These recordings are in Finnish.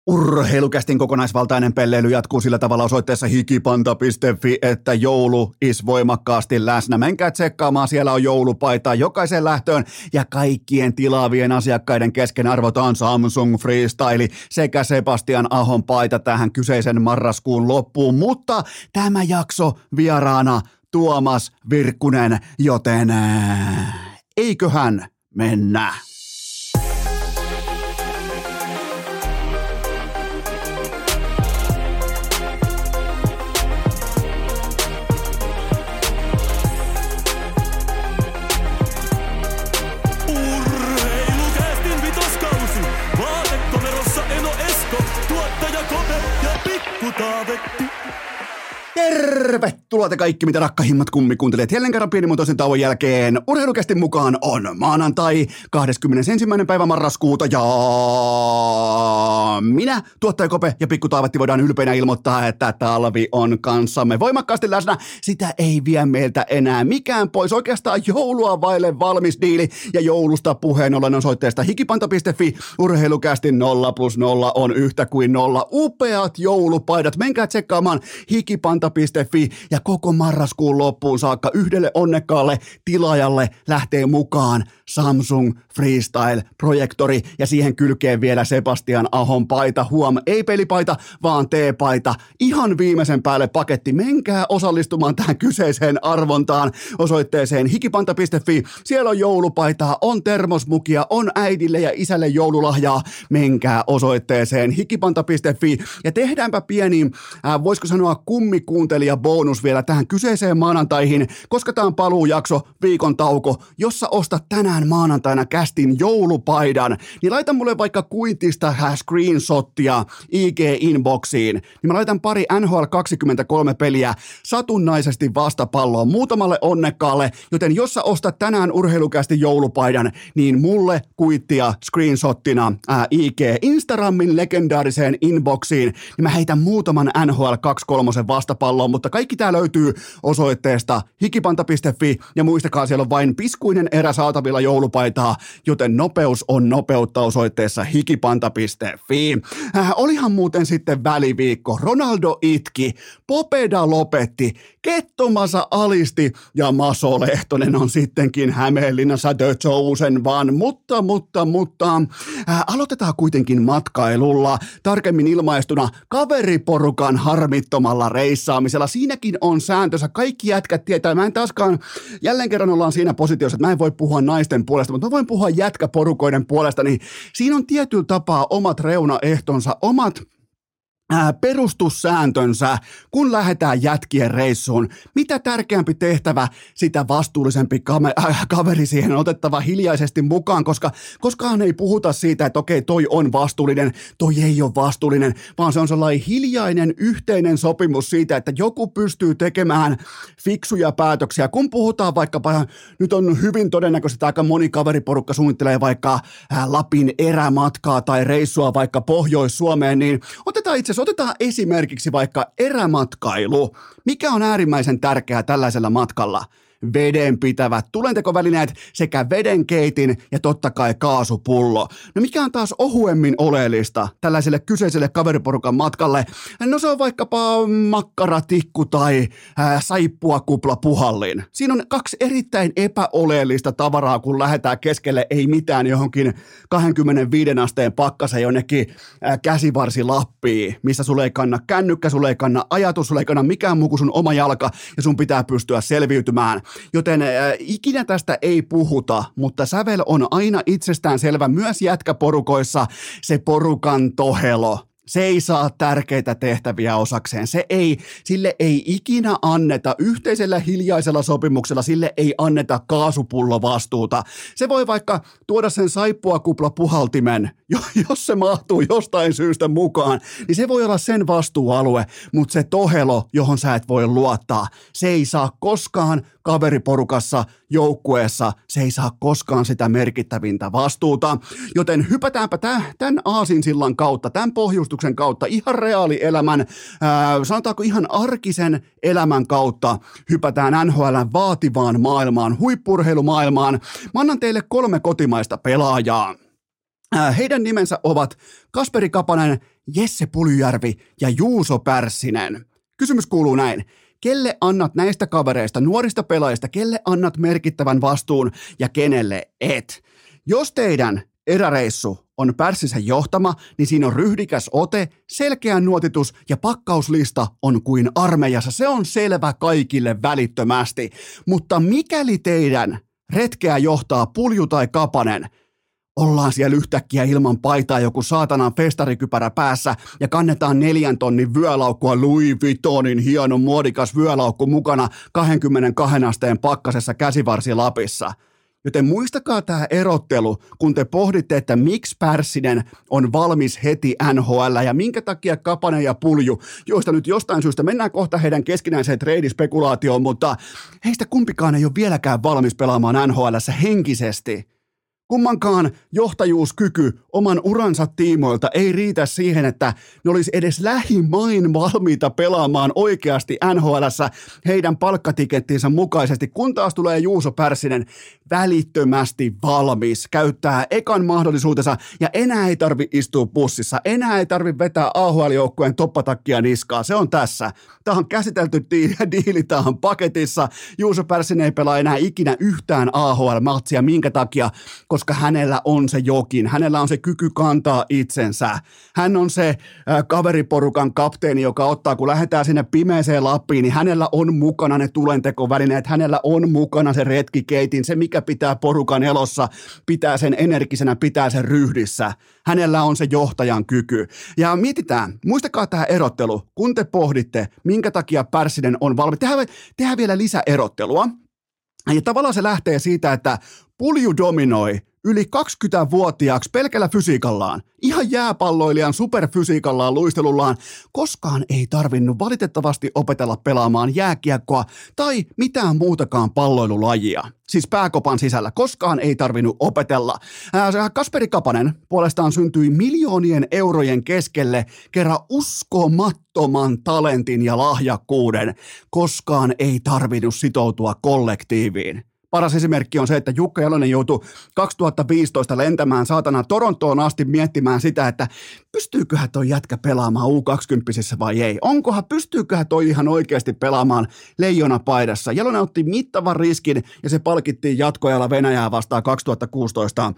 Urheilukästin kokonaisvaltainen pelleily jatkuu sillä tavalla osoitteessa hikipanta.fi, että joulu is voimakkaasti läsnä. Menkää tsekkaamaan, siellä on joulupaitaa jokaisen lähtöön ja kaikkien tilaavien asiakkaiden kesken arvotaan Samsung Freestyle sekä Sebastian Ahon paita tähän kyseisen marraskuun loppuun. Mutta tämä jakso vieraana Tuomas Virkkunen, joten eiköhän mennä. Tervetuloa te kaikki, mitä rakkahimmat kummikuuntelijat. Jälleen kerran pienimuotoisen tauon jälkeen Urheilukästin mukaan on maanantai 21. päivä marraskuuta ja minä, tuottaja Kope ja Pikku Taavetti voidaan ylpeinä ilmoittaa, että talvi on kanssamme voimakkaasti läsnä. Sitä ei vie meiltä enää mikään pois. Oikeastaan joulua vaille valmis diili ja joulusta puheen ollen osoitteesta hikipanta.fi. Urheilukästin 0+0 on yhtä kuin 0. Upeat joulupaidat. Menkää tsekkaamaan hikipanta.fi ja koko marraskuun loppuun saakka yhdelle onnekkaalle tilaajalle lähtee mukaan Samsung Freestyle-projektori ja siihen kylkeen vielä Sebastian Ahon paita. Huom, ei pelipaita, vaan teepaita. Ihan viimeisen päälle paketti. Menkää osallistumaan tähän kyseiseen arvontaan osoitteeseen hikipanta.fi. Siellä on joulupaitaa, on termosmukia, on äidille ja isälle joululahjaa. Menkää osoitteeseen hikipanta.fi ja tehdäänpä pieni, voisiko sanoa kummikuuntelija bonus vielä tähän kyseiseen maanantaihin, koska tämä on paluujakso, viikon tauko, jossa ostat tänään maanantaina kästin joulupaidan, niin laita mulle vaikka kuitista screenshottia IG-inboxiin, niin mä laitan pari NHL 23 peliä satunnaisesti vastapalloon muutamalle onnekkaalle, joten jos sä ostat tänään Urheilukästin joulupaidan, niin mulle kuittia screenshottina IG-Instagramin legendaariseen inboxiin, niin mä heitän muutaman NHL 23 vastapalloon, mutta kaikki tää löytyy osoitteesta hikipanta.fi ja muistakaa, siellä on vain piskuinen erä saatavilla joulupaitaa, joten nopeus on nopeutta osoitteessa hikipanta.fi. Olihan muuten sitten väliviikko. Ronaldo itki, Popeda lopetti, Kettomasa alisti ja Maso Lehtonen on sittenkin Hämeenlinnassa The Chosen vaan. Mutta aloitetaan kuitenkin matkailulla, tarkemmin ilmaistuna kaveriporukan harmittomalla reissaamisella. Siinäkin on sääntönsä. Kaikki jätkät tietää. Mä en taaskaan, jälleen kerran ollaan siinä positiossa, että mä en voi puhua naisten puolesta, mutta mä voin puhua jätkäporukoiden puolesta, niin siinä on tietyllä tapaa omat reunaehtonsa, omat perustussääntönsä, kun lähdetään jätkien reissuun. Mitä tärkeämpi tehtävä, sitä vastuullisempi kaveri siihen on otettava hiljaisesti mukaan, koska koskaan ei puhuta siitä, että okei, toi on vastuullinen, toi ei ole vastuullinen, vaan se on sellainen hiljainen yhteinen sopimus siitä, että joku pystyy tekemään fiksuja päätöksiä. Kun puhutaan vaikkapa, nyt on hyvin todennäköisesti, että aika moni kaveriporukka suunnittelee vaikka Lapin erämatkaa tai reissua vaikka Pohjois-Suomeen, niin otetaan esimerkiksi vaikka erämatkailu. Mikä on äärimmäisen tärkeää tällaisella matkalla? Vedenpitävät tulentekovälineet sekä vedenkeitin ja totta kai kaasupullo. No mikä on taas ohuemmin oleellista tällaiselle kyseiselle kaveriporukan matkalle? No se on vaikkapa makkaratikku tai saippuakupla puhallin. Siinä on kaksi erittäin epäoleellista tavaraa, kun lähdetään keskelle ei mitään johonkin 25 asteen pakkaseen jonnekin käsivarsi Lappiin, missä sulle ei kanna kännykkä, sulle ei kanna ajatus, sulle ei kanna mikään muu kuin sun oma jalka ja sun pitää pystyä selviytymään. Joten ikinä tästä ei puhuta, mutta sävel on aina itsestään selvä myös jätkäporukoissa, se porukan tohelo. Se ei saa tärkeitä tehtäviä osakseen. Sille ei ikinä anneta yhteisellä hiljaisella sopimuksella, sille ei anneta kaasupullovastuuta. Se voi vaikka tuoda sen saippuakuplapuhaltimen, jos se mahtuu jostain syystä mukaan, niin se voi olla sen vastuualue, mutta se tohelo, johon sä et voi luottaa, se ei saa koskaan kaveriporukassa, joukkueessa, se ei saa koskaan sitä merkittävintä vastuuta. Joten hypätäänpä tämän aasinsillan kautta, tämän pohjustuksen kautta, ihan reaalielämän, sanotaanko ihan arkisen elämän kautta, hypätään NHL:n vaativaan maailmaan, huippurheilumaailmaan. Mä annan teille 3 kotimaista pelaajaa. Heidän nimensä ovat Kasperi Kapanen Jesse Puljujärvi ja Juuso Pärssinen. Kysymys kuuluu näin. Kelle annat näistä kavereista, nuorista pelaajista, kelle annat merkittävän vastuun ja kenelle et? Jos teidän eräreissu on Pärssisen johtama, niin siinä on ryhdikäs ote, selkeä nuotitus ja pakkauslista on kuin armeijassa. Se on selvä kaikille välittömästi. Mutta mikäli teidän retkeä johtaa Pulju tai Kapanen, ollaan siellä yhtäkkiä ilman paitaa joku saatanan festarikypärä päässä ja kannetaan 4 tonnin vyölaukkua Louis Vuittonin hieno muodikas vyölaukku mukana 22 asteen pakkasessa käsivarsi Lapissa. Joten muistakaa tämä erottelu, kun te pohditte, että miksi Pärssinen on valmis heti NHL ja minkä takia Kapanen ja Pulju, joista nyt jostain syystä mennään kohta heidän keskinäiseen treidispekulaatioon, mutta heistä kumpikaan ei ole vieläkään valmis pelaamaan NHL:ssä henkisesti. Kummankaan johtajuuskyky oman uransa tiimoilta ei riitä siihen, että ne olisi edes lähimain valmiita pelaamaan oikeasti NHL:ssä heidän palkkatikettinsä mukaisesti, kun taas tulee Juuso Pärssinen välittömästi valmis, käyttää ekan mahdollisuutensa ja enää ei tarvi istua bussissa, enää ei tarvi vetää AHL-joukkueen toppatakkia niskaa, se on tässä. Tämä on käsitelty diili, tämä on paketissa. Juuso Pärssinen ei pelaa enää ikinä yhtään AHL-matsia, minkä takia? Koska hänellä on se jokin, hänellä on se kyky kantaa itsensä. Hän on se kaveriporukan kapteeni, joka ottaa, kun lähdetään sinne pimeeseen Lappiin, niin hänellä on mukana ne tulentekovälineet, hänellä on mukana se retkikeitin, se mikä pitää porukan elossa, pitää sen energisenä, pitää sen ryhdissä. Hänellä on se johtajan kyky. Ja mietitään, muistakaa tämä erottelu, kun te pohditte, minkä takia Pärssinen on valmis. Tehdään vielä lisäerottelua. Ja tavallaan se lähtee siitä, että Pulju dominoi yli 20-vuotiaaksi pelkällä fysiikallaan, ihan jääpalloilijan superfysiikallaan, luistelullaan, koskaan ei tarvinnut valitettavasti opetella pelaamaan jääkiekkoa tai mitään muutakaan palloilulajia. Siis pääkopan sisällä, koskaan ei tarvinnut opetella. Kasperi Kapanen puolestaan syntyi miljoonien eurojen keskelle kerran uskomattoman talentin ja lahjakkuuden, koskaan ei tarvinnut sitoutua kollektiiviin. Paras esimerkki on se, että Jukka Jalonen joutui 2015 lentämään saatana Torontoon asti miettimään sitä, että pystyyköhän toi jätkä pelaamaan U20 vai ei. Pystyyköhän toi ihan oikeasti pelaamaan leijonapaidassa. Jalonen otti mittavan riskin ja se palkittiin jatkoajalla Venäjää vastaan 2016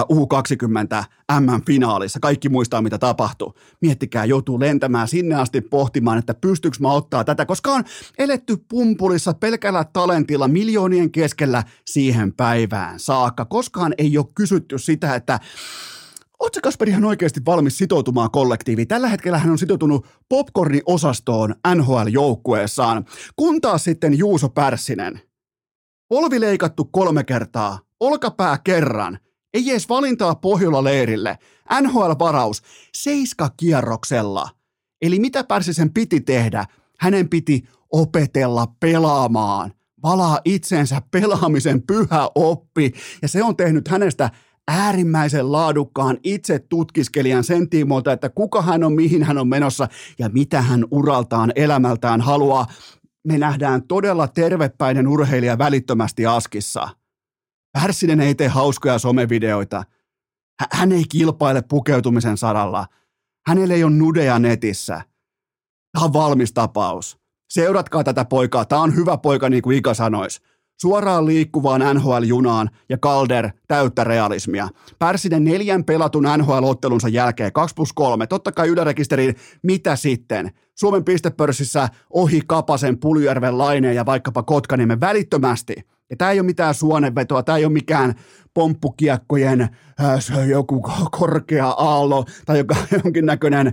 U20 MM-finaalissa. Kaikki muistaa, mitä tapahtui. Miettikää, joutuu lentämään sinne asti pohtimaan, että pystyykö mä ottaa tätä, koska on eletty pumpulissa pelkällä talentilla miljoonien keskellä siihen päivään saakka. Koskaan ei ole kysytty sitä, että ootko Kasperi ihan oikeasti valmis sitoutumaan kollektiiviin? Tällä hetkellä hän on sitoutunut popcorni-osastoon NHL-joukkueessaan, kun taas sitten Juuso Pärssinen. Polvi leikattu 3 kertaa, olkapää kerran, ei edes valintaa Pohjola-leirille, NHL-varaus 7 kierroksella. Eli mitä Pärssisen piti tehdä? Hänen piti opetella pelaamaan. Valaa itsensä pelaamisen pyhä oppi, ja se on tehnyt hänestä äärimmäisen laadukkaan itse tutkiskelijan sen tiimoilta, että kuka hän on, mihin hän on menossa ja mitä hän uraltaan, elämältään haluaa. Me nähdään todella tervepäinen urheilija välittömästi askissa. Pärssinen ei tee hauskoja somevideoita. Hän ei kilpaile pukeutumisen saralla. Hänellä ei ole nudeja netissä. Tämä on valmis tapaus. Seuratkaa tätä poikaa. Tämä on hyvä poika, niin kuin Ika sanoisi. Suoraan liikkuvaan NHL-junaan ja Calder täyttä realismia. Pärssinen 4 pelatun NHL-ottelunsa jälkeen 2+3. Totta kai ylärekisteriin, mitä sitten? Suomen pistepörssissä ohi Kapasen, Puljujärven, Laineen ja vaikkapa Kotkaniemen välittömästi. Ja tämä ei ole mitään suonenvetoa, tämä ei ole mikään pomppukiekkojen joku korkea aallo tai jonkinnäköinen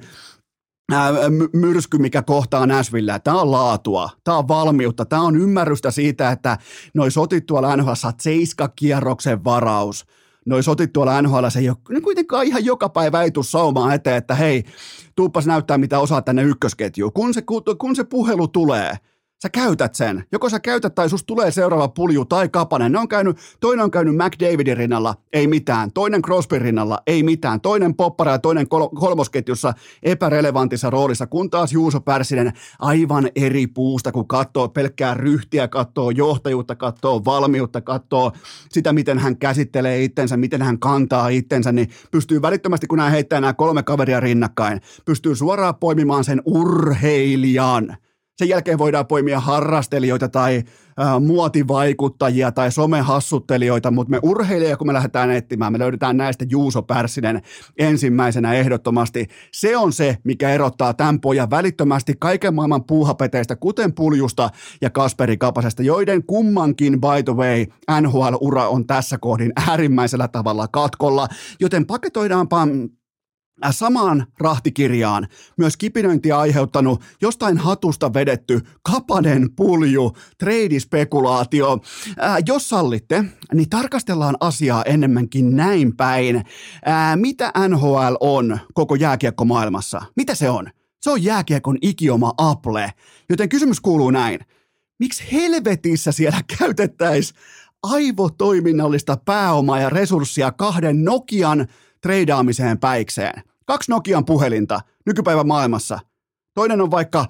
myrsky, mikä kohtaa Nashvillea. Tämä on laatua, tämä on valmiutta, tämä on ymmärrystä siitä, että noi sotit tuolla NHL saat 7 kierroksen varaus. Noi sotit tuolla NHL se ei ole kuitenkaan ihan joka päivä ei tule saumaan eteen, että hei, tuuppas näyttää mitä osaa tänne ykkösketjuun. Kun se puhelu tulee, Sä käytät sen. Joko sä käytät tai susta tulee seuraava pulju tai Kapanen. Toinen on käynyt McDavidin rinnalla, ei mitään. Toinen Crosbyn rinnalla, ei mitään. Toinen poppara ja toinen kolmosketjussa epärelevantissa roolissa, kun taas Juuso Pärssinen aivan eri puusta, kun katsoo pelkkää ryhtiä, katsoo johtajuutta, katsoo valmiutta, katsoo sitä, miten hän käsittelee itsensä, miten hän kantaa itsensä, niin pystyy välittömästi, kun hän heittää nämä 3 kaveria rinnakkain, pystyy suoraan poimimaan sen urheilijan. Sen jälkeen voidaan poimia harrastelijoita tai muotivaikuttajia tai somehassuttelijoita, mutta me urheilijoita, kun me lähdetään etsimään, me löydetään näistä Juuso Pärssinen ensimmäisenä ehdottomasti. Se on se, mikä erottaa tämän pojan välittömästi kaiken maailman puuhapeteistä, kuten Puljusta ja Kasperi Kapasesta, joiden kummankin, by the way, NHL-ura on tässä kohdin äärimmäisellä tavalla katkolla, joten paketoidaanpa samaan rahtikirjaan myös kipinöintiä aiheuttanut, jostain hatusta vedetty Kapanen Pulju, treidispekulaatio. Jos sallitte, niin tarkastellaan asiaa enemmänkin näin päin. Mitä NHL on koko jääkiekkomaailmassa? Mitä se on? Se on jääkiekon ikioma Apple. Joten kysymys kuuluu näin. Miksi helvetissä siellä käytettäisiin aivotoiminnallista pääomaa ja resurssia 2 Nokian treidaamiseen päikseen? 2 Nokian puhelinta nykypäivän maailmassa. Toinen on vaikka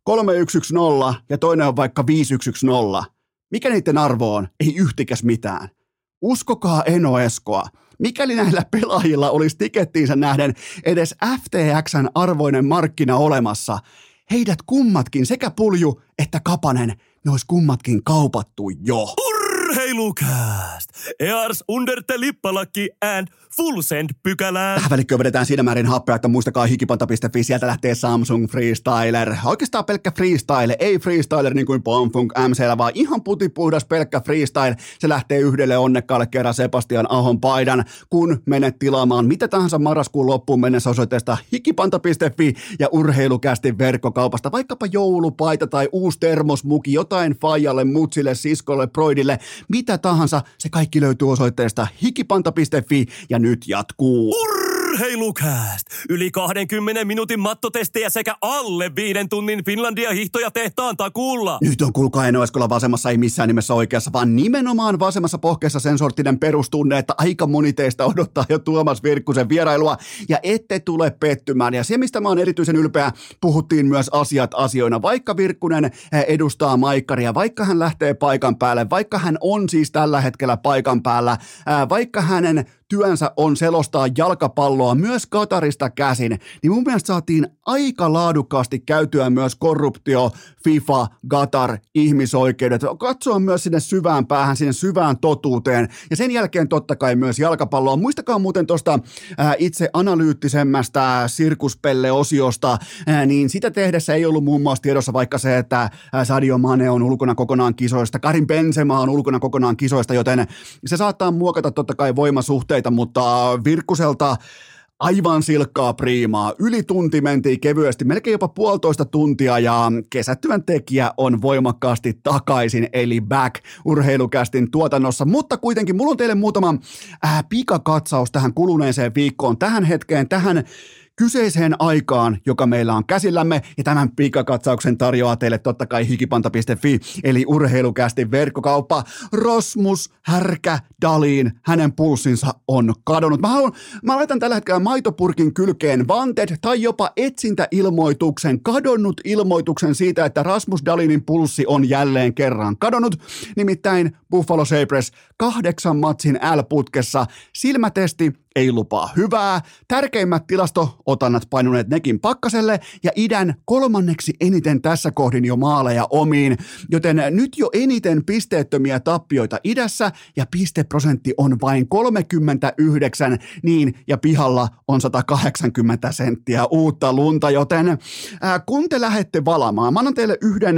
3110 ja toinen on vaikka 5110. Mikä niiden arvo on? Ei yhtikäs mitään. Uskokaa Eno Eskoa. Mikäli näillä pelaajilla olisi tikettiinsä nähden edes FTX:n arvoinen markkina olemassa, heidät kummatkin, sekä Pulju että Kapanen, ne olisi kummatkin kaupattu jo. Urheilukääst! Ears under the lippalakki and full send -pykälää. Tähän välikköön vedetään siinä määrin happea, että muistakaa hikipanta.fi, sieltä lähtee Samsung Freestyler. Oikeastaan pelkkä freestyle, ei freestyler niin kuin Pomfunk MC:llä, vaan ihan putipuhdas pelkkä freestyle. Se lähtee yhdelle onnekkaalle kerran Sebastian Ahon paidan, kun menet tilaamaan mitä tahansa marraskuun loppuun mennessä osoitteesta hikipanta.fi ja Urheilukästin verkkokaupasta. Vaikkapa joulupaita tai uusi termosmuki, jotain faijalle, mutsille, siskolle, broidille, mitä tahansa, se kaikki löytyy osoitteesta hikipanta.fi ja nyt jatkuu. Urheilukääst! Yli 20 minuutin mattotestejä sekä alle 5 tunnin Finlandia-hihtoja tehtaan takuulla. Nyt on kuulkaa Eno Eskola vasemmassa, ei missään nimessä oikeassa, vaan nimenomaan vasemmassa pohkeessa sen sorttinen perustunne, että aika moni teistä odottaa jo Tuomas Virkkusen vierailua ja ette tule pettymään. Ja se, mistä mä oon erityisen ylpeä, puhuttiin myös asiat asioina. Vaikka Virkkunen edustaa Maikkaria, vaikka hän lähtee paikan päälle, vaikka hän on siis tällä hetkellä paikan päällä, vaikka hänen työnsä on selostaa jalkapalloa myös Katarista käsin, niin mun mielestä saatiin aika laadukkaasti käytyä myös korruptio, FIFA, Qatar, ihmisoikeudet, katsoa myös sinne syvään päähän, sinne syvään totuuteen ja sen jälkeen totta kai myös jalkapalloa. Muistakaa muuten tuosta itse analyyttisemmästä sirkuspelle-osiosta, niin sitä tehdessä ei ollut muun muassa tiedossa vaikka se, että Sadio Mane on ulkona kokonaan kisoista, Karim Benzema on ulkona kokonaan kisoista, joten se saattaa muokata totta kai voimasuhteita, mutta Virkkuselta aivan silkkaa priimaa. Yli tunti mentiin kevyesti, melkein jopa 1,5 tuntia ja kesätyön tekijä on voimakkaasti takaisin, eli back Urheilukästin tuotannossa. Mutta kuitenkin mulla on teille muutama pikakatsaus tähän kuluneeseen viikkoon, tähän hetkeen, tähän kyseiseen aikaan, joka meillä on käsillämme, ja tämän pikakatsauksen tarjoaa teille totta kai hikipanta.fi, eli Urheilukästin verkkokauppa. Rasmus Härkä Dahlin, hänen pulssinsa on kadonnut. Mä laitan tällä hetkellä maitopurkin kylkeen wanted tai jopa etsintäilmoituksen, kadonnut ilmoituksen siitä, että Rasmus Dahlinin pulssi on jälleen kerran kadonnut. Nimittäin Buffalo Sabres 8 matsin L-putkessa, silmätesti ei lupaa hyvää, tärkeimmät tilasto-otannat painuneet nekin pakkaselle ja idän 3. eniten tässä kohdin jo maaleja omiin, joten nyt jo eniten pisteettömiä tappioita idässä ja pisteprosentti on vain 39, niin ja pihalla on 180 senttiä uutta lunta, joten kun te lähdette valamaan, mä annan teille yhden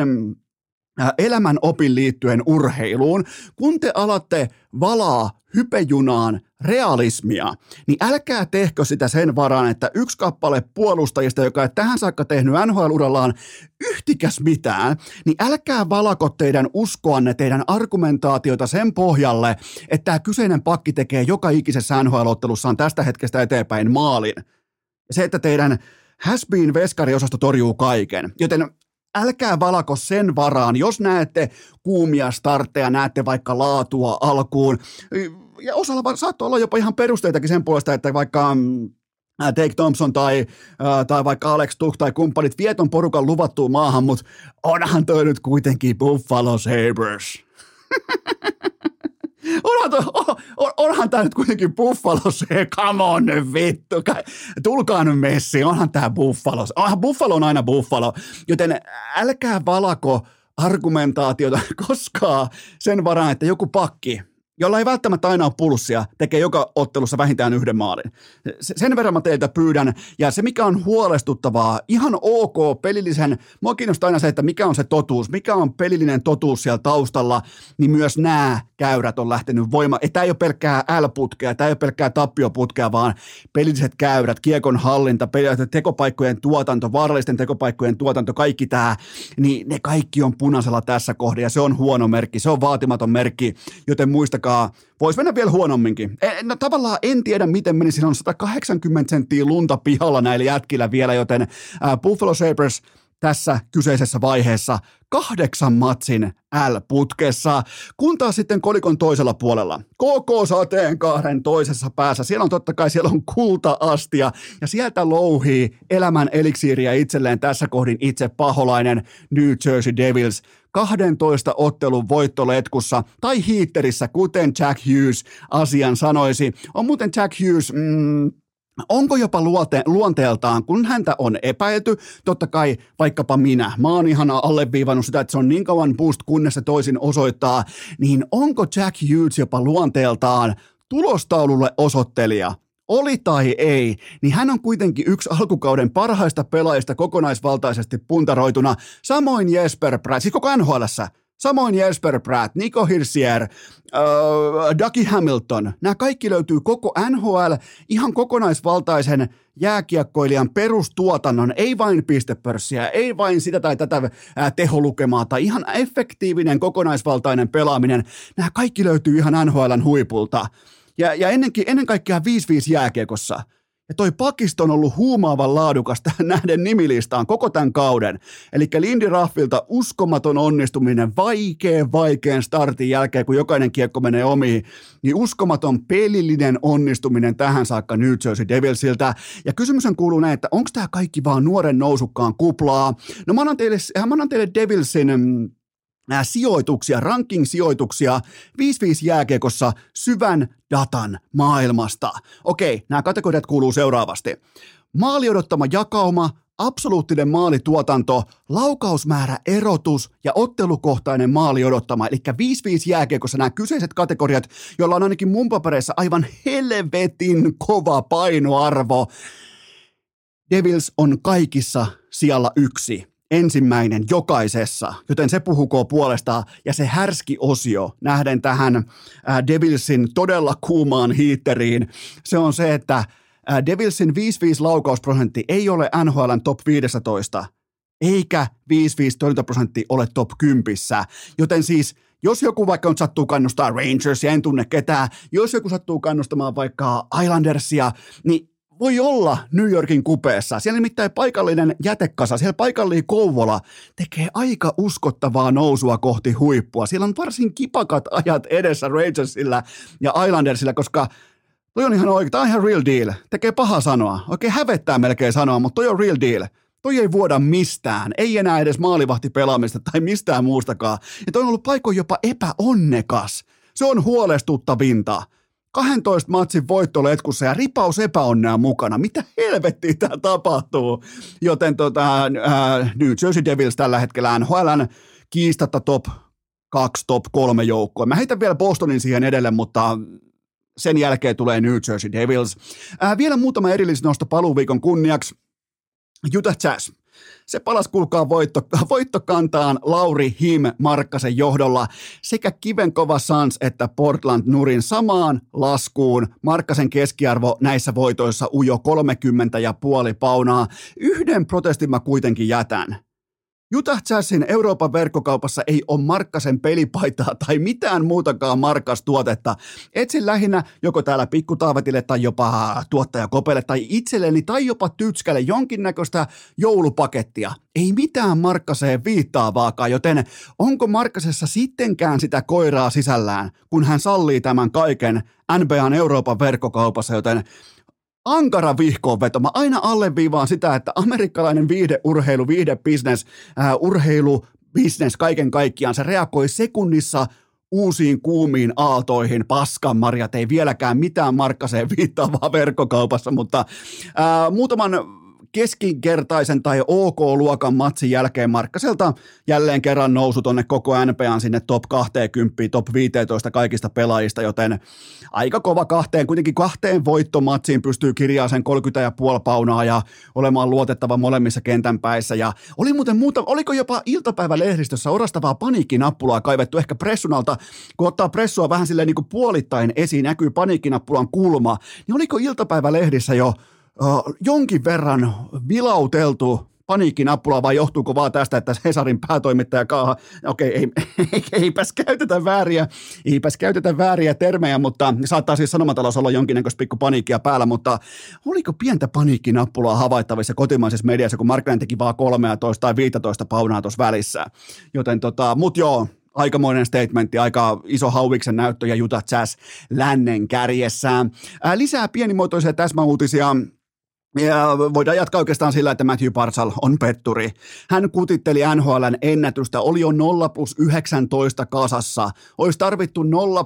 elämän opin liittyen urheiluun, kun te alatte valaa hypejunaan realismia, niin älkää tehkö sitä sen varaan, että yksi kappale puolustajista, joka ei tähän saakka tehnyt NHL-urallaan yhtikäs mitään, niin älkää valako teidän uskoanne, teidän argumentaatiota sen pohjalle, että tämä kyseinen pakki tekee joka ikisessä NHL-ottelussaan tästä hetkestä eteenpäin maalin. Se, että teidän has-been veskariosasto torjuu kaiken. Joten älkää valako sen varaan, jos näette kuumia startteja, näette vaikka laatua alkuun, ja osalla saattoi olla jopa ihan perusteitakin sen puolesta, että vaikka Take Thompson tai vaikka Alex Tuch tai kumppanit vieton porukan luvattuun maahan, mutta onhan toi nyt kuitenkin Buffalo Sabres. Onhan tää nyt kuitenkin Buffalo se, come on nyt vittu, tulkaa nyt messi, onhan tää Buffalo. Buffalo on aina Buffalo, joten älkää valako argumentaatiota koskaan sen varaan, että joku pakki, jolla ei välttämättä aina ole pulssia, tekee joka ottelussa vähintään yhden maalin. Sen verran mä teiltä pyydän, ja se mikä on huolestuttavaa, ihan ok pelillisen, mua kiinnostaa aina se, että mikä on se totuus, mikä on pelillinen totuus siellä taustalla, niin myös nämä käyrät on lähtenyt voimaan. Tämä ei ole pelkkää L-putkea, tämä ei ole pelkkää tappioputkea, vaan pelilliset käyrät, kiekon hallinta, tekopaikkojen tuotanto, vaarallisten tekopaikkojen tuotanto, kaikki tämä, niin ne kaikki on punaisella tässä kohdassa, ja se on huono merkki, se on vaatimaton merkki, joten muistakaa, voisi mennä vielä huonomminkin. No tavallaan en tiedä, miten meni. Siinä on 180 senttiä lunta pihalla näillä jätkillä vielä, joten Buffalo Sabres tässä kyseisessä vaiheessa 8 matsin L-putkessa, kun taas sitten kolikon toisella puolella, koko sateenkaaren toisessa päässä, siellä on kulta-astia, ja sieltä louhii elämän eliksiiriä itselleen tässä kohdin itse paholainen New Jersey Devils, 12 ottelun voittoletkussa tai hiitterissä, kuten Jack Hughes asian sanoisi. On muuten Jack Hughes, onko jopa luonteeltaan, kun häntä on epäilty, totta kai vaikkapa mä oon ihan alleviivannut sitä, että se on niin kauan boost, kunnes se toisin osoittaa, niin onko Jack Hughes jopa luonteeltaan tulostaululle osoittelija? Oli tai ei, niin hän on kuitenkin yksi alkukauden parhaista pelaajista kokonaisvaltaisesti puntaroituna, samoin Jesper Bratt, siis koko NHL:ssä, samoin Jesper Bratt, Nico Hischier, Dougie Hamilton, nämä kaikki löytyy koko NHL ihan kokonaisvaltaisen jääkiekkoilijan perustuotannon, ei vain pistepörssiä, ei vain sitä tai tätä teholukemaa, tai ihan efektiivinen kokonaisvaltainen pelaaminen, nämä kaikki löytyy ihan NHL:n huipulta. Ja ennen kaikkea 5-5 jääkiekossa. Ja toi pakisto on ollut huumaavan laadukas tähän nähden nimilistaan koko tämän kauden. Eli Lindy Ruffilta uskomaton onnistuminen vaikean startin jälkeen, kun jokainen kiekko menee omiin, niin uskomaton pelillinen onnistuminen tähän saakka New Jersey Devilsiltä. Ja kysymys kuuluu näin, että onko tämä kaikki vaan nuoren nousukkaan kuplaa? No mä annan teille Devilsin sijoituksia, ranking-sijoituksia 5-5 jääkiekossa syvän datan maailmasta. Okei, nämä kategoriat kuuluu seuraavasti. Maali odottama jakauma, absoluuttinen maalituotanto, laukausmäärä erotus ja ottelukohtainen maali odottama. Eli 5-5 jääkiekossa nämä kyseiset kategoriat, joilla on ainakin mun papereissa aivan helvetin kova painoarvo. Devils on kaikissa sijalla 1. Ensimmäinen jokaisessa, joten se puhukoo puolestaan, ja se härski osio nähden tähän Devilsin todella kuumaan hiitteriin, se on se, että Devilsin 5-5 laukausprosentti ei ole NHL:n top 15, eikä 5-5 torjuntaprosentti ole top 10, joten siis jos joku vaikka nyt sattuu kannustaa Rangersia, en tunne ketään, jos joku sattuu kannustamaan vaikka Islandersia, niin voi olla New Yorkin kupeessa. Siellä nimittäin paikallinen jätekasa, siellä paikallinen Kouvola tekee aika uskottavaa nousua kohti huippua. Siellä on varsin kipakat ajat edessä Rangersilla ja Islandersilla, koska toi on ihan oikein, tämä on ihan real deal. Tekee paha sanoa, oikein hävettää melkein sanoa, mutta toi on real deal. Toi ei vuoda mistään, ei enää edes maalivahtipelaamista tai mistään muustakaan. Ja toi on ollut paikoin jopa epäonnekas. Se on huolestuttavinta. 12 matsin voittoletkussa ja ripaus epäonnea mukana. Mitä helvettiä tää tapahtuu? Joten New Jersey Devils tällä hetkellä NHL:n kiistatta top 2, top 3 joukkoa. Mä heitän vielä Bostonin siihen edelle, mutta sen jälkeen tulee New Jersey Devils. Vielä muutama erillisnosto paluuviikon kunniaksi. Utah Jazz. Se palasi kuulkaa voittokantaan Lauri Him Markkasen johdolla sekä kivenkova Suns että Portland nurin samaan laskuun. Markkasen keskiarvo näissä voitoissa ujo 30,5 paunaa. Yhden protestin mä kuitenkin jätän. Utah Jazzin Euroopan verkkokaupassa ei ole Markkasen pelipaitaa tai mitään muutakaan Markkas-tuotetta. Etsin lähinnä joko täällä Pikkutaavetille tai jopa tuottaja Kopelle tai itselleni tai jopa Tytskälle jonkinnäköistä joulupakettia. Ei mitään Markkaseen viittaavaakaan, joten onko Markkasessa sittenkään sitä koiraa sisällään, kun hän sallii tämän kaiken NBA:n Euroopan verkkokaupassa, joten ankara vihkoonveto. Mä aina alleviivaan sitä, että amerikkalainen viihdeurheilu, viihdebisnes, urheilubisnes kaiken kaikkiaan, se reagoi sekunnissa uusiin kuumiin aaltoihin. Paskanmarjat, ei vieläkään mitään Markkaseen viittaavaa verkkokaupassa, mutta muutaman keskinkertaisen tai OK-luokan matsin jälkeen Markkaselta jälleen kerran nousu tonne koko NBA:n sinne top 20, top 15 kaikista pelaajista, joten aika kova kuitenkin kahteen voittomatsiin pystyy kirjaamaan sen 30,5 paunaa ja olemaan luotettava molemmissa kentän päissä. Ja oli muuten oliko jopa iltapäivälehdistössä orastavaa paniikkinappulaa kaivettu ehkä pressunalta, kun ottaa pressua vähän silleen niin kuin puolittain esiin, näkyy paniikkinappulan kulma, niin oliko iltapäivälehdissä jo jonkin verran vilauteltu paniikkinappulaa vai johtuuko vaan tästä, että Hesarin päätoimittaja eipäs käytetä vääriä termejä, mutta saattaa siis Sanomatalossa olla jonkinnäköistä pikku paniikkia päällä, mutta oliko pientä paniikkinappulaa havaittavissa kotimaisessa mediassa, kun Markkanen teki vaan 13 tai 15 paunaa tuossa välissä, joten mut joo, aikamoinen statementti, aika iso hauviksen näyttö ja Utah Jazz lännen kärjessä. Lisää pienimuotoisia täsmäuutisia. Ja voidaan jatkaa oikeastaan sillä, että Matthew Barzal on petturi. Hän kutitteli NHL:n ennätystä, oli jo 0+19 kasassa. Olisi tarvittu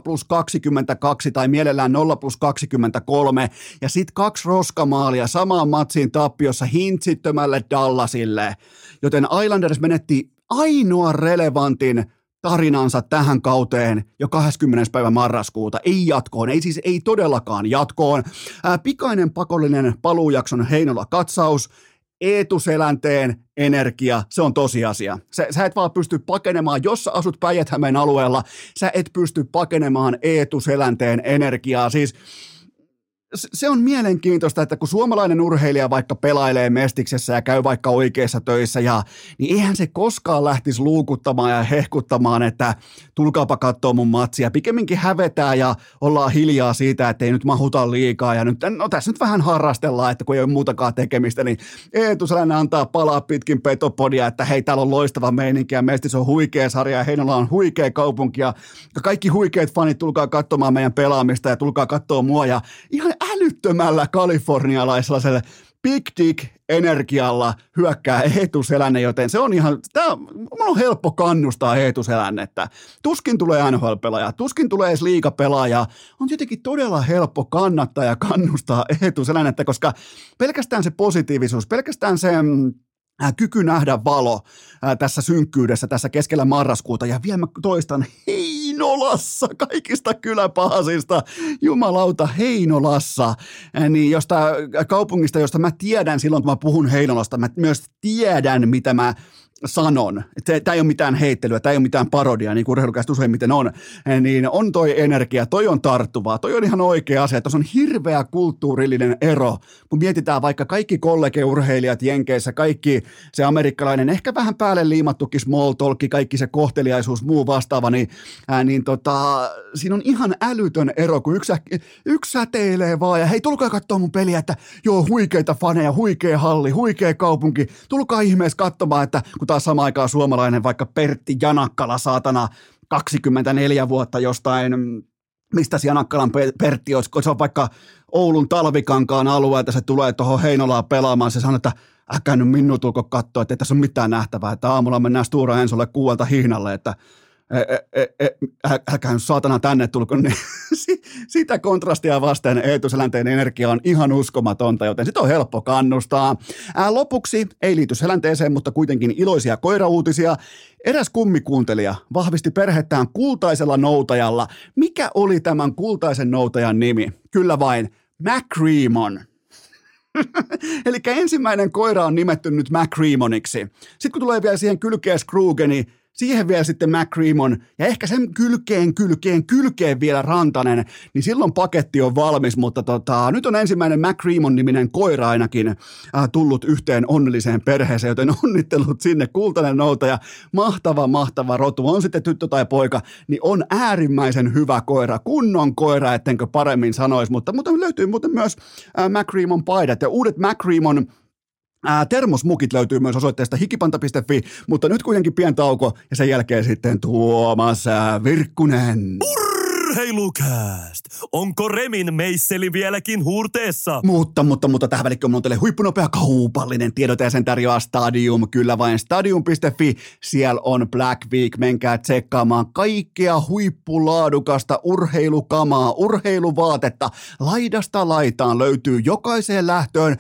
0+22 tai mielellään 0+23 ja sitten 2 roskamaalia samaan matsiin tappiossa hintsittömälle Dallasille. Joten Islanders menetti ainoa relevantin tarinansa tähän kauteen jo 20. päivä marraskuuta, ei jatkoon, ei todellakaan jatkoon. Pikainen pakollinen paluujakson Heinola-katsaus, Eetu Selänteen energia, se on tosiasia. Sä et vaan pysty pakenemaan, jos sä asut Päijät-Hämeen alueella, sä et pysty pakenemaan Eetu Selänteen energiaa, siis se on mielenkiintoista, että kun suomalainen urheilija vaikka pelailee Mestiksessä ja käy vaikka oikeissa töissä, niin eihän se koskaan lähtisi luukuttamaan ja hehkuttamaan, että tulkaapa katsoa mun matsia. Pikemminkin hävetään ja ollaan hiljaa siitä, että ei nyt mahuta liikaa ja nyt, tässä nyt vähän harrastellaan, että kun ei ole muutakaan tekemistä, niin Eetu Selänne antaa palaa pitkin Petopodia, että hei, täällä on loistava meininki ja Mestis on huikea sarja ja Heinola on huikea kaupunki ja kaikki huikeat fanit tulkaa katsomaan meidän pelaamista ja tulkaa katsoa mua ja ihan älyttömällä kalifornialaisella big dick energialla hyökkää Eetu Selänne, joten se on mun on helppo kannustaa Eetu Selännettä. Tuskin tulee NHL-pelaaja, tuskin tulee edes liigapelaaja. On jotenkin todella helppo kannattaa ja kannustaa Eetu Selännettä, koska pelkästään se positiivisuus, pelkästään se kyky nähdä valo tässä synkkyydessä, tässä keskellä marraskuuta, ja vielä mä toistan, Heinolassa, kaikista kyläpahasista, jumalauta, Heinolassa, niin kaupungista, josta mä tiedän silloin, kun mä puhun Heinolasta, mä myös tiedän, mitä mä sanon. Tämä ei ole mitään heittelyä, tämä ei ole mitään parodiaa, niin kuin urheilukäistä useimmiten on, niin on toi energia, toi on tarttuvaa, toi on ihan oikea asia. Tuossa on hirveä kulttuurillinen ero, kun mietitään vaikka kaikki kollegeurheilijat Jenkeissä, kaikki se amerikkalainen, ehkä vähän päälle liimattukin small talk, kaikki se kohteliaisuus, muu vastaava, niin siinä on ihan älytön ero, kun yksi säteilee vaan, ja hei, tulkaa katsoa mun peliä, että joo, huikeita faneja, huikea halli, huikea kaupunki, tulkaa ihmeessä katsomaan, että kun taas samaan aikaan suomalainen vaikka Pertti Janakkala, saatana 24 vuotta jostain, mistä Janakkalan Pertti olisi, kun se on vaikka Oulun Talvikankaan alueelta, se tulee tuohon Heinolaan pelaamaan, se sanoo, että äkää nyt minun tulko katsoa, että ei tässä ole mitään nähtävää, että aamulla mennään Stora Ensolle 6 Hihnalle, että älkää nyt saatana tänne tulko, niin sitä kontrastia vasten Eetu Selänteen energia on ihan uskomatonta, joten sitä on helppo kannustaa. Lopuksi, ei liity Selänteeseen, mutta kuitenkin iloisia koirauutisia. Eräs kummikuuntelija vahvisti perhettään kultaisella noutajalla. Mikä oli tämän kultaisen noutajan nimi? Kyllä vain, McCreamon. Eli ensimmäinen koira on nimetty nyt McCreamoniksi. Sitten kun tulee vielä siihen kylkeen Scroogeni, siihen vielä sitten McCreamon ja ehkä sen kylkeen vielä Rantanen, niin silloin paketti on valmis, mutta nyt on ensimmäinen McCreamon-niminen koira ainakin tullut yhteen onnelliseen perheeseen, joten onnittelut sinne, kultainen noutaja, mahtava rotu, on sitten tyttö tai poika, niin on äärimmäisen hyvä koira, kunnon koira, ettenkö paremmin sanoisi, mutta löytyy muuten myös McCreamon paidat ja uudet McCreamon termosmukit löytyy myös osoitteesta hikipanta.fi, mutta nyt kuitenkin pieni tauko ja sen jälkeen sitten Tuomas Virkkunen. Urheilukääst! Onko Remin meisseli vieläkin huurteessa? Mutta tähän välikköön on teille huippunopea kaupallinen tiedote ja sen tarjoaa Stadium, kyllä vain stadium.fi. Siellä on Black Week, menkää tsekkaamaan kaikkea huippulaadukasta urheilukamaa, urheiluvaatetta. Laidasta laitaan löytyy jokaiseen lähtöön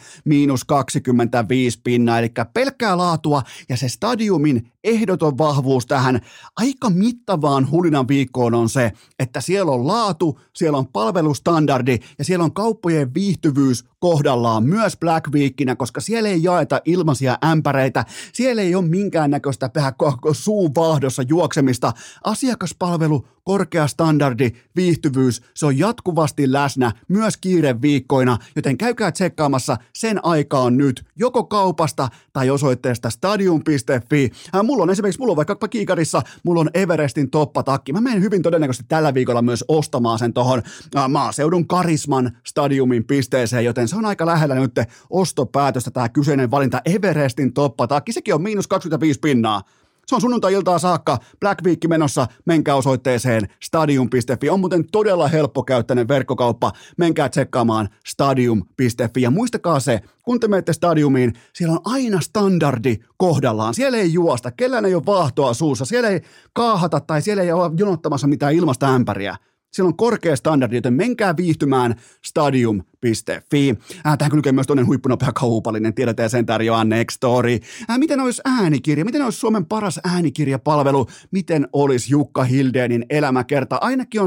-25%, eli pelkkää laatua ja se Stadiumin ehdoton vahvuus tähän aika mittavaan hulinan viikkoon on se, että siellä on laatu, siellä on palvelustandardi ja siellä on kauppojen viihtyvyys kohdallaan myös Black Weekinä, koska siellä ei jaeta ilmaisia ämpäreitä, siellä ei ole minkäännäköistä suun vaahdossa juoksemista. Asiakaspalvelu, korkea standardi, viihtyvyys, se on jatkuvasti läsnä myös kiireviikkoina, joten käykää tsekkaamassa, sen aika on nyt, joko kaupasta tai osoitteesta stadium.fi. Mulla on vaikka kiikarissa, mulla on Everestin toppatakki. Mä menen hyvin todennäköisesti tällä viikolla myös ostamaan sen tohon maaseudun karisman Stadiumin pisteeseen, joten se on aika lähellä nyt ostopäätöstä tää kyseinen valinta Everestin toppatakki. Sekin on -25%. Se on sunnuntai-iltaa saakka, Black Week menossa, menkää osoitteeseen stadium.fi. On muuten todella helppokäyttäinen verkkokauppa, menkää tsekkaamaan stadium.fi. Ja muistakaa se, kun te menette Stadiumiin, siellä on aina standardi kohdallaan. Siellä ei juosta, kellään ei ole vaahtoa suussa, siellä ei kaahata tai siellä ei ole jonottamassa mitään ilmasta ämpäriä. Siellä on korkea standardi, joten menkää viihtymään stadium.fi. Tähän kylkee myös toinen huippunopea kaupallinen tiedote ja sen tarjoaa Nextory. Miten olisi äänikirja? Miten olisi Suomen paras äänikirjapalvelu? Miten olisi Jukka Hildénin elämäkerta? Ainakin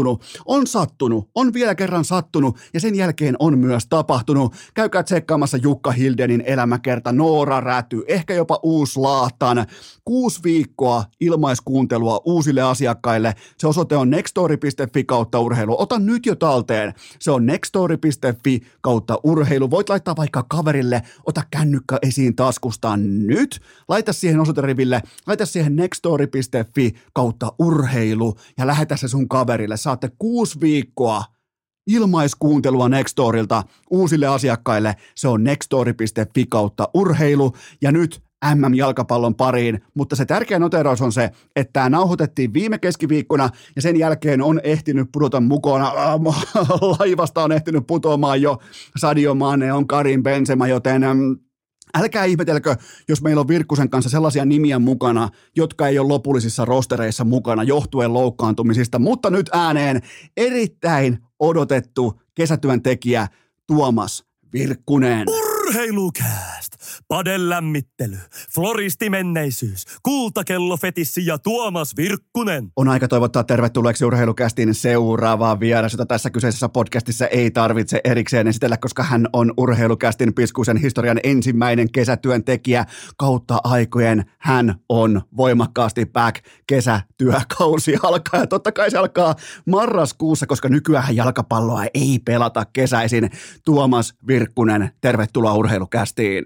on vielä kerran sattunut ja sen jälkeen on myös tapahtunut. Käykää tsekkaamassa Jukka Hildénin elämäkerta, Noora Räty, ehkä jopa Uus-Laahtan. 6 viikkoa ilmaiskuuntelua uusille asiakkaille. Se osoite on nextory.fi/urheilu. Ota nyt jo talteen. Se on nextory.fi/urheilu. Voit laittaa vaikka kaverille, ota kännykkä esiin taskustaan nyt. Laita siihen osoiteriville, laita siihen nextory.fi/urheilu ja lähetä se sun kaverille. Saatte 6 viikkoa ilmaiskuuntelua Nextorilta uusille asiakkaille. Se on nextory.fi/urheilu ja nyt MM-jalkapallon pariin, mutta se tärkeä noteraus on se, että tämä nauhoitettiin viime keskiviikkona ja sen jälkeen on ehtinyt pudota mukana, laivasta on ehtinyt putoamaan jo Sadio Mane, on Karim Benzema, joten älkää ihmetelkö, jos meillä on Virkkusen kanssa sellaisia nimiä mukana, jotka ei ole lopullisissa rostereissa mukana johtuen loukkaantumisista, mutta nyt ääneen erittäin odotettu kesätyöntekijä Tuomas Virkkunen. Urheilukääst! Padellämmittely, floristimenneisyys, kultakellofetissi ja Tuomas Virkkunen. On aika toivottaa tervetulleeksi Urheilukästin seuraavaa vieras, jota tässä kyseisessä podcastissa ei tarvitse erikseen esitellä, koska hän on Urheilukästin piskuisen historian ensimmäinen kesätyöntekijä kautta aikojen. Hän on voimakkaasti back. Kesätyökausi alkaa ja totta kai se alkaa marraskuussa, koska nykyään jalkapalloa ei pelata kesäisin. Tuomas Virkkunen, tervetuloa Urheilukästiin.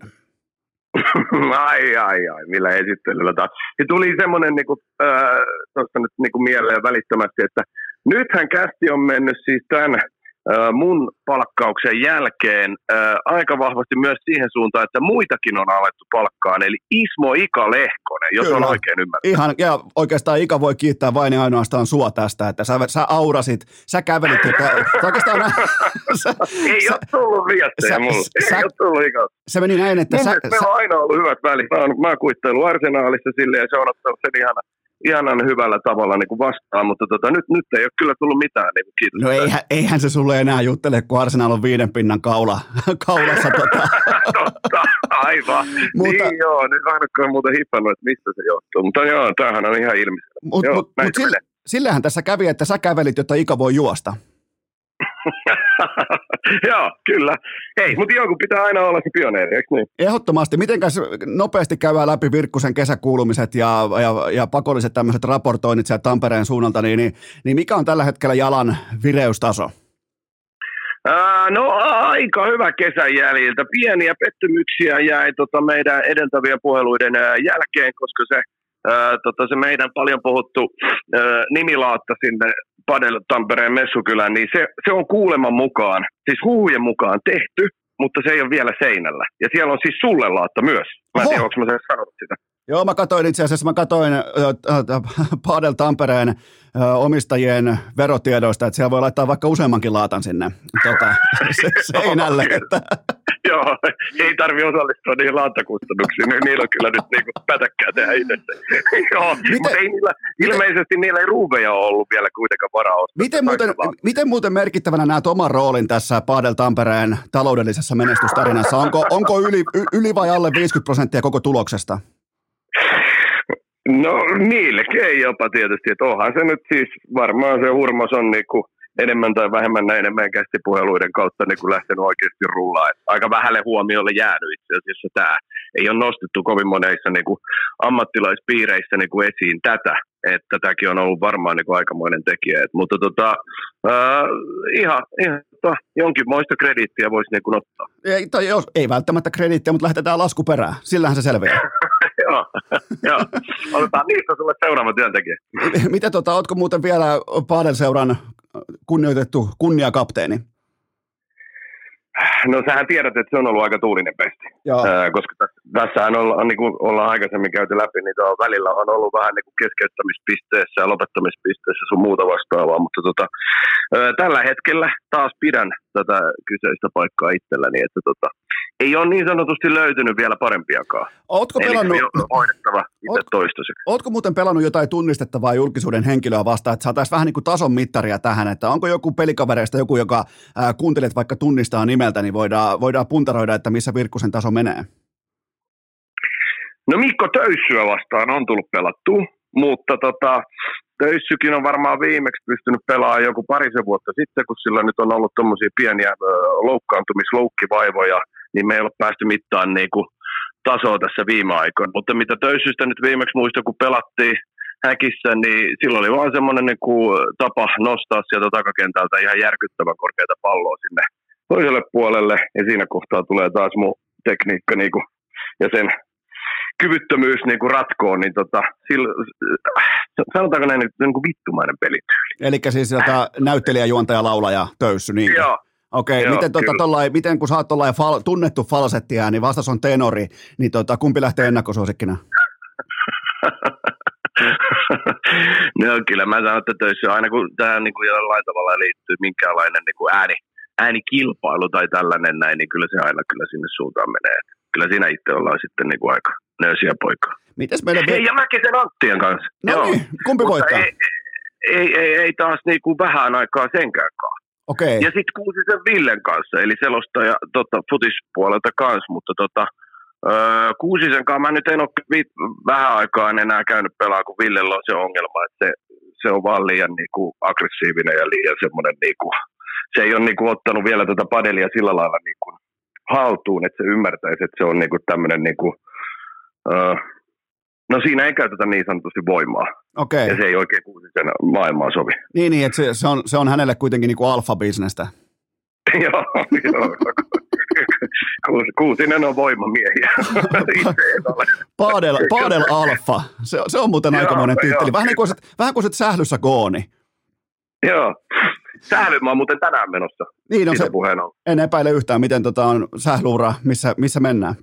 Ai, millä esittelyllä taas. Ja tuli semmoinen tuosta nyt mieleen välittömästi, että nythän kästi on mennyt siis tämän mun palkkauksen jälkeen aika vahvasti myös siihen suuntaan, että muitakin on alettu palkkaan, eli Ismo Ika Lehkonen, jos on oikein ymmärtänyt. Ihan, ja oikeastaan Ika voi kiittää vain ja ainoastaan sua tästä, että sä aurasit, sä kävelit, oikeastaan ei ole tullut viestejä mulle, ei ole tullut Ika. Se meni näin, että meillä on aina ollut hyvät välit, mä oon kuittailu Arsenaalissa silleen, ja se on ottanut sen ihanan hyvällä tavalla niin kuin vastaan, mutta nyt ei ole kyllä tullut mitään. Niin kuin, kiitos. No eihän se sulle enää juttele, kun Arsenal on 5 pinnan kaulassa. Totta, aivan. Mutta, niin joo, nyt ainakaan muuten hippannut, että mistä se johtuu. Mutta joo, tämähän on ihan ilmiselvä. Mutta sillähän tässä kävi, että sä kävelit, jotta Ika voi juosta. Joo, kyllä. Ei, mutta joku pitää aina olla se pioneeri, eikö niin? Ehdottomasti. Mitenkäs nopeasti käydään läpi Virkkusen kesäkuulumiset ja pakolliset tämmöiset raportoinnit sieltä Tampereen suunnalta, niin mikä on tällä hetkellä jalan vireystaso? No aika hyvä kesän jäljiltä. Pieniä pettymyksiä jäi meidän edeltävien puheluiden jälkeen, koska se meidän paljon puhuttu nimilaatta sinne Padel Tampereen messukylään, niin se on kuuleman mukaan, siis huhujen mukaan tehty, mutta se ei ole vielä seinällä. Ja siellä on siis sulle laatta myös. Mä en tiedä, onko mä sanonut sitä. Joo, mä katsoin itse asiassa, Padel Tampereen omistajien verotiedoista, että siellä voi laittaa vaikka useammankin laatan sinne seinälle. Joo, ei tarvitse osallistua niihin laatakustannuksiin, niillä on kyllä nyt niinku pätäkkää tehdä itse. Joo, mutta ei ilmeisesti niillä ei ruuveja ole ollut vielä kuitenkaan varaa ostaa. Miten muuten merkittävänä näet oman roolin tässä Padel Tampereen taloudellisessa menestystarinassa? Onko yli vai alle 50% koko tuloksesta? No niillekin jopa tietysti, että onhan se nyt siis varmaan se hurmos on niinku enemmän tai vähemmän näiden meidän kästipuheluiden kautta niin kuin lähtenyt oikeasti rullaan. Aika vähälle huomiolle jäänyt itse asiassa tämä. Ei ole nostettu kovin moneissa niin kuin ammattilaispiireissä niin kuin esiin tätä, että tämäkin on ollut varmaan niin kuin aikamoinen tekijä. Mutta ihan jonkinmoista krediittiä voisi niin kuin ottaa. Ei välttämättä krediittiä, mutta lähetetään laskuperään. Sillähän se selviää. Joo. Otetaan niistä sulle seuraava työntekijä. Miten ootko muuten vielä Padel-seuran kunnioitettu kunniakapteeni? No sähän tiedät, että se on ollut aika tuulinen pesti, koska tässähän ollaan aikaisemmin käyty läpi, niin välillä on ollut vähän niin kuin keskeyttämispisteessä ja lopettamispisteessä sun muuta vastaavaa, mutta tällä hetkellä taas pidän tätä kyseistä paikkaa itselläni, että ei ole niin sanotusti löytynyt vielä parempiakaan. Ootko pelannut? Hoidettava itse toistaiseksi. Ootko muuten pelannut jotain tunnistettavaa julkisuuden henkilöä vastaan, että saataisiin vähän niin kuin tason mittaria tähän, että onko joku pelikavereista joku, joka kuuntelet vaikka tunnistaa nimeltä, niin voidaan puntaroida, että missä Virkkusen taso menee? No Mikko Töyssyä vastaan on tullut pelattua, mutta Töyssykin on varmaan viimeksi pystynyt pelaamaan joku parisen vuotta sitten, kun sillä nyt on ollut tommosia pieniä loukkaantumisloukkivaivoja, niin me ei ole päästy mittaan niin kuin tasoa tässä viime aikoina. Mutta mitä Töyssystä nyt viimeksi muista, kun pelattiin häkissä, niin silloin oli vaan semmoinen niin kuin tapa nostaa sieltä takakentältä ihan järkyttävän korkeata palloa sinne toiselle puolelle, ja siinä kohtaa tulee taas mun tekniikka niin kuin, ja sen kyvyttömyys niin kuin ratkoon, niin sanotaanko näin, niin kuin vittumainen pelityyli. Eli siis näyttelijä, juontaja, laulaja, Töyssy, niin? Joo. Okei, miten kun sä oot tunnettu falsettia, niin vastas on tenori, niin kumpi lähtee ennakkosuosikkina? No kyllä mä sanon, että Töyssy aina kun tähän niin kuin jollain tavalla liittyy minkäänlainen niin kuin äänikilpailu tai tällainen näin, niin kyllä se aina kyllä sinne suuntaan menee. Kyllä siinä itse ollaan sitten niin kuin aika nöysiä poikaa. Ja Mäkisen Anttien kanssa. No joo. Niin, kumpi voittaa? Ei taas niin kuin vähän aikaa senkäänkaan. Okay. Ja sitten Kuusisen Villen kanssa, eli selostaja futispuolelta kanssa, mutta Kuusisen kanssa mä nyt en ole vähän aikaa enää käynyt pelaamaan, kun Villellä on se ongelma, että se on vaan liian niin kuin aggressiivinen ja liian semmoinen, niin kuin, se ei ole niin kuin ottanut vielä tätä padelia sillä lailla niin kuin haltuun, että se ymmärtäisi, että se on niin kuin tämmöinen niin kuin, no siinä ei käytetä niin sanotusti voimaa. Okay. Ja se ei oikein Kuusisen maailmaan sovi. Niin että se on hänelle kuitenkin niin kuin alfa-bisnestä. Joo. Kuusinen on voimamiehiä. Padel alfa. Se on muuten aikamoinen titteli. Vähän kuin sit sählyssä gooni. Joo. Sähly mä oon muuten tänään menossa. Niin on se. En epäile yhtään, miten on sählyura, missä mennään.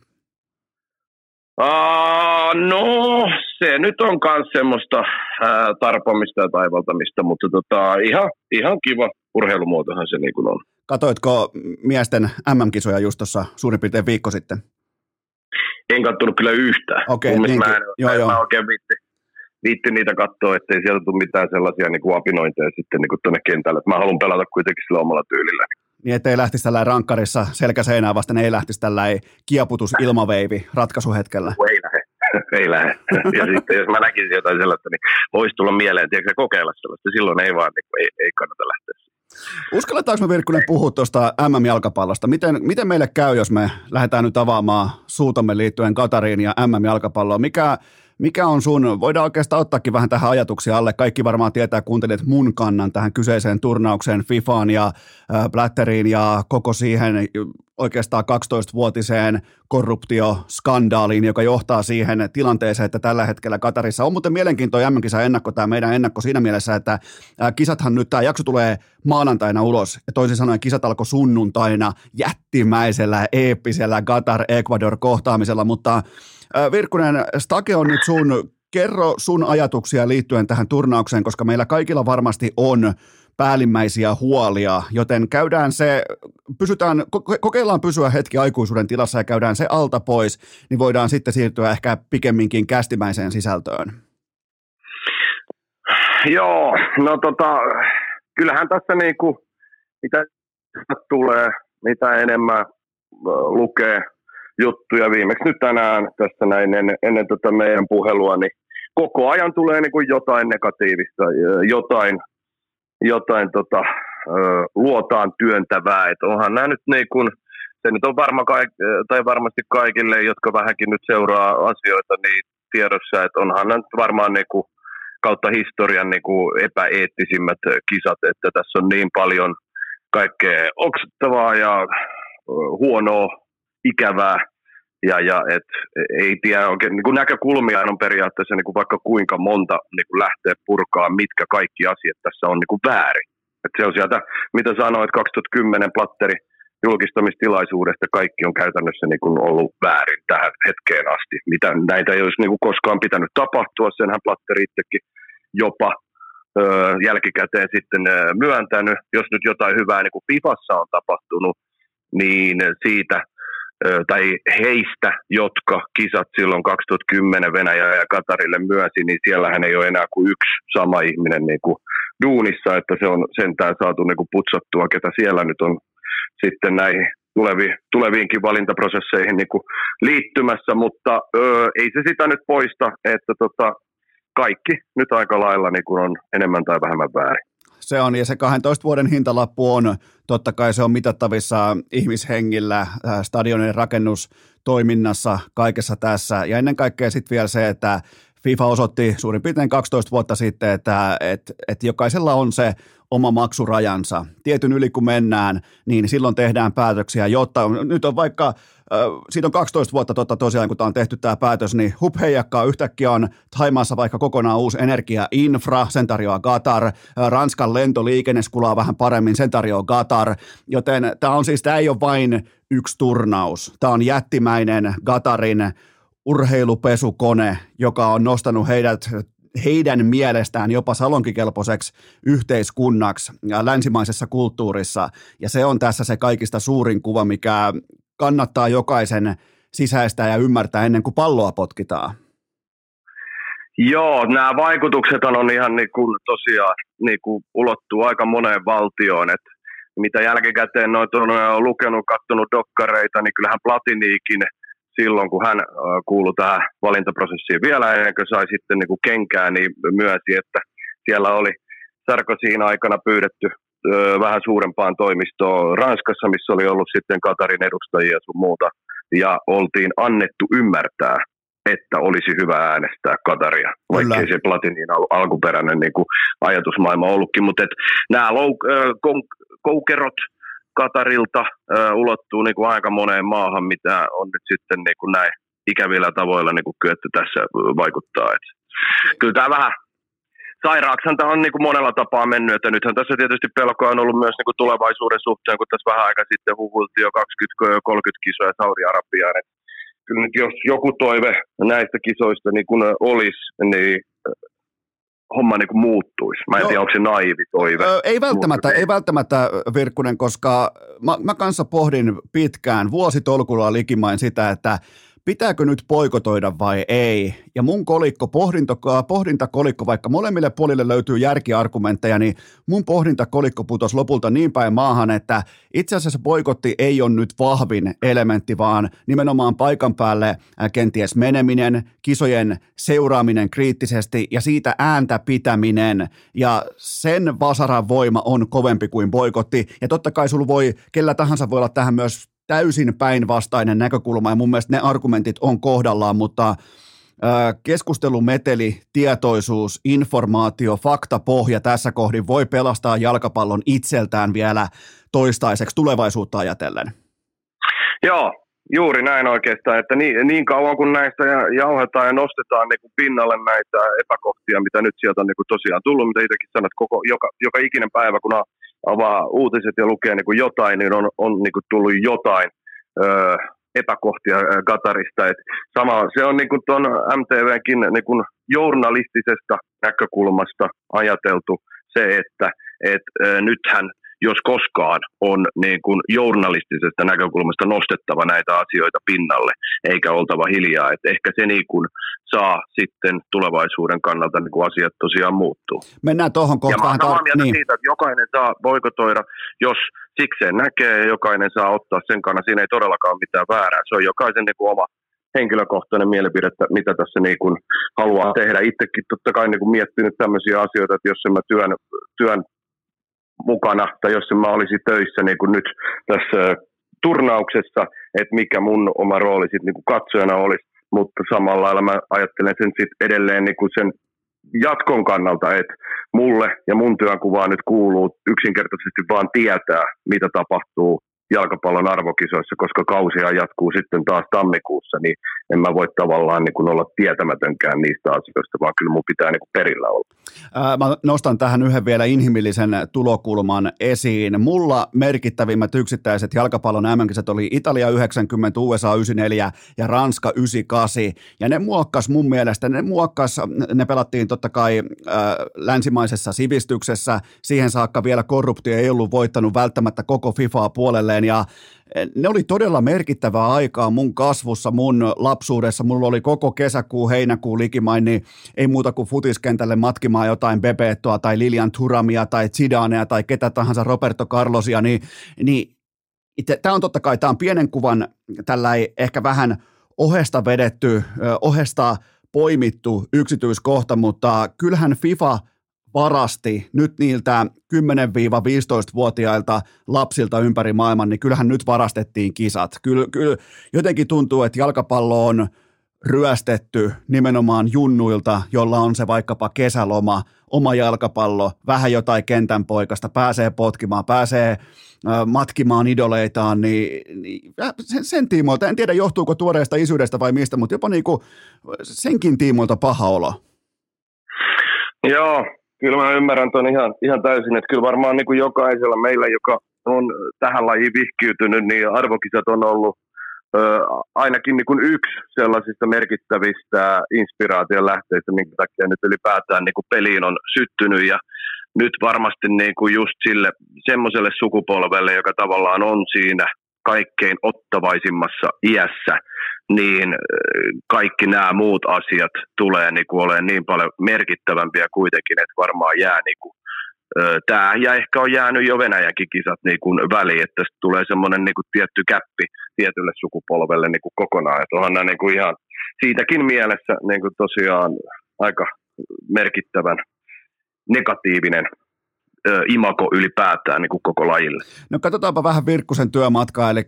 No, se nyt on myös semmoista tarpomista ja taivaltamista, mutta ihan kiva urheilumuotohan se niin kuin on. Katoitko miesten MM-kisoja just tuossa suurin piirtein viikko sitten? En kattonut kyllä yhtään. Okei, mä oikein viitti niitä katsoa, ettei sieltä tule mitään sellaisia niin kuin apinointeja sitten niin kuin tuonne kentälle. Mä haluan pelata kuitenkin sillä omalla tyylillä. Niin, ettei lähtisi tällä rankkarissa selkäseinää vasten, ei lähtisi tällä kieputus ilmaveivi ratkaisuhetkellä. Ei lähde. Ja sitten jos mä näkisin jotain sellaista, niin voisi tulla mieleen, tiedätkö, kokeilla sellaista. Silloin ei vaan, niin ei kannata lähteä. Uskalletaanko me, Virkkunen, puhua tuosta MM-jalkapallosta? Miten meille käy, jos me lähdetään nyt avaamaan suutamme liittyen Qatariin ja MM-jalkapalloon? Mikä on voidaan oikeastaan ottaakin vähän tähän ajatuksia alle. Kaikki varmaan tietää, kuuntelet mun kannan tähän kyseiseen turnaukseen, FIFAan ja Blatteriin ja koko siihen oikeastaan 12-vuotiseen korruptioskandaaliin, joka johtaa siihen tilanteeseen, että tällä hetkellä Qatarissa on muuten mielenkiintoinen MM-kisa ennakko, tämä meidän ennakko siinä mielessä, että kisathan nyt, tämä jakso tulee maanantaina ulos, ja toisin sanoen kisat alkoi sunnuntaina jättimäisellä, eeppisellä Qatar-Ecuador-kohtaamisella, mutta Virkkunen, stake on nyt kerro sun ajatuksia liittyen tähän turnaukseen, koska meillä kaikilla varmasti on päällimmäisiä huolia, joten kokeillaan pysyä hetki aikuisuuden tilassa ja käydään se alta pois, niin voidaan sitten siirtyä ehkä pikemminkin kästimäiseen sisältöön. Joo, no kyllähän tässä niinku, mitä tulee, mitä enemmän lukee juttuja viimeksi nyt tänään tässä näin ennen tätä meidän puhelua, niin koko ajan tulee niin kuin jotain negatiivista, jotain luotaan työntävää, että onhan nämä nyt niin kuin, se nyt on varmasti kaikille, jotka vähänkin nyt seuraa asioita, niin tiedossa, että onhan nämä nyt varmaan niin kuin kautta historian niin kuin epäeettisimmät kisat, että tässä on niin paljon kaikkea oksettavaa ja huonoa, ikävää, ja et ei tiedä oikein, niin kuin näkökulmia on periaatteessa niin kuin vaikka kuinka monta niin kuin lähtee purkaa, mitkä kaikki asiat tässä on niin kuin väärin. Et se on sieltä, mitä sanoit, 2010 Blatteri julkistamistilaisuudesta kaikki on käytännössä niin kuin ollut väärin tähän hetkeen asti. Näitä ei olisi niin kuin koskaan pitänyt tapahtua, senhän Blatteri itsekin jopa jälkikäteen sitten myöntänyt. Jos nyt jotain hyvää niin kuin FIFassa on tapahtunut, niin siitä tai heistä, jotka kisat silloin 2010 Venäjä ja Qatarille myönsi, niin siellähän ei ole enää kuin yksi sama ihminen niin kuin duunissa, että se on sentään saatu niin kuin putsattua, ketä siellä nyt on sitten näihin tuleviinkin valintaprosesseihin niin kuin liittymässä, mutta ei se sitä nyt poista, että kaikki nyt aika lailla niin kuin on enemmän tai vähemmän väärin. Se on, ja se 12 vuoden hintalappu on, totta kai se on mitattavissa ihmishengillä, stadionin rakennustoiminnassa, kaikessa tässä, ja ennen kaikkea sitten vielä se, että FIFA osoitti suurin piirtein 12 vuotta sitten, että jokaisella on se oma maksurajansa. Tietyn yli kun mennään, niin silloin tehdään päätöksiä, jotta nyt on vaikka, siitä on 12 vuotta tosiaan, kun tämä on tehty tämä päätös, niin heijakkaa yhtäkkiä on Thaimaassa vaikka kokonaan uusi energiainfra, sen tarjoaa Qatar, Ranskan lentoliikenne skulaa vähän paremmin, sen tarjoaa Qatar, joten tämä ei ole vain yksi turnaus, tämä on jättimäinen Qatarin urheilupesukone, joka on nostanut heidän mielestään jopa salonkikelpoiseksi yhteiskunnaksi ja länsimaisessa kulttuurissa. Ja se on tässä se kaikista suurin kuva, mikä kannattaa jokaisen sisäistää ja ymmärtää ennen kuin palloa potkitaan. Joo, nämä vaikutukset on ihan niin kuin tosiaan niin kuin ulottuu aika moneen valtioon, että mitä jälkikäteen noita on lukenut, katsonut dokkareita, niin kyllähän Platiniikin silloin, kun hän kuului tähän valintaprosessiin vielä ennen kuin sai sitten niin kuin kenkää, niin myönsi, että siellä oli Sarkozyn aikana pyydetty vähän suurempaan toimistoon Ranskassa, missä oli ollut sitten Qatarin edustajia ja sun muuta, ja oltiin annettu ymmärtää, että olisi hyvä äänestää Qataria, vaikkei se Platinin alkuperäinen niin kuin ajatusmaailma ollutkin, mutta nämä koukerot Qatarilta ulottuu niin kuin aika moneen maahan, mitä on nyt sitten niin kuin näin ikävillä tavoilla niin kuin kyetty tässä vaikuttaa. Et kyllä tämä vähän sairaaksan tämä on niin kuin monella tapaa mennyt, että nythän tässä tietysti pelkoa on ollut myös niin kuin tulevaisuuden suhteen, kun tässä vähän aika sitten huhuiltiin jo 20-30 kisoja Saudi-Arabiaan. Kyllä nyt jos joku toive näistä kisoista niin kuin olisi, niin homma niin kuin muuttuisi. Mä en tiedä, onko se naivi toive. Ei välttämättä, Virkkunen, koska mä kanssa pohdin pitkään vuositolkulla likimain sitä, että pitääkö nyt boikotoida vai ei? Ja mun pohdintakolikko, vaikka molemmille puolille löytyy järkiargumentteja, niin mun pohdintakolikko putosi lopulta niin päin maahan, että itse asiassa boikotti ei ole nyt vahvin elementti, vaan nimenomaan paikan päälle kenties meneminen, kisojen seuraaminen kriittisesti ja siitä ääntä pitäminen. Ja sen vasaran voima on kovempi kuin boikotti. Ja totta kai sulla kellä tahansa voi olla tähän myös täysin päinvastainen näkökulma, ja mun mielestä ne argumentit on kohdallaan, mutta keskustelumeteli, tietoisuus, informaatio, faktapohja tässä kohdin voi pelastaa jalkapallon itseltään vielä toistaiseksi tulevaisuutta ajatellen. Joo, juuri näin oikeastaan, että niin kauan kun näistä jauhetaan ja nostetaan niin kuin pinnalle näitä epäkohtia, mitä nyt sieltä on niin kuin tosiaan tullut, mitä itsekin sanot, joka ikinen päivä, kun avaa uutiset ja lukee niin kuin jotain, niin on niin kuin tullut jotain epäkohtia Qatarista. Et se on niin kuin tuon MTV:nkin niin kuin journalistisesta näkökulmasta ajateltu se, että nythän jos koskaan on niin kuin journalistisesta näkökulmasta nostettava näitä asioita pinnalle, eikä oltava hiljaa. Et ehkä se niin kuin saa sitten tulevaisuuden kannalta niin kuin asiat tosiaan muuttuu. Mennään tuohon kohtaan. Ja mä oon samaa mieltä siitä, että jokainen saa boikotoida, jos sikseen näkee, ja jokainen saa ottaa sen kannan. Siinä ei todellakaan mitään väärää. Se on jokaisen niin kuin oma henkilökohtainen mielipide, mitä tässä niin kuin haluaa tehdä. Itsekin totta kai niin kuin miettinyt tämmöisiä asioita, että jos en mä työn mukana, tai jos mä olisin töissä niin kuin nyt tässä turnauksessa, että mikä mun oma rooli sitten niin kuin katsojana olisi, mutta samalla lailla mä ajattelen sen sitten edelleen niin kuin sen jatkon kannalta, että mulle ja mun työnkuvaan nyt kuuluu yksinkertaisesti vaan tietää, mitä tapahtuu jalkapallon arvokisoissa, koska kausia jatkuu sitten taas tammikuussa, niin en mä voi tavallaan niin kuin olla tietämätönkään niistä asioista, vaan kyllä mun pitää niin kuin perillä olla. Mä nostan tähän yhden vielä inhimillisen tulokulman esiin. Mulla merkittävimmät yksittäiset jalkapallon MM-kisat oli Italia 90, USA 94 ja Ranska 98, ja ne mun mielestä, ne pelattiin totta kai länsimaisessa sivistyksessä, siihen saakka vielä korruptio ei ollut voittanut välttämättä koko FIFAa puolelleen, ja ne oli todella merkittävää aikaa mun kasvussa, mun lapsuudessa. Mulla oli koko kesäkuu, heinäkuu likimain, niin ei muuta kuin futiskentälle matkimaan jotain Bebeettoa tai Lilian Thuramia tai Zidanea tai ketä tahansa Roberto Carlosia, niin tämä on totta kai, tämä on pienen kuvan tällainen ehkä vähän ohesta vedetty, ohesta poimittu yksityiskohta, mutta kyllähän FIFA varasti nyt niiltä 10-15-vuotiailta lapsilta ympäri maailman, niin kyllähän nyt varastettiin kisat. Kyllä jotenkin tuntuu, että jalkapallo on ryöstetty nimenomaan junnuilta, jolla on se vaikkapa kesäloma, oma jalkapallo, vähän jotain kentän poikasta, pääsee potkimaan, pääsee matkimaan idoleitaan, niin sen tiimoilta, en tiedä johtuuko tuoreesta isyydestä vai mistä, mutta jopa niinku senkin tiimoilta paha olo. Joo. Kyllä mä ymmärrän tuon ihan täysin, että kyllä varmaan niin kuin jokaisella meillä, joka on tähän lajiin vihkiytynyt, niin arvokisat on ollut ainakin niin kuin yksi sellaisista merkittävistä inspiraation lähteistä, minkä takia nyt ylipäätään niin kuin peliin on syttynyt, ja nyt varmasti niin kuin just sille semmoiselle sukupolvelle, joka tavallaan on siinä kaikkein ottavaisimmassa iässä, niin kaikki nämä muut asiat tulee niin kuin olemaan niin paljon merkittävämpiä kuitenkin, että varmaan jää niin kuin, tämä, ja ehkä on jäänyt jo Venäjänkin kisat niin kuin väliin, että tästä tulee semmoinen niin kuin tietty käppi tietylle sukupolvelle niin kuin kokonaan, että onhan nämä niin kuin ihan siitäkin mielessä niin kuin tosiaan aika merkittävän negatiivinen imago ylipäätään niin kuin koko lajille. No katsotaanpa vähän Virkkusen työmatkaa, eli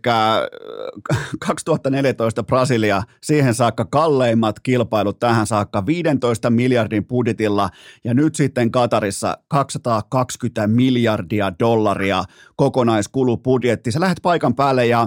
2014 Brasilia, siihen saakka kalleimmat kilpailut tähän saakka 15 miljardin budjetilla, ja nyt sitten Qatarissa 220 miljardia dollaria kokonaiskulubudjetti. Sä lähdet paikan päälle ja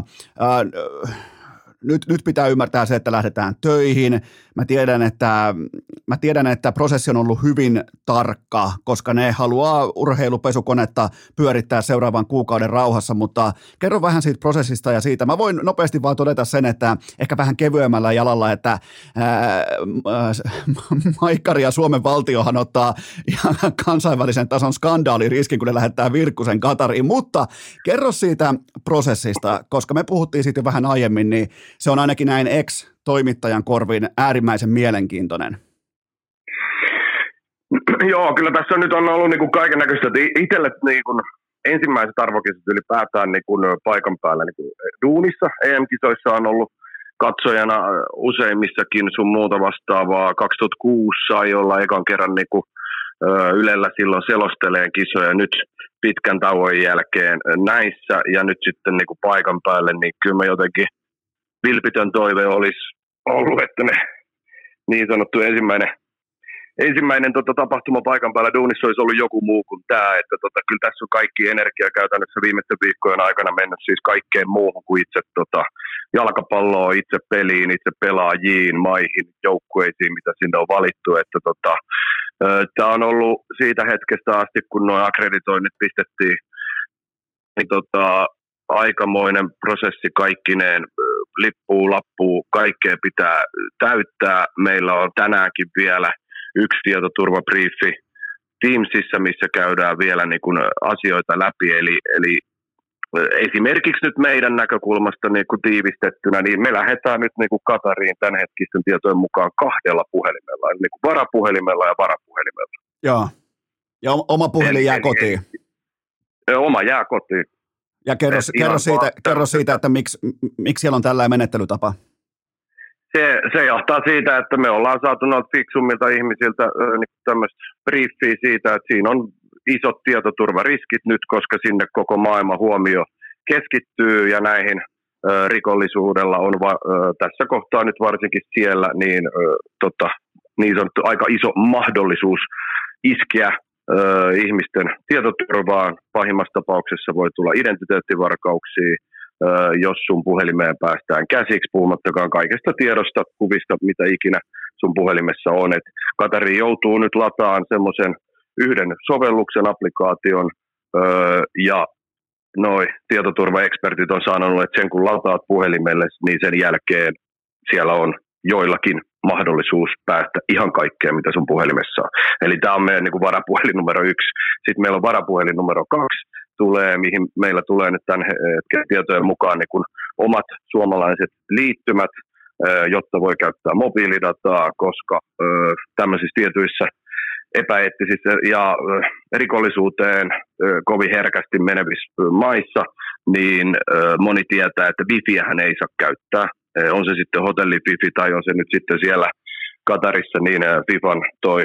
nyt pitää ymmärtää se, että lähdetään töihin. Mä tiedän, että prosessi on ollut hyvin tarkka, koska ne haluaa urheilupesukonetta pyörittää seuraavan kuukauden rauhassa, mutta kerro vähän siitä prosessista ja siitä. Mä voin nopeasti vaan todeta sen, että ehkä vähän kevyemmällä jalalla, että Maikkari ja Suomen valtiohan ottaa ihan kansainvälisen tason skandaaliriskin, kun ne lähettää Virkkusen Qatariin, mutta kerro siitä prosessista, koska me puhuttiin siitä jo vähän aiemmin, niin se on ainakin näin ex-toimittajan korviin äärimmäisen mielenkiintoinen. Joo, kyllä tässä nyt on ollut niin kaiken näköistä. Itselle niin kuin ensimmäiset arvokisat ylipäätään niin kuin paikan päällä niin kuin duunissa. EM-kisoissa on ollut katsojana useimmissakin sun muuta vastaavaa. 2006 sai olla ekan kerran niin kuin Ylellä silloin selosteleen kisoja nyt pitkän tauon jälkeen näissä ja nyt sitten niin kuin paikan päälle, niin kyllä mä jotenkin vilpitön toive olisi ollut, että ne niin sanottu ensimmäinen tapahtuma paikan päällä duunissa olisi ollut joku muu kuin tämä, että kyllä tässä on kaikki energia käytännössä viimeisten viikkojen aikana mennyt siis kaikkeen muuhun kuin itse jalkapalloon, itse peliin, itse pelaajiin, maihin, joukkueisiin, mitä sinne on valittu, että tämä on ollut siitä hetkestä asti, kun nuo akkreditoinnit pistettiin, niin aikamoinen prosessi kaikkineen, lippuu, lappuu, kaikkea pitää täyttää. Meillä on tänäänkin vielä yksi tietoturvabriefi Teamsissa, missä käydään vielä niin kuin asioita läpi, eli esimerkiksi nyt meidän näkökulmasta niin kuin tiivistettynä, niin me lähdetään nyt niin kuin Qatariin tämänhetkisten tietojen mukaan 2 puhelimella, eli niin kuin varapuhelimella ja varapuhelimella. Joo, ja oma puhelin jää kotiin. Oma jää kotiin. Ja kerro siitä, että miksi siellä on tällainen menettelytapa? Se johtaa siitä, että me ollaan saatu noilta fiksummilta ihmisiltä niin tämmöistä briefiä siitä, että siinä on isot tietoturvariskit nyt, koska sinne koko maailman huomio keskittyy ja näihin rikollisuudella on tässä kohtaa nyt varsinkin siellä niin sanottu aika iso mahdollisuus iskeä ihmisten tietoturvaan. Pahimmassa tapauksessa voi tulla identiteettivarkauksia, jos sun puhelimeen päästään käsiksi, puhumattakaan kaikesta tiedosta, kuvista, mitä ikinä sun puhelimessa on. Et Qatari joutuu nyt lataamaan semmoisen yhden sovelluksen, applikaation, ja noi tietoturvaekspertit on sanonut, että sen kun lataat puhelimelle, niin sen jälkeen siellä on joillakin mahdollisuus päästä ihan kaikkeen, mitä sun puhelimessa on. Eli tämä on meidän niin kuin varapuhelin numero 1. Sitten meillä on varapuhelin numero 2, mihin meillä tulee nyt tämän tietojen mukaan niin kuin omat suomalaiset liittymät, jotta voi käyttää mobiilidataa, koska tämmöisissä tietyissä epäeettisissä ja rikollisuuteen kovin herkästi menevissä maissa, niin moni tietää, että wifiähän ei saa käyttää. On se sitten hotelli-wifi tai on se nyt sitten siellä Qatarissa niin FIFAn toi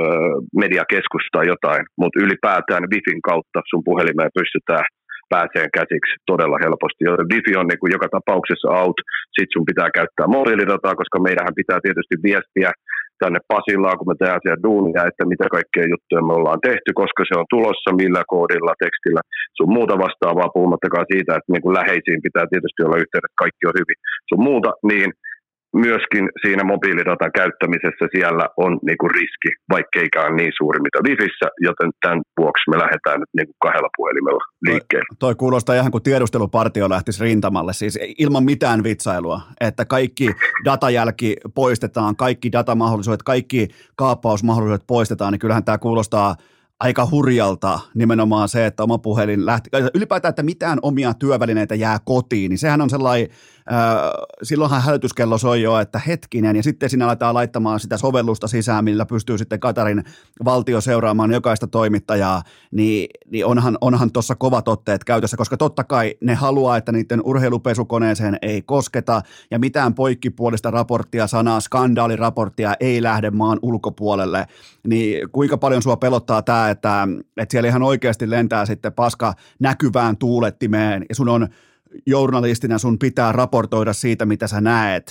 mediakeskus tai jotain, mutta ylipäätään wifin kautta sun puhelimeen pystytään pääseen käsiksi todella helposti. Joten wifi on niin kuin joka tapauksessa out, sit sun pitää käyttää mobiilidataa, koska meidänhän pitää tietysti viestiä tänne Pasilaan, kun me tehdään siellä duunia, että mitä kaikkea juttuja me ollaan tehty, koska se on tulossa, millä koodilla, tekstillä, sun muuta vastaavaa, puhumattakaan siitä, että niin kuin läheisiin pitää tietysti olla yhteydet, kaikki on hyvin, sun muuta, niin myöskin siinä mobiilidatan käyttämisessä siellä on niin kuin riski, vaikkeikään niin suuri mitä wifissä, joten tämän vuoksi me lähdetään nyt niin kuin 2 puhelimella liikkeelle. Toi kuulostaa ihan kuin tiedustelupartio lähtisi rintamalle, siis ilman mitään vitsailua, että kaikki datajälki poistetaan, kaikki datamahdollisuudet, kaikki kaappausmahdollisuudet poistetaan, niin kyllähän tämä kuulostaa aika hurjalta nimenomaan se, että oma puhelin lähti, ylipäätään, että mitään omia työvälineitä jää kotiin, niin sehän on sellainen, silloinhan hälytyskello soi jo, että hetkinen, ja sitten siinä aletaan laittamaan sitä sovellusta sisään, millä pystyy sitten Qatarin valtio seuraamaan jokaista toimittajaa, niin onhan tuossa kovat otteet käytössä, koska totta kai ne haluaa, että niiden urheilupesukoneeseen ei kosketa, ja mitään poikkipuolista raporttia, sanaa, skandaaliraporttia ei lähde maan ulkopuolelle, niin kuinka paljon sua pelottaa tämä, että siellä ihan oikeasti lentää sitten paska näkyvään tuulettimeen, ja sun on journalistina, sun pitää raportoida siitä, mitä sä näet,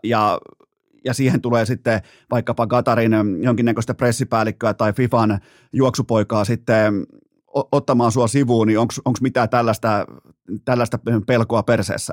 ja siihen tulee sitten vaikkapa Qatarin jonkinnäköistä pressipäällikköä tai FIFAn juoksupoikaa sitten ottamaan sua sivuun, niin onko mitään tällaista pelkoa perseessä?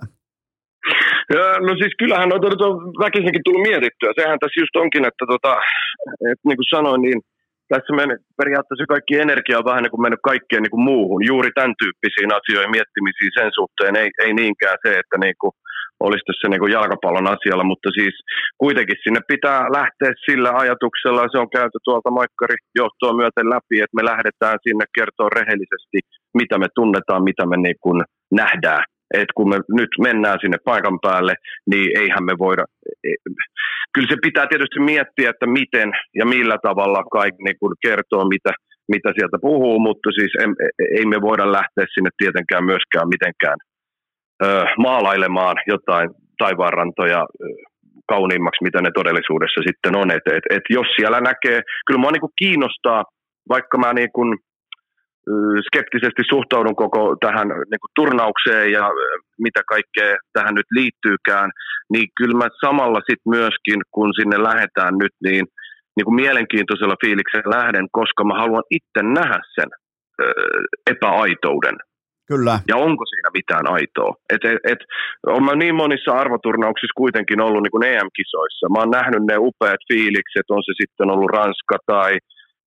No siis kyllähän on väkisinkin tullut mietittyä. Sehän tässä just onkin, että niin kuin sanoin, niin tässä periaatteessa kaikki energia on vähän niin kuin mennyt kaikkeen niin kuin muuhun, juuri tämän tyyppisiin asioihin miettimisiin sen suhteen, ei niinkään se, että niin kuin olisi tässä niin kuin jalkapallon asialla, mutta siis kuitenkin sinne pitää lähteä sillä ajatuksella, se on käyty tuolta maikkarijohtoa myöten läpi, että me lähdetään sinne kertoa rehellisesti, mitä me tunnetaan, mitä me niin kuin nähdään että kun me nyt mennään sinne paikan päälle, niin eihän me voida, kyllä se pitää tietysti miettiä, että miten ja millä tavalla kaikki niin kun kertoo, mitä sieltä puhuu, mutta siis ei me voida lähteä sinne tietenkään myöskään mitenkään maalailemaan jotain taivaanrantoja kauniimmaksi, mitä ne todellisuudessa sitten on. Et jos siellä näkee, kyllä mua niin kiinnostaa, vaikka mä niin kuin skeptisesti suhtaudun koko tähän niin kuin turnaukseen ja mitä kaikkea tähän nyt liittyykään, niin kyllä mä samalla sitten myöskin, kun sinne lähdetään nyt, niin kuin mielenkiintoisella fiiliksellä lähden, koska mä haluan itse nähdä sen epäaitouden. Kyllä. Ja onko siinä mitään aitoa? Olen mä niin monissa arvoturnauksissa kuitenkin ollut niin kuin EM-kisoissa. Mä oon nähnyt ne upeat fiilikset, on se sitten ollut Ranska tai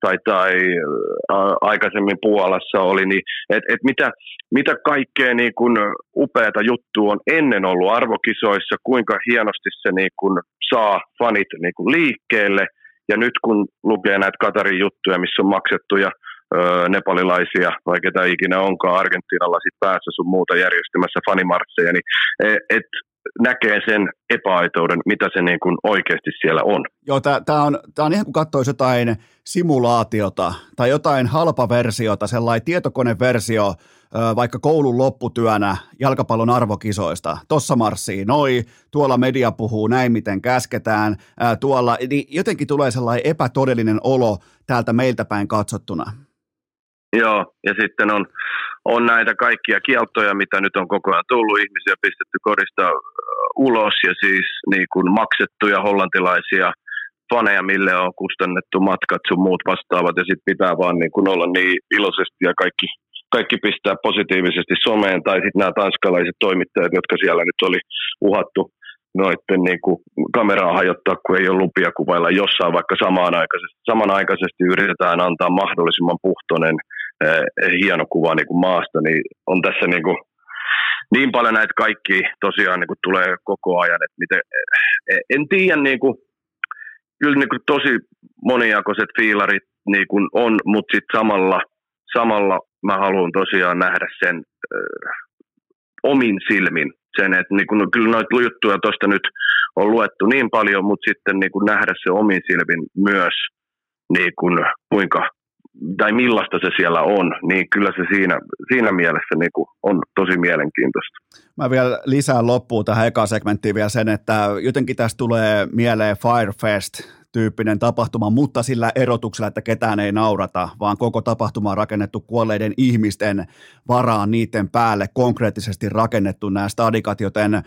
aikaisemmin Puolassa oli, niin mitä kaikkea niin kuin upeata juttua on ennen ollut arvokisoissa, kuinka hienosti se niin kuin saa fanit niin kuin liikkeelle, ja nyt kun lukee näitä Katarin juttuja, missä on maksettuja nepalilaisia, vai ketä ikinä onkaan Argentiinalla sit päässä sun muuta järjestämässä fanimarsseja, niin näkee sen epäaitouden, mitä se niin kuin oikeasti siellä on. Joo, tämä on ihan kuin katsoisi jotain simulaatiota tai jotain halpaversiota, sellainen tietokoneversio vaikka koulun lopputyönä jalkapallon arvokisoista. Tossa marssii tuolla media puhuu näin, miten käsketään, tuolla, niin jotenkin tulee sellainen epätodellinen olo täältä meiltä päin katsottuna. Joo, ja sitten on näitä kaikkia kieltoja, mitä nyt on koko ajan tullut, ihmisiä pistetty korista ulos, ja siis niin kuin maksettuja hollantilaisia faneja, mille on kustannettu matkat sun muut vastaavat, ja sitten pitää vaan niin kuin olla niin iloisesti ja kaikki pistää positiivisesti someen, tai sitten nämä tanskalaiset toimittajat, jotka siellä nyt oli uhattu noitten niin kuin kameraa hajottaa, kun ei ole lupia kuvailla jossain, vaikka samanaikaisesti yritetään antaa mahdollisimman puhtoinen hieno kuva niin kuin maasta, niin on tässä niin paljon näitä kaikki tosiaan niin kuin tulee koko ajan, että miten, en tiedä, niin kuin, kyllä niin kuin tosi monijakoiset fiilarit niin kuin on, mutta sitten samalla mä haluan tosiaan nähdä sen omin silmin, sen, että niin kuin, kyllä noita juttuja tuosta nyt on luettu niin paljon, mutta sitten niin kuin nähdä se omin silmin myös, niin kuin, kuinka tai millaista se siellä on, niin kyllä se siinä mielessä niin kuin on tosi mielenkiintoista. Mä vielä lisään loppuun tähän ekaan segmenttiin vielä sen, että jotenkin tästä tulee mieleen Firefest-tyyppinen tapahtuma, mutta sillä erotuksella, että ketään ei naurata, vaan koko tapahtuma on rakennettu kuolleiden ihmisten varaan, niiden päälle konkreettisesti rakennettu nämä stadikat, joten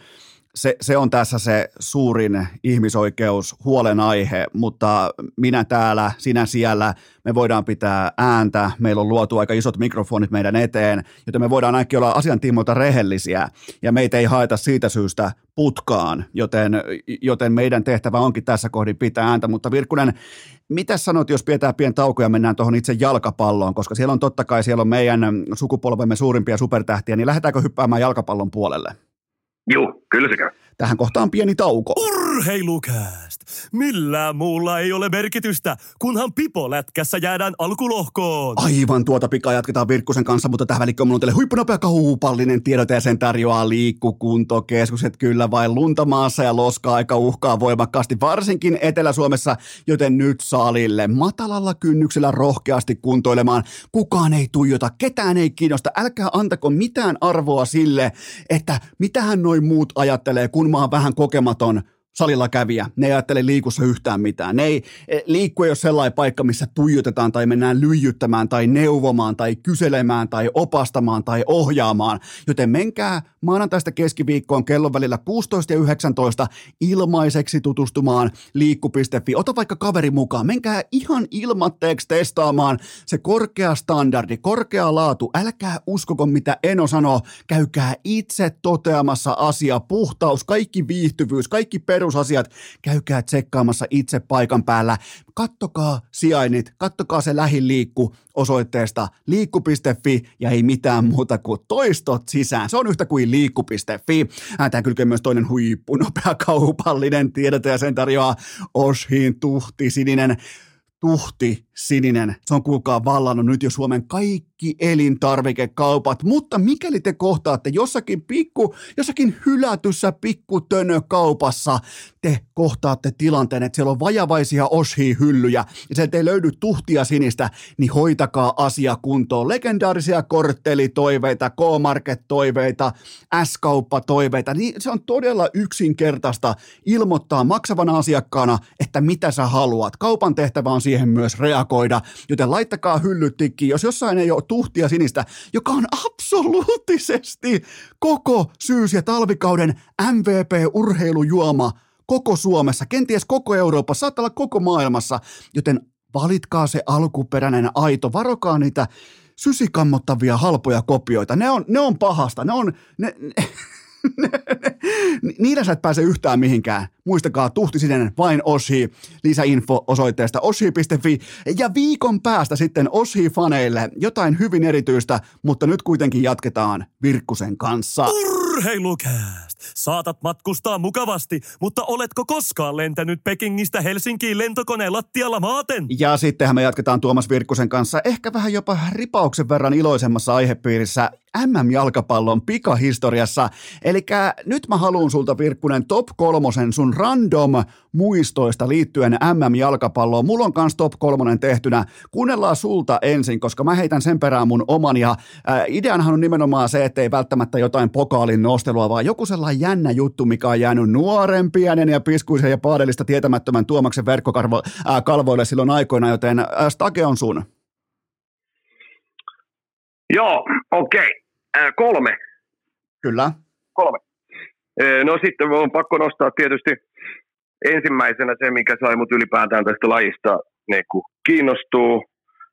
se on tässä se suurin ihmisoikeus huolenaihe, mutta minä täällä, sinä siellä, me voidaan pitää ääntä, meillä on luotu aika isot mikrofonit meidän eteen, joten me voidaan ainakin olla asiantiimoilta rehellisiä, ja meitä ei haeta siitä syystä putkaan, joten meidän tehtävä onkin tässä kohdin pitää ääntä, mutta Virkkunen, mitä sanot, jos pidetään pieni tauko ja mennään tuohon itse jalkapalloon, koska siellä on totta kai siellä on meidän sukupolvemme suurimpia supertähtiä, niin lähdetäänkö hyppäämään jalkapallon puolelle? Joo, kyllä se käy. Tähän kohtaan pieni tauko. Urheilukääst! Millään muulla ei ole merkitystä, kunhan pipolätkässä jäädään alkulohkoon. Aivan tuota pikaa jatketaan Virkkusen kanssa, mutta tähän välikköön mulla on teille huippunopea kaupallinen tiedote ja sen tarjoaa Liikkukuntokeskukset kyllä vain lunta maassa ja loska-aika uhkaa voimakkaasti, varsinkin Etelä-Suomessa, joten nyt salille matalalla kynnyksellä rohkeasti kuntoilemaan. Kukaan ei tuijota, ketään ei kiinnosta, älkää antako mitään arvoa sille, että mitähän noi muut ajattelee, kun mä oon vähän kokematon salilla kävijä. Ne ei ajattele liikussa yhtään mitään. Liikku ei ole sellainen paikka, missä tuijotetaan tai mennään lyijyttämään tai neuvomaan tai kyselemään tai opastamaan tai ohjaamaan. Joten menkää maanantaista keskiviikkoon kellon välillä 16 ja 19 ilmaiseksi tutustumaan liikku.fi. Ota vaikka kaveri mukaan. Menkää ihan ilmatteeksi testaamaan se korkea standardi, korkea laatu. Älkää uskoko mitä Eno sanoo. Käykää itse toteamassa asia, puhtaus, kaikki viihtyvyys, kaikki perusasiat, käykää tsekkaamassa itse paikan päällä. Kattokaa sijainnit, kattokaa se lähiliikku osoitteesta liikku.fi ja ei mitään muuta kuin toistot sisään. Se on yhtä kuin liikku.fi. Tähän kylkee myös toinen huippunopea kaupallinen tiedote ja sen tarjoaa Oshin Tuhti Sininen. Se on kuulkaa vallannut nyt jo Suomen kaikki kaikki elintarvikekaupat, mutta mikäli te kohtaatte jossakin hylätyssä pikkutönökaupassa, te kohtaatte tilanteen, että siellä on vajavaisia Oshii-hyllyjä ja sieltä ei löydy tuhtia sinistä, niin hoitakaa asia kuntoon. Legendaarisia korttelitoiveita, K-Market-toiveita, S-kauppatoiveita, niin se on todella yksinkertaista ilmoittaa maksavana asiakkaana, että mitä sä haluat. Kaupan tehtävä on siihen myös reagoida, joten laittakaa hyllyt tikkiin, jos jossain ei ole tuhtia sinistä, joka on absoluuttisesti koko syys- ja talvikauden MVP-urheilujuoma koko Suomessa, kenties koko Euroopassa, saattaa olla koko maailmassa, joten valitkaa se alkuperäinen aito, varokaa niitä sysikammottavia halpoja kopioita, ne on pahasta, niillä sä et pääse yhtään mihinkään. Muistakaa, tuhtisininen vain Oshii. Lisäinfo osoitteesta oshii.fi. Ja viikon päästä sitten Oshii-faneille jotain hyvin erityistä, mutta nyt kuitenkin jatketaan Virkkusen kanssa. Urheilukääst! Saatat matkustaa mukavasti, mutta oletko koskaan lentänyt Pekingistä Helsinkiin lentokoneen lattialla maaten? Ja sittenhän me jatketaan Tuomas Virkkusen kanssa ehkä vähän jopa ripauksen verran iloisemmassa aihepiirissä MM-jalkapallon pikahistoriassa. Elikkä nyt mä haluun sulta, Virkkunen, top 3 sun random muistoista liittyen MM-jalkapalloon. Mulla on kans top 3 tehtynä. Kuunnellaan sulta ensin, koska mä heitän sen perään mun oman. Ja ideanhan on nimenomaan se, ettei välttämättä jotain pokaalin nostelua, vaan joku sellainen jännä juttu, mikä on jäänyt nuoren, pienen ja piskuisen ja paadellista tietämättömän Tuomaksen verkkokalvoille silloin aikoina, joten Stage on sun. Joo, okei. 3. Kyllä. 3. No sitten on pakko nostaa tietysti ensimmäisenä se, mikä sai mut ylipäätään tästä lajista niin kiinnostuu.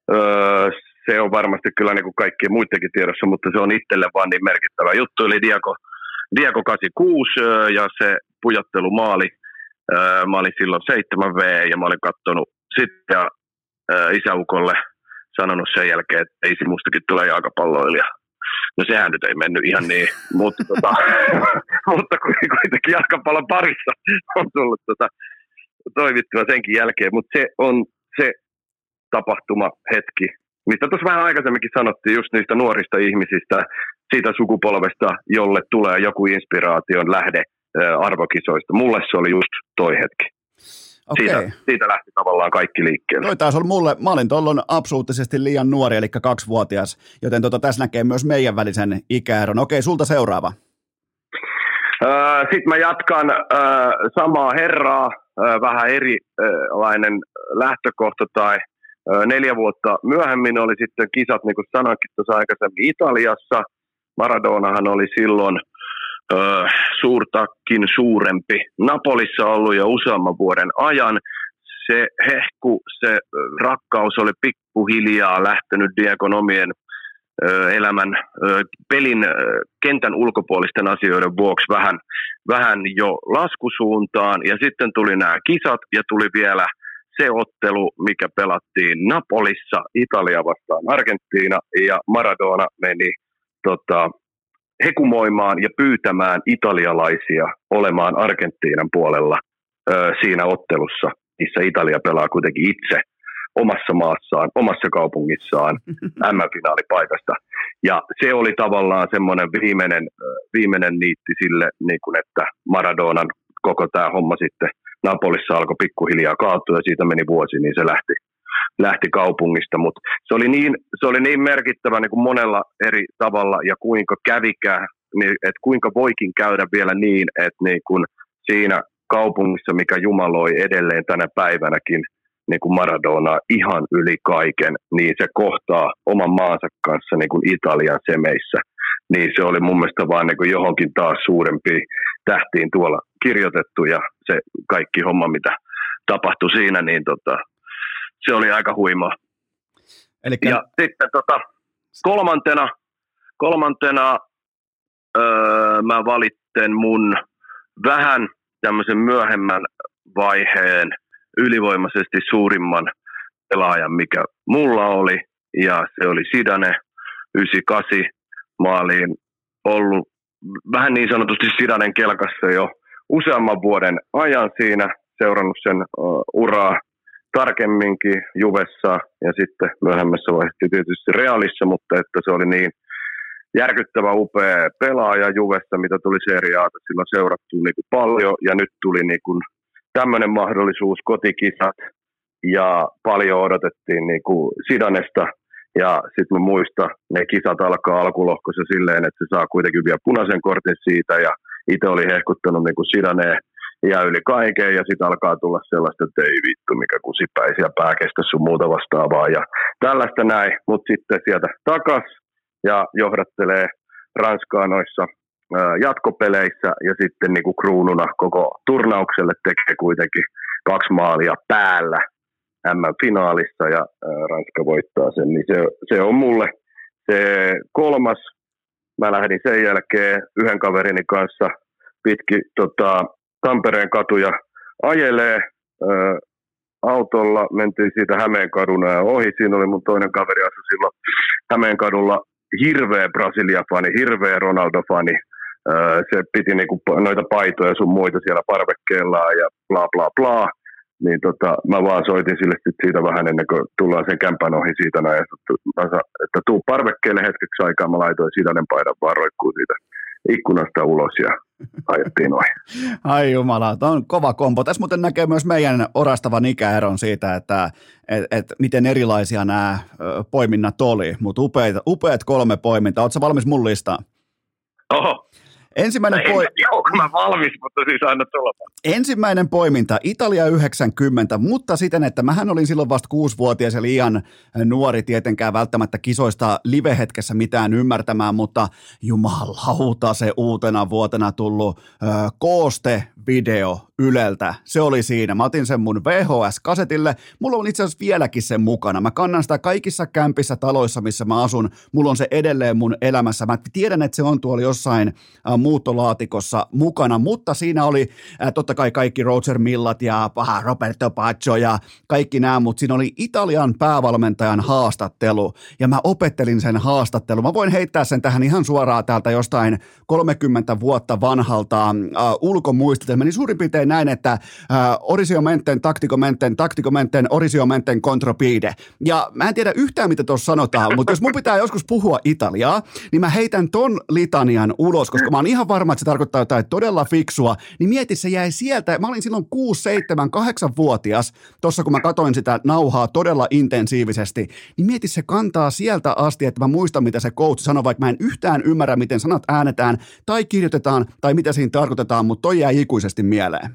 Se on varmasti kyllä niin kuin kaikkien muidenkin tiedossa, mutta se on itselle vaan niin merkittävä juttu. Eli Diego 86 ja se pujottelumaali. Mä olin silloin 7V ja mä olin katsonut sitten ja isäukolle sanonut sen jälkeen, että ei mustakin tule jalkapalloilija. No sehän nyt ei mennyt ihan niin, mutta, mutta kuitenkin jalkapallon parissa on tullut toimittua senkin jälkeen. Mutta se on se tapahtumahetki, mistä tuossa vähän aikaisemminkin sanottiin just niistä nuorista ihmisistä, siitä sukupolvesta, jolle tulee joku inspiraation lähde arvokisoista. Mulle se oli just toi hetki. Siitä lähti tavallaan kaikki liikkeelle. Toi taas oli mulle, mä olin tuolloin absoluuttisesti liian nuori, eli 2-vuotias, joten tässä näkee myös meidän välisen ikäeron. Okei, sulta seuraava. Sitten mä jatkan samaa herraa, vähän erilainen lähtökohta tai 4 vuotta myöhemmin oli sitten kisat, niin kuin sanoinkin tuossa aikaisemmin, Italiassa. Maradonahan oli silloin suurtakin suurempi. Napolissa ollut jo useamman vuoden ajan. Se hehku, se rakkaus oli pikkuhiljaa lähtenyt Diegon omien elämän pelin kentän ulkopuolisten asioiden vuoksi vähän jo laskusuuntaan. Ja sitten tuli nämä kisat ja tuli vielä se ottelu, mikä pelattiin Napolissa, Italia vastaan Argentiina, ja Maradona meni hekumoimaan ja pyytämään italialaisia olemaan Argentiinan puolella siinä ottelussa, missä Italia pelaa kuitenkin itse omassa maassaan, omassa kaupungissaan M-finaalipaikasta. Ja se oli tavallaan semmoinen viimeinen niitti sille, niin kuin, että Maradonan koko tämä homma sitten Napolissa alkoi pikkuhiljaa kaatua ja siitä meni vuosi, niin se lähti kaupungista. Mutta se oli niin merkittävä niin kuin monella eri tavalla ja kuinka kävikään, niin, että kuinka voikin käydä vielä niin, että niin kuin siinä kaupungissa, mikä jumaloi edelleen tänä päivänäkin, niin kuin Maradona ihan yli kaiken, niin se kohtaa oman maansa kanssa niin kuin Italian semeissä. Niin se oli mun mielestä vaan niin kuin johonkin taas suurempiin tähtiin tuolla kirjoitettu ja se kaikki homma, mitä tapahtui siinä, niin se oli aika huimaa. Ja sitten kolmantena mä valitten mun vähän tämmöisen myöhemmän vaiheen ylivoimaisesti suurimman pelaajan, mikä mulla oli, ja se oli Zidane 98. Mä olin ollut vähän niin sanotusti Zidanen kelkassa jo useamman vuoden ajan siinä, seurannut sen uraa tarkemminkin Juvessa ja sitten myöhemmässä vaiheessa tietysti Realissa, mutta että se oli niin järkyttävä upea pelaaja Juvessa, mitä tuli Serie A:ta silloin seurattu niin kuin paljon, ja nyt tuli niin kuin tämmöinen mahdollisuus, kotikisat, ja paljon odotettiin niin kuin Zidanesta, ja sitten mä muistan, ne kisat alkaa alkulohkossa silleen, että se saa kuitenkin vielä punaisen kortin siitä, ja itse oli hehkuttanut niin kuin Zidaneen ja yli kaiken, ja sitten alkaa tulla sellaista, että ei vittu, mikä kusipäisiä pääkestä sun muuta vastaavaa, ja tällaista näin, mutta sitten sieltä takas, ja johdattelee Ranskaa noissa jatkopeleissä, ja sitten niin kuin kruununa koko turnaukselle tekee kuitenkin 2 maalia päällä M-finaalissa, ja Ranska voittaa sen, niin se on mulle se 3. Mä lähdin sen jälkeen yhden kaverini kanssa pitkin Tampereen katuja ajelee autolla, mentiin siitä Hämeenkaduna ja ohi. Siinä oli mun toinen kaveri asui silloin Hämeenkadulla, hirveä Brasilia-fani, hirveä Ronaldo-fani. Se piti niinku noita paitoja sun muita siellä parvekkeellaan ja bla bla bla. Niin mä vaan soitin sille siitä vähän ennen kuin tullaan sen kämpän ohi siitä näin, että tuu parvekkeelle hetkeksi aikaa, mä laitoin Zidanen paidan vaan roikkuu siitä ikkunasta ulos ja ajettiin ohi. Ai jumala, tämä on kova kompo. Tässä muuten näkee myös meidän orastavan ikäeron siitä, että miten erilaisia nämä poiminnat oli, mutta upeat 3 poimintaa. Oletko valmis mun listaan? Oho. Onko mä valmis, mutta siis aina tulla. Ensimmäinen poiminta, Italia 90, mutta siten, että mähän olin silloin vasta 6-vuotias, eli ihan nuori tietenkään välttämättä kisoista live-hetkessä mitään ymmärtämään, mutta jumalauta se uutena vuotena tullut kooste-video Yleltä. Se oli siinä. Mä otin sen mun VHS-kasetille. Mulla on itse asiassa vieläkin sen mukana. Mä kannan sitä kaikissa kämpissä taloissa, missä mä asun. Mulla on se edelleen mun elämässä. Mä tiedän, että se on tuolla jossain muuttolaatikossa mukana, mutta siinä oli totta kai kaikki Roger Millat ja Roberto Baggio ja kaikki nämä, mutta siinä oli Italian päävalmentajan haastattelu ja mä opettelin sen haastattelun. Mä voin heittää sen tähän ihan suoraan täältä jostain 30 vuotta vanhalta ulkomuistilta. Meni suurin piirtein näin, että orisio menten, taktiko menten, orisio menten, contropide. Ja mä en tiedä yhtään, mitä tuossa sanotaan, mutta jos mun pitää joskus puhua italiaa, niin mä heitän ton litanian ulos, koska mä oon ihan varma, että se tarkoittaa jotain todella fiksua, niin mieti, se jäi sieltä. Mä olin silloin 6, 7, 8-vuotias, tuossa kun mä katoin sitä nauhaa todella intensiivisesti, niin mieti, se kantaa sieltä asti, että mä muistan, mitä se coach sanoi, vaikka mä en yhtään ymmärrä, miten sanat äänetään tai kirjoitetaan tai mitä siinä tarkoitetaan, mutta toi jää ikuisesti mieleen.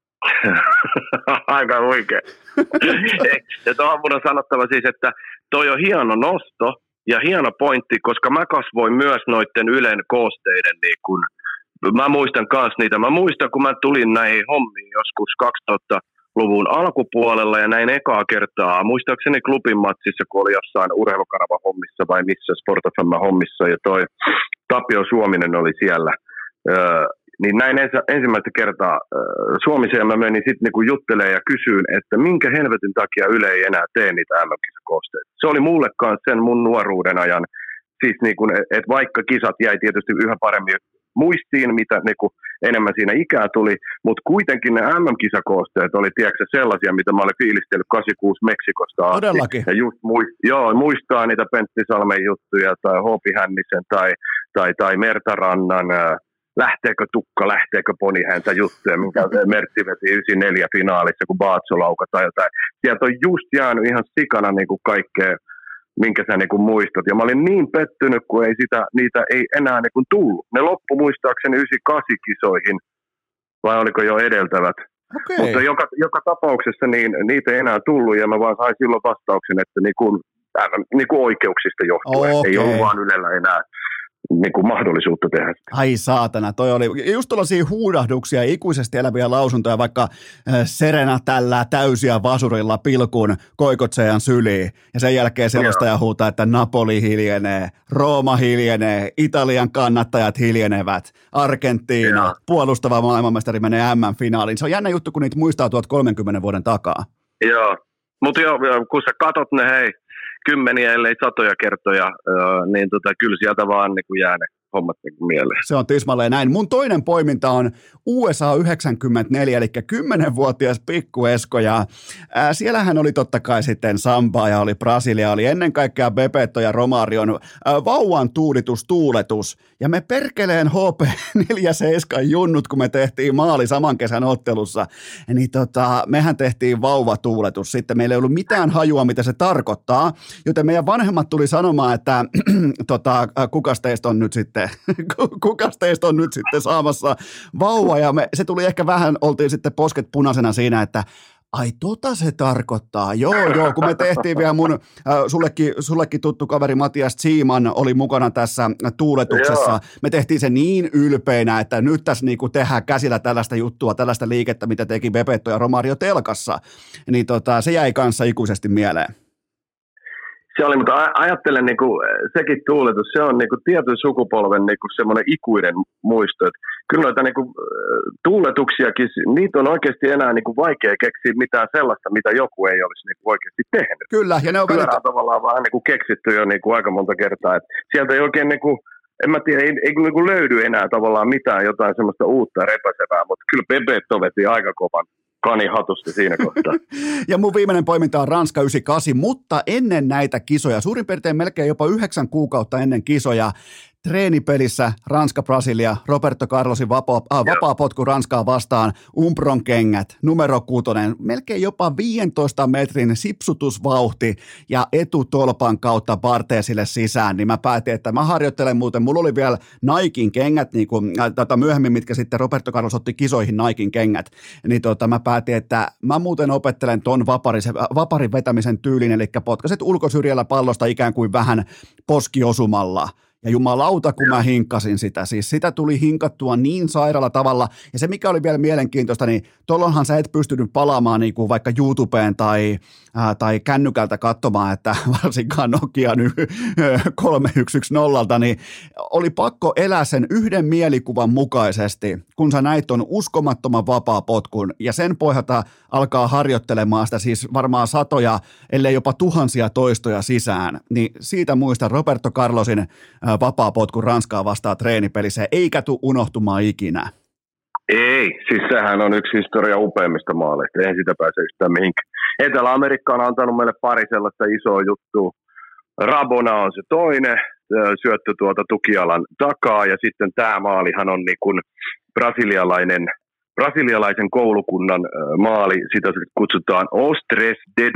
Aika oikein. Ja tuohon mun on sanottava siis, että toi on hieno nosto ja hieno pointti, koska mä kasvoin myös noitten Ylen koosteiden, niin kun, mä muistan kans niitä. Mä muistan, kun mä tulin näihin hommiin joskus 2000-luvun alkupuolella ja näin ekaa kertaa. Muistaakseni klubin matsissa, kun oli jossain urheilukanavan hommissa vai missä Sport FM hommissa ja toi Tapio Suominen oli siellä. Niin näin ensimmäistä kertaa Suomiseen mä menin sitten niinku juttelemaan ja kysyin, että minkä helvetin takia Yle ei enää tee niitä MM-kisakoosteita. Se oli mulle kanssa sen mun nuoruuden ajan, siis niinku, että vaikka kisat jäi tietysti yhä paremmin muistiin, mitä niinku enemmän siinä ikää tuli, mutta kuitenkin ne MM-kisakoosteet oli tiedätkö sellaisia, mitä mä olin fiilistellyt 86 Meksikosta asti. Todellakin. Ja just muistaa niitä Pentti Salmen juttuja tai Hoopi Hännisen tai Merta Rannan lähteekö tukka, lähteekö ponihäntä juttuja, minkä Mertti veti 94 finaalissa, kun Baatso lauka tai jotain. Sieltä on just jäänyt ihan sikana niin kuin kaikkea, minkä sä niin kuin muistat. Ja mä olin niin pettynyt, kun niitä ei enää niin kuin tullut. Ne loppu muistaakseni 98 kisoihin, vai oliko jo edeltävät. Okay. Mutta joka tapauksessa niin niitä ei enää tullut, ja mä vaan sain silloin vastauksen, että niin kuin oikeuksista johtuen. Okay. Ei ollut vaan Ylellä enää niin kuin mahdollisuutta tehdä. Ai saatana, toi oli just tuollaisia huudahduksia, ikuisesti eläviä lausuntoja, vaikka Serena tällä täysiä vasurilla pilkun Koikotsejan syliin, ja sen jälkeen selostaja huutaa, että Napoli hiljenee, Rooma hiljenee, Italian kannattajat hiljenevät, Argentiina, puolustava maailmanmestari menee MM-finaaliin. Se on jännä juttu, kun niitä muistaa 30 vuoden takaa. Joo, mutta kun sä katot ne, hei, kymmeniä, ellei satoja kertoja, niin kyllä sieltä vaan niin jää ne hommat niin mieleen. Se on tismalleen näin. Mun toinen poiminta on USA 94, eli 10-vuotias pikkuesko, ja siellähän oli totta kai sitten Sambaa ja oli Brasilia, oli ennen kaikkea Bebeto ja Romarion vauvan tuuletus, ja me perkeleen HP47 junnut, kun me tehtiin maali saman kesän ottelussa, niin mehän tehtiin vauvatuuletus. Sitten meillä ei ollut mitään hajua, mitä se tarkoittaa, joten meidän vanhemmat tuli sanomaan, että kukas teistä on nyt sitten saamassa vauva, ja se tuli ehkä vähän, oltiin sitten posket punaisena siinä, että ai se tarkoittaa, joo, kun me tehtiin vielä mun, sullekin tuttu kaveri Matias Tsiiman oli mukana tässä tuuletuksessa, me tehtiin se niin ylpeinä, että nyt tässä niinku tehdään käsillä tällaista juttua, tällaista liikettä, mitä teki Bebeto ja Romario telkassa, niin se jäi kanssa ikuisesti mieleen. Se oli, mutta ajattelen niin kuin, sekin tuuletus, se on niin kuin, tietyn sukupolven niin kuin, semmoinen ikuinen muisto. Että kyllä noita niin kuin, tuuletuksiakin, niitä on oikeasti enää niin kuin, vaikea keksiä mitään sellaista, mitä joku ei olisi niin kuin, oikeasti tehnyt. Kyllä, ja ne on tavallaan vaan niin kuin, keksitty jo niin kuin, aika monta kertaa. Että sieltä ei oikein, niin kuin, en mä tiedä, ei niin kuin, löydy enää tavallaan mitään jotain semmoista uutta repäsevää, mutta kyllä Bebeto veti aika kovan kani hatusti siinä kohtaa. Ja mun viimeinen poiminta on Ranska 98, mutta ennen näitä kisoja, suurin piirtein melkein jopa 9 kuukautta ennen kisoja, treenipelissä Ranska-Brasilia, Roberto Carlosin vapaa potku Ranskaa vastaan, Umbron kengät, numero 6, melkein jopa 15 metrin sipsutusvauhti ja etutolpan kautta Barthesille sisään, niin mä päätin, että mä harjoittelen muuten, mulla oli vielä Niken kengät, niin kuin, myöhemmin, mitkä sitten Roberto Carlos otti kisoihin Niken kengät, niin mä päätin, että mä muuten opettelen ton vaparin vetämisen tyylin, eli potkaset ulkosyrjällä pallosta ikään kuin vähän poskiosumalla. Ja jumalauta, kun mä hinkkasin sitä. Siis sitä tuli hinkattua niin sairaalla tavalla. Ja se, mikä oli vielä mielenkiintoista, niin tuolloinhan sä et pystynyt palaamaan niin kuin vaikka YouTubeen tai kännykältä katsomaan, että varsinkaan Nokia 3110, niin oli pakko elää sen yhden mielikuvan mukaisesti, kun sä näit on uskomattoman vapaapotkun. Ja sen pohjalta alkaa harjoittelemaan sitä siis varmaan satoja, ellei jopa tuhansia toistoja sisään. Niin siitä muista Roberto Carlosin vapaapotku Ranskaa vastaan treenipelissä, eikä tule unohtumaan ikinä. Ei, siis sehän on yksi historia upeimmista maaleista, eihän sitä pääse yhtään mihinkään. Etelä-Amerikka on antanut meille pari sellaista isoa juttua. Rabona on se toinen, syöttö tuolta tukialan takaa, ja sitten tämä maalihan on niin kuin brasilialaisen koulukunnan maali, sitä kutsutaan Ostres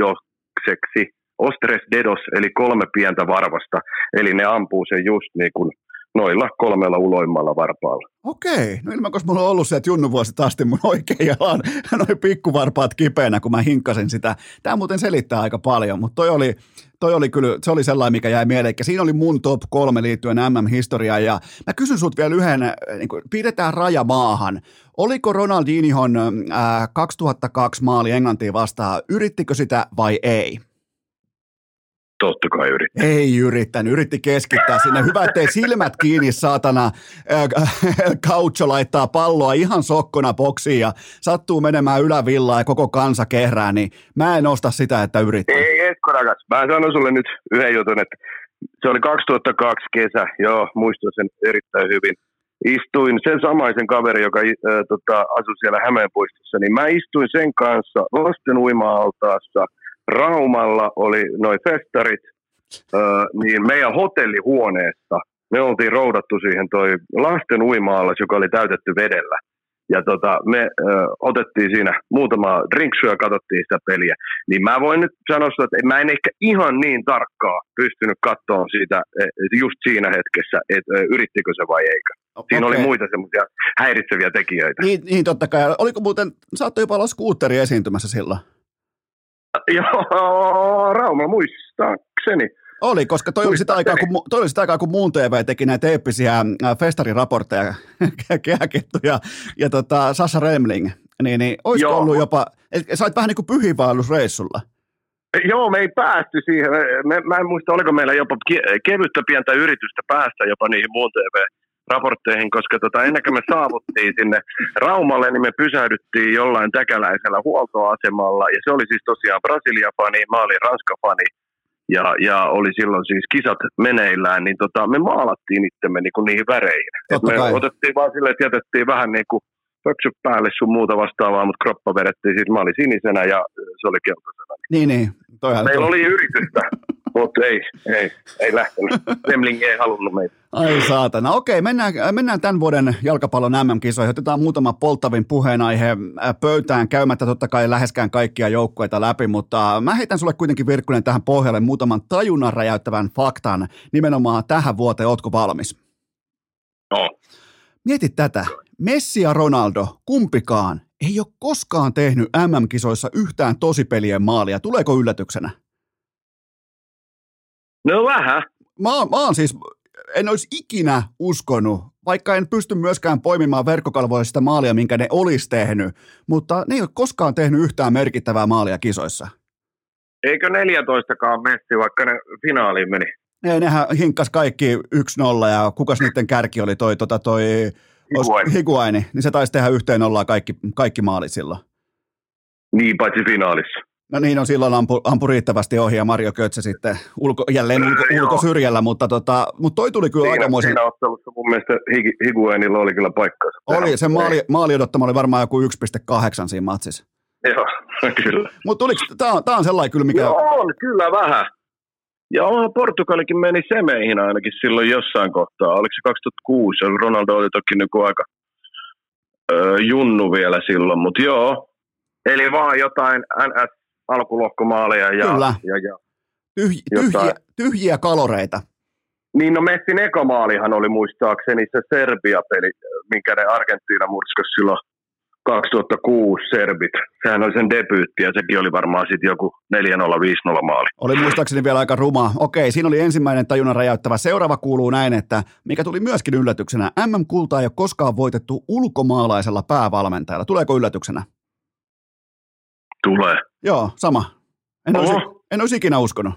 Dedos, eli 3 pientä varvasta, eli ne ampuu sen just niin kuin noilla 3 uloimmalla varpaalla. Okei, no ilman, koska mulla on ollut sieltä junnuvuosista asti mun oikein jalan, noi pikkuvarpaat kipeänä, kun mä hinkkasin sitä. Tämä muuten selittää aika paljon, mutta toi oli kyllä, se oli sellainen, mikä jäi mieleen. Eli siinä oli mun top 3 liittyen MM-historiaan, ja mä kysyn sut vielä yhden, niin kuin, pidetään raja maahan. Oliko Ronaldinhon 2002 maali Englantiin vastaan, yrittikö sitä vai ei? Totta kai yrittänyt. Ei yritti keskittää sinne. Hyvä, ettei silmät kiinni, saatana. Gaucho laittaa palloa ihan sokkona boksiin ja sattuu menemään ylävillaan ja koko kansa kehrää, niin mä en osta sitä, että yrittää. Ei, Esko rakas. Mä sanon sulle nyt yhden jutun, että se oli 2002 kesä. Joo, muistan sen erittäin hyvin. Istuin sen samaisen kaverin, joka asui siellä Hämeenpuistossa, niin mä istuin sen kanssa lasten uima-altaassa. Raumalla oli noi festarit, niin meidän hotellihuoneessa me oltiin roudattu siihen toi lasten uima-allas, joka oli täytetty vedellä. Ja me otettiin siinä muutama drinksyä ja katsottiin sitä peliä. Niin mä voin nyt sanoa, että mä en ehkä ihan niin tarkkaa pystynyt katsoa siitä just siinä hetkessä, että yrittikö se vai eikö. Siinä oli muita semmoisia häiritseviä tekijöitä. Niin totta kai. Oliko muuten, saattoi jopa olla skuutteri esiintymässä silloin? Joo, Rauma muistaakseni. Oli, koska toi oli sitä aikaa, kun Muun TV teki näitä eeppisiä festariraportteja, Kehäkettu ja Sasha Remling. Niin olisiko ollut jopa, sait vähän niin kuin pyhiinvaellusreissulla? Joo, me ei päästy siihen. Mä en muista, oliko meillä jopa kevyttä pientä yritystä päästä jopa niihin Muun TV-raportteihin, koska ennen kuin me saavuttiin sinne Raumalle, niin me pysähdyttiin jollain täkäläisellä huoltoasemalla, ja se oli siis tosiaan Brasilia-fani, mä olin Ranska-fani, ja oli silloin siis kisat meneillään, niin me maalattiin itsemme niin kuin niihin väreihin. Me otettiin vaan silleen, että jätettiin vähän niin kuin pöksyt päälle sun muuta vastaavaa, mutta kroppa vedettiin. Siis mä olin sinisenä ja se oli keltaisena. Niin. Meillä oli yritystä, mutta ei lähtenyt. Semling ei halunnut meitä. Ai saatana. Okei, mennään tämän vuoden jalkapallon MM-kisoihin. Otetaan muutama polttavin puheenaihe pöytään käymättä totta kai läheskään kaikkia joukkueita läpi, mutta mä heitän sulle kuitenkin, Virkkunen, tähän pohjalle muutaman tajunnan räjäyttävän faktan nimenomaan tähän vuoteen. Ootko valmis? No. Mieti tätä. Messi ja Ronaldo, kumpikaan, ei ole koskaan tehnyt MM-kisoissa yhtään tosipelien maalia. Tuleeko yllätyksenä? No vähän. Mä oon siis, en olisi ikinä uskonut, vaikka en pysty myöskään poimimaan verkkokalvoilla sitä maalia, minkä ne olisi tehnyt, mutta ne ei ole koskaan tehnyt yhtään merkittävää maalia kisoissa. Eikö 14kaan Messi, vaikka ne finaaliin meni? Nehän hinkkas kaikki 1-0 ja kukas niiden kärki oli toi Higuaini, niin se taisi tehdä 1-0 kaikki maalit silloin. Niin, paitsi finaalissa. No niin, on silloin ampu riittävästi ohi ja Mario Götze sitten ulkosyrjällä, mutta toi tuli kyllä aikamoisen. Siinä ottelussa mun mielestä Higuainilla oli kyllä paikkansa. Oli, se maali odottama oli varmaan joku 1,8 siinä matsissa. Joo, kyllä. Mutta tää on sellainen kyllä, mikä... Joo, on kyllä vähän. Ja Portugalikin meni semeihin ainakin silloin jossain kohtaa. Oliko se 2006? Ronaldo oli toki niin kuin aika junnu vielä silloin, mutta joo. Eli vaan jotain NS-alkulohkomaaleja ja tyhjiä kaloreita. Niin, no Messin ekamaalihan oli muistaakseni se Serbia-peli, minkä ne Argentiina murskasi silloin 2006 serbit. Sehän oli sen debyytti ja sekin oli varmaan sitten joku 4-0, 5-0 maali. Oli muistaakseni vielä aika ruma. Okei, siinä oli ensimmäinen tajunnan räjäyttävä. Seuraava kuuluu näin, että mikä tuli myöskin yllätyksenä. MM-kultaa ei ole koskaan voitettu ulkomaalaisella päävalmentajalla. Tuleeko yllätyksenä? Tulee. Joo, sama. En olisi ikinä uskonut.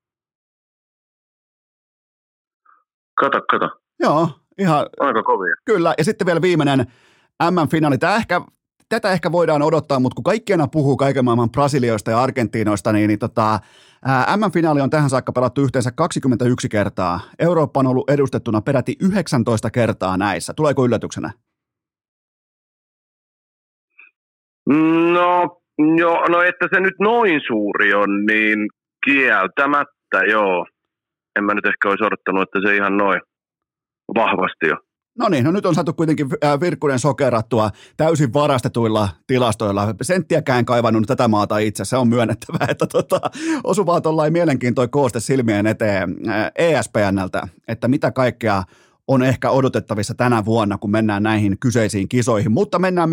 Kato. Joo, ihan. Aika kovia. Kyllä, ja sitten vielä viimeinen MM-finaali. Tätä ehkä voidaan odottaa, mutta kun kaikki aina puhuu kaiken maailman Brasilioista ja Argentiinoista, niin MM-finaali on tähän saakka pelattu yhteensä 21 kertaa. Eurooppa on ollut edustettuna peräti 19 kertaa näissä. Tuleeko yllätyksenä? No että se nyt noin suuri on, niin kieltämättä joo. En mä nyt ehkä olisi odottanut, että se ihan noin vahvasti on. No niin, no nyt on saatu kuitenkin Virkkunen sokerattua täysin varastetuilla tilastoilla. Senttiäkään en kaivannut tätä maata itse, se on myönnettävä, että osuvaa tuollain mielenkiintoinen kooste silmien eteen ESPNltä, että mitä kaikkea on ehkä odotettavissa tänä vuonna, kun mennään näihin kyseisiin kisoihin. Mutta mennään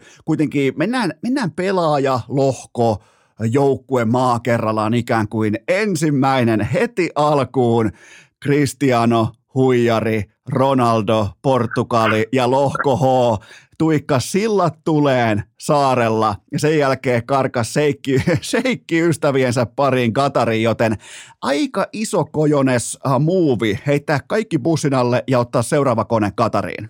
pelaajalohko joukkue maa kerrallaan ikään kuin ensimmäinen heti alkuun Cristiano, huijari, Ronaldo, Portugali ja lohko H tuikkas sillat tuleen saarella ja sen jälkeen karkas seikki ystäviensä pariin Qatariin, joten aika iso kojones muuvi heittää kaikki bussin alle ja ottaa seuraava kone Qatariin.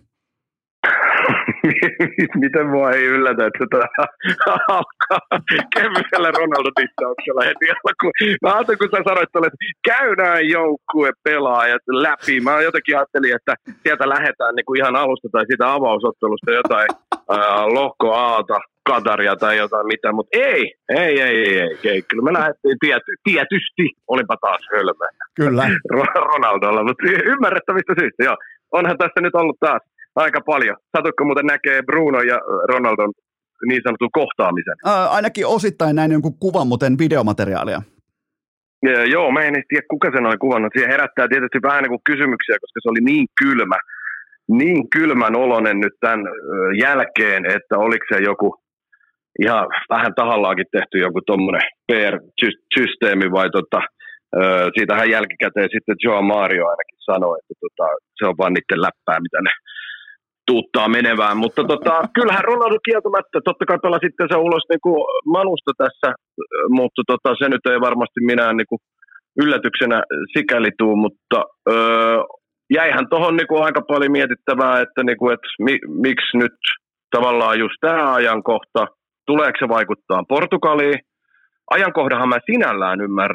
Miten mua ei yllätä, että tämä alkaa kevyellä Ronaldo-distauksella heti alkuun. Mä ajattelin, kun sä sanoit, että käydään joukkue pelaajat läpi. Mä jotenkin ajattelin, että sieltä lähdetään niin kuin ihan alusta tai siitä avausottelusta jotain lohko Aata, Qataria tai jotain mitä, mutta ei. Kyllä me lähdettiin tietysti, olipa taas hölmö. Kyllä. Ronaldolla, mutta ymmärrettävistä syistä, joo. Onhan tässä nyt ollut taas aika paljon. Satutko muuten näkee Bruno ja Ronaldon niin sanotun kohtaamisen? Ainakin osittain näin jonkun kuvan, muuten videomateriaalia. Joo, mä en tiedä kuka sen oli kuvannut. Siihen herättää tietysti vähän niin kuin kysymyksiä, koska se oli niin kylmän oloinen nyt tämän jälkeen, että oliko se joku ihan vähän tahallaankin tehty joku tommonen PR-systeemi vai siitähän jälkikäteen sitten Joao Mario ainakin sanoi, että se on vaan niiden läppää, mitä ne tuuttaa menevään. Mutta kyllähän Ronaldo kieltämättä, totta kai pelaa sitten se ulos niin kuin Manusta tässä, mutta se nyt ei varmasti minään niin kuin yllätyksenä sikäli tuu, mutta jäihän tuohon niin kuin aika paljon mietittävää, että, niin kuin, että miksi nyt tavallaan just tämä ajankohta, tuleeko se vaikuttaa Portugaliin? Ajankohdahan mä sinällään ymmärrän,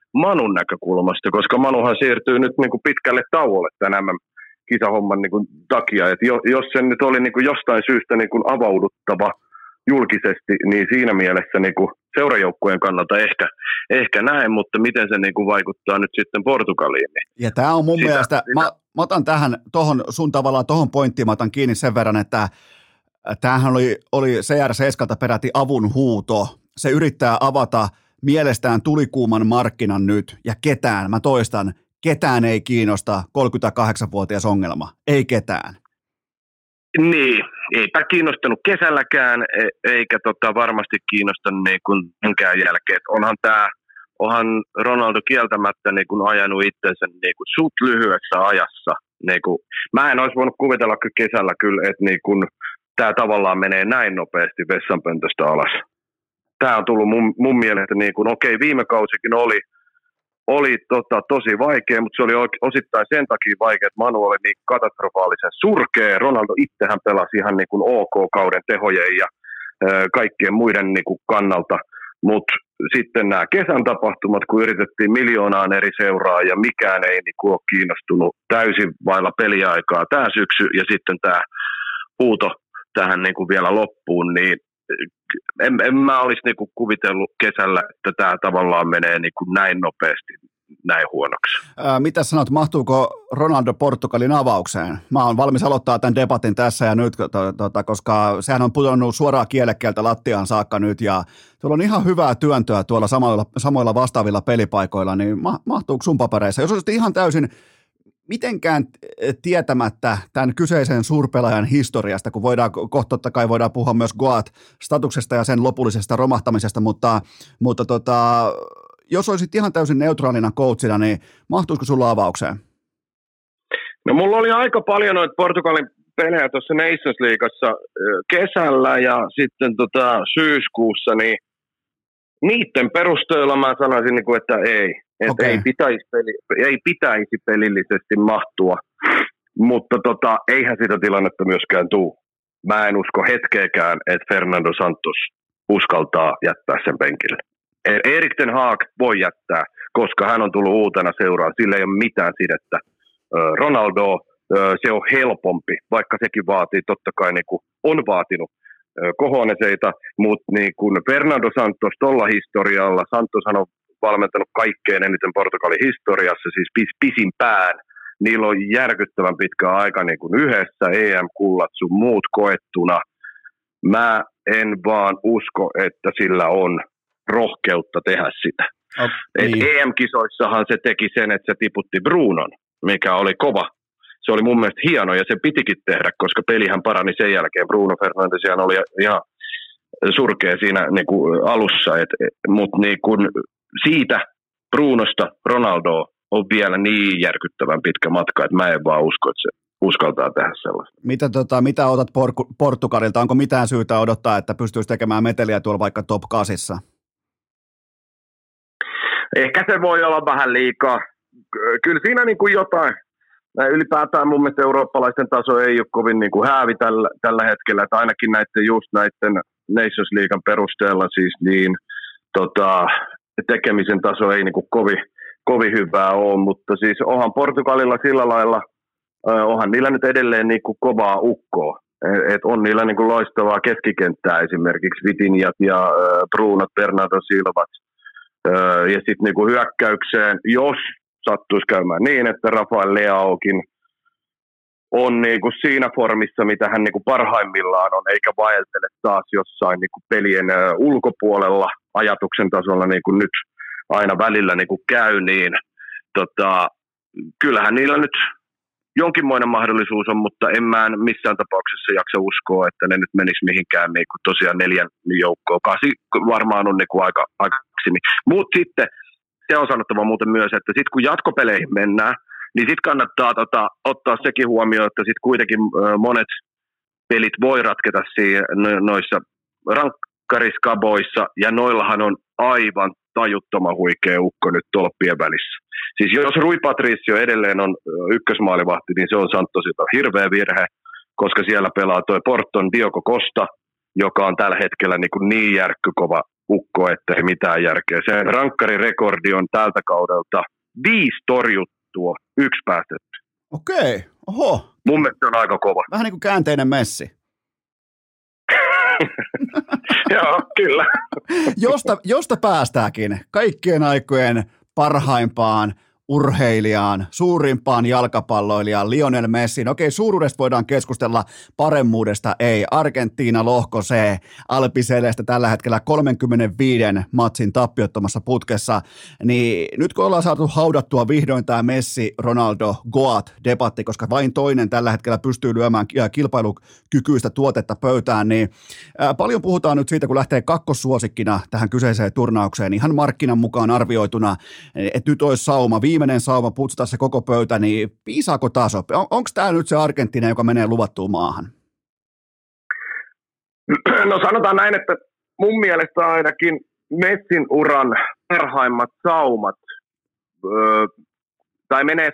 Manun näkökulmasta, koska Manuhan siirtyy nyt niin kuin pitkälle tauolle tämän kisahomman niin kuin takia. Et jos se nyt oli niin kuin jostain syystä niin kuin avauduttava julkisesti, niin siinä mielessä niin kuin seurajoukkueen kannalta ehkä näin, mutta miten se niin kuin vaikuttaa nyt sitten Portugaliin. Niin ja tämä on mun mielestä, mä otan tähän tohon pointtiin, mä otan kiinni sen verran, että tämähän oli CR7 peräti avun huuto. Se yrittää avata mielestään tulikuuman markkinan nyt, ja mä toistan, ketään ei kiinnosta 38-vuotias ongelma. Ei ketään. Niin, eipä kiinnostanut kesälläkään, eikä varmasti kiinnosta niin kuin minkään jälkeen. Onhan Ronaldo kieltämättä niin kuin ajanut itsensä niin kuin suht lyhyessä ajassa. Niin kuin, mä en olisi voinut kuvitella kesällä kyllä, että niin kuin, tämä tavallaan menee näin nopeasti vessanpöntöstä alas. Tämä on tullut mun mielestä, niin kuin, okei, viime kausikin oli tosi vaikea, mutta se oli osittain sen takia vaikea, että Manu oli niin katastrofaalisen surkea. Ronaldo itsehän pelasi ihan niin kuin OK-kauden tehojen ja kaikkien muiden niin kuin kannalta, mutta sitten nämä kesän tapahtumat, kun yritettiin 1 miljoonaan eri seuraa ja mikään ei niin kuin ole kiinnostunut täysin vailla peliaikaa tämä syksy ja sitten tämä huuto tähän niin kuin vielä loppuun, niin en mä olisi niin kuin kuvitellut kesällä, että tämä tavallaan menee niin kuin näin nopeasti, näin huonoksi. Mitä sanot, mahtuuko Ronaldo Portugalin avaukseen? Mä oon valmis aloittaa tämän debatin tässä ja nyt, koska sehän on pudonnut suoraan kielekkeeltä lattiaan saakka nyt, ja tuolla on ihan hyvää työntöä tuolla samoilla vastaavilla pelipaikoilla, niin mahtuuko sun papereissa? Jos olisit ihan täysin mitenkään tietämättä tämän kyseisen suurpelaajan historiasta, kun totta kai voidaan puhua myös Goat-statuksesta ja sen lopullisesta romahtamisesta, mutta jos olisit ihan täysin neutraalina coachina, niin mahtuisiko sulla avaukseen? No mulla oli aika paljon noita Portugalin pelejä tuossa Nations Leagueassa kesällä ja sitten syyskuussa, niin niiden perusteella mä sanoisin, että ei. Että okay. ei pitäisi pelillisesti mahtua, mutta eihän sitä tilannetta myöskään tule. Mä en usko hetkeäkään, että Fernando Santos uskaltaa jättää sen penkille. Erik ten Hag voi jättää, koska hän on tullut uutena seuraan. Sillä ei ole mitään sidettä. Ronaldo, se on helpompi, vaikka sekin vaatii, totta kai niin kuin on vaatinut kohoneseita, mutta niin kuin Fernando Santos tuolla historialla, Santoshan on valmentanut kaikkein eniten Portugalin historiassa, siis pisimpään. Niillä on järkyttävän pitkä aika niin kuin yhdessä, EM-kullat sun muut koettuna. Mä en vaan usko, että sillä on rohkeutta tehdä sitä. Niin. EM-kisoissahan se teki sen, että se tiputti Brunon, mikä oli kova. Se oli mun mielestä hieno ja se pitikin tehdä, koska pelihän parani sen jälkeen. Bruno Fernandesihan oli ihan surkea siinä niin kuin alussa, mutta niin kuin siitä Brunosta Ronaldoa on vielä niin järkyttävän pitkä matka, että mä en vaan usko, että se uskaltaa tehdä sellaista. Mitä odotat Portugalilta? Onko mitään syytä odottaa, että pystyisi tekemään meteliä tuolla vaikka top 8? Ehkä se voi olla vähän liikaa. Kyllä siinä niin kuin jotain. Ylipäätään mun mielestä eurooppalaisten taso ei ole kovin niin kuin häävi tällä hetkellä, että ainakin näiden Nations Leaguean perusteella siis niin tekemisen taso ei niin kuin kovin hyvää ole, mutta siis onhan Portugalilla sillä lailla, onhan niillä nyt edelleen niin kuin kovaa ukkoa, että on niillä niin kuin loistavaa keskikenttää esimerkiksi Vitinjat ja Brunot, Bernardo Silvat ja sitten niin kuin hyökkäykseen, jos sattuisi käymään niin, että Rafael Leaokin on niinku siinä formissa, mitä hän niinku parhaimmillaan on, eikä vaeltele taas jossain niinku pelien ulkopuolella ajatuksen tasolla, niin kuin nyt aina välillä niinku käy, niin kyllähän niillä nyt jonkinmoinen mahdollisuus on, mutta en mä missään tapauksessa jaksa uskoa, että ne nyt menisi mihinkään niinku tosiaan 4 joukkoon. 8 varmaan on niinku aika maksimi. Mutta sitten se on sanottava muuten myös, että sitten kun jatkopeleihin mennään, niin sitten kannattaa ottaa sekin huomioon, että sitten kuitenkin monet pelit voi ratketa noissa rankkariskaboissa, ja noillahan on aivan tajuttoman huikea ukko nyt tolppien välissä. Siis jos Rui Patricio edelleen on ykkösmaalivahti, niin se on Santosilta hirveä virhe, koska siellä pelaa toi Porton Diogo Costa, joka on tällä hetkellä niin järkkykova ukko, ettei mitään järkeä. Sen rankkarirekordi on tältä kaudelta 5 torjuttua, 1 päästetty. Okei, oho. Mun mielestä on aika kova. Vähän niin kuin käänteinen Messi. Joo, kyllä. Josta päästäänkin kaikkien aikojen parhaimpaan urheilijaan, suurimpaan jalkapalloilijaan Lionel Messin. Okei, suuruudesta voidaan keskustella, paremmuudesta ei. Argentiina lohko C, Albiceleste tällä hetkellä 35 matsin tappiottomassa putkessa. Niin nyt kun ollaan saatu haudattua vihdoin tämä Messi, Ronaldo, Goat-debatti, koska vain toinen tällä hetkellä pystyy lyömään kilpailukykyistä tuotetta pöytään, niin paljon puhutaan nyt siitä, kun lähtee kakkossuosikkina tähän kyseiseen turnaukseen, ihan markkinan mukaan arvioituna, että nyt olisi viimeinen sauma putsata se koko pöytä, niin piisaako taso? Onko tämä nyt se Argentiina, joka menee luvattuun maahan? No sanotaan näin, että mun mielestä ainakin Messin uran parhaimmat saumat tai menee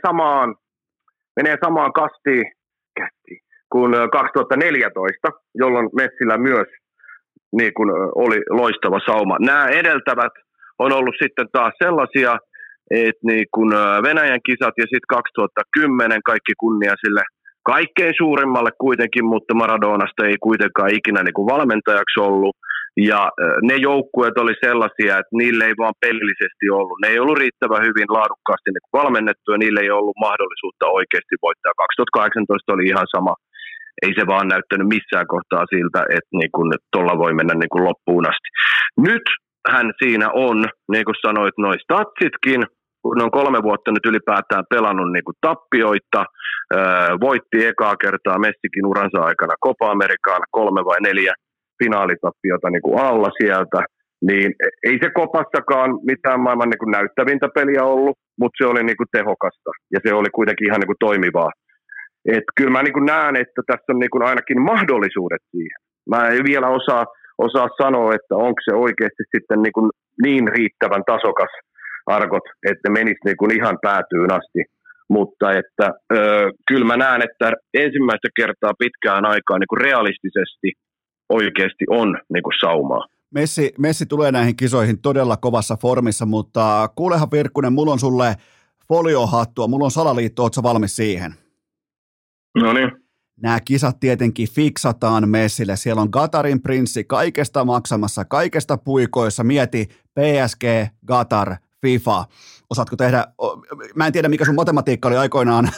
samaan kastiin kuin 2014, jolloin Messillä myös niin kuin oli loistava sauma. Nämä edeltävät on ollut sitten taas sellaisia, että niin kun Venäjän kisat ja sitten 2010 kaikki kunnia sille kaikkein suurimmalle kuitenkin, mutta Maradonasta ei kuitenkaan ikinä niin kuin valmentajaksi ollut. Ja ne joukkueet oli sellaisia, että niille ei vaan pelillisesti ollut. Ne ei ollut riittävän hyvin laadukkaasti niin kuin valmennettu ja niille ei ollut mahdollisuutta oikeasti voittaa. 2018 oli ihan sama. Ei se vaan näyttänyt missään kohtaa siltä, että niin kuin tuolla voi mennä niin kuin loppuun asti. Nyt hän siinä on, niin kuin sanoit, noi statsitkin, kun on 3 vuotta nyt ylipäätään pelannut niin kuin tappioita, voitti ekaa kertaa Messikin uransa aikana Copa Americaan 3 vai 4 finaalitappiota niin kuin alla sieltä, niin ei se Kopassakaan mitään maailman niin kuin näyttävintä peliä ollut, mutta se oli niin kuin tehokasta ja se oli kuitenkin ihan niin kuin toimivaa. Et kyllä mä niin kuin näen, että tässä on niin kuin ainakin mahdollisuudet siihen. Mä en vielä osaa sanoa, että onko se oikeasti sitten niin riittävän tasokas Argot, että menisi niin kuin ihan päätyyn asti. Mutta että kyllä mä näen, että ensimmäistä kertaa pitkään aikaan niin kuin realistisesti oikeasti on niin kuin saumaa. Messi tulee näihin kisoihin todella kovassa formissa, mutta kuulehan Virkkunen, mulla on sulle foliohattua, mulla on salaliitto, ootko sä valmis siihen? No niin. Nämä kisat tietenkin fiksataan Messille. Siellä on Qatarin prinssi kaikesta maksamassa, kaikesta puikoissa. Mieti PSG, Qatar, FIFA. Osaatko tehdä, mä en tiedä mikä sun matematiikka oli aikoinaan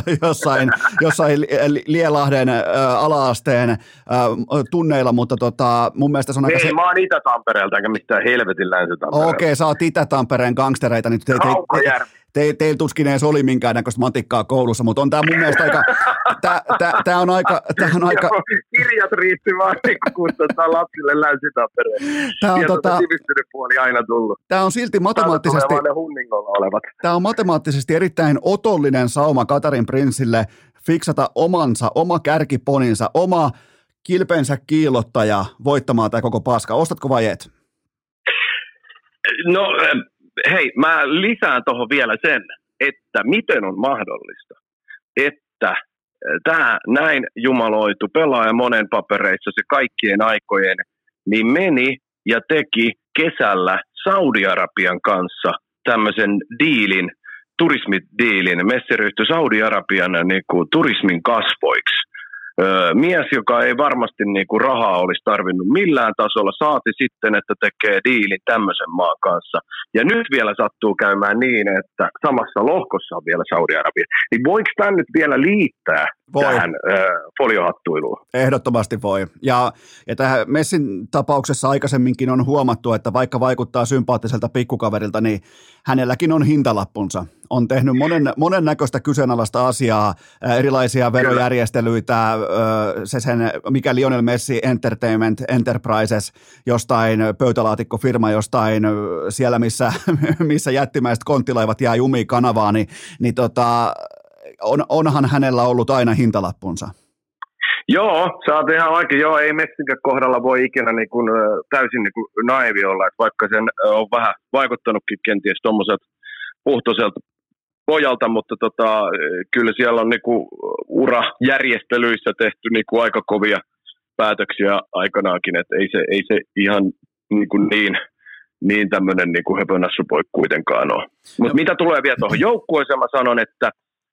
jossain Lielahden ala-asteen tunneilla, mutta mun mielestä se on aika... Ei, mä oon Itä-Tampereelta enkä mistään helvetin Länsi-Tampereelta. Okei, sä oot Itä-Tampereen gangstereita, niin teillä tuskin edes oli minkäännäköistä matikkaa koulussa, mutta on tää mun mielestä aika... Tää on aika... Kirjat riitti vaan, kun lapsille Länsi-Tampereen. Sieltä sivistynyt puoli aina tullut. Tää on silti matemaattisesti... Tämä on matemaattisesti erittäin otollinen sauma Qatarin prinssille fiksata oma kärkiponinsa, oma kilpensä kiillottaja voittamaan tämä koko paska. Ostatko vai et? No hei, mä lisään tuohon vielä sen, että miten on mahdollista, että tämä näin jumaloitu pelaaja monen papereissa se kaikkien aikojen, niin meni ja teki kesällä Saudi-Arabian kanssa tämmöisen diilin, turismidiilin. Messi ryhtyi Saudi-Arabian niin kuin turismin kasvoiksi. Mies, joka ei varmasti niin kuin rahaa olisi tarvinnut millään tasolla, saati sitten, että tekee diilin tämmöisen maan kanssa. Ja nyt vielä sattuu käymään niin, että samassa lohkossa on vielä Saudi-Arabia. Niin voiko tämän nyt vielä liittää tähän foliohattuiluun? Ehdottomasti voi. Ja tähän Messin tapauksessa aikaisemminkin on huomattu, että vaikka vaikuttaa sympaattiselta pikkukaverilta, niin hänelläkin on hintalappunsa. On tehnyt monen näköistä kyseenalaista asiaa, erilaisia verojärjestelyitä, mikä Lionel Messi Entertainment Enterprises, jostain pöytälaatikkofirma, jostain siellä, missä jättimäiset konttilaivat jää jumiin kanavaan, niin onhan hänellä ollut aina hintalappunsa. Joo, sä oot ihan oikein. Joo, ei Messinkään kohdalla voi ikinä niin kuin, täysin niin kuin naivi olla, että vaikka sen on vähän vaikuttanutkin kenties tuommoiselta puhtoiselta pojalta, mutta kyllä siellä on niinku urajärjestelyissä tehty niinku aika kovia päätöksiä aikanaankin, että ei se ihan niin tämmöinen niin kuin höpönässypoi kuitenkaan ole. Mutta mitä tulee vielä tuohon joukkueeseen, mä sanon, että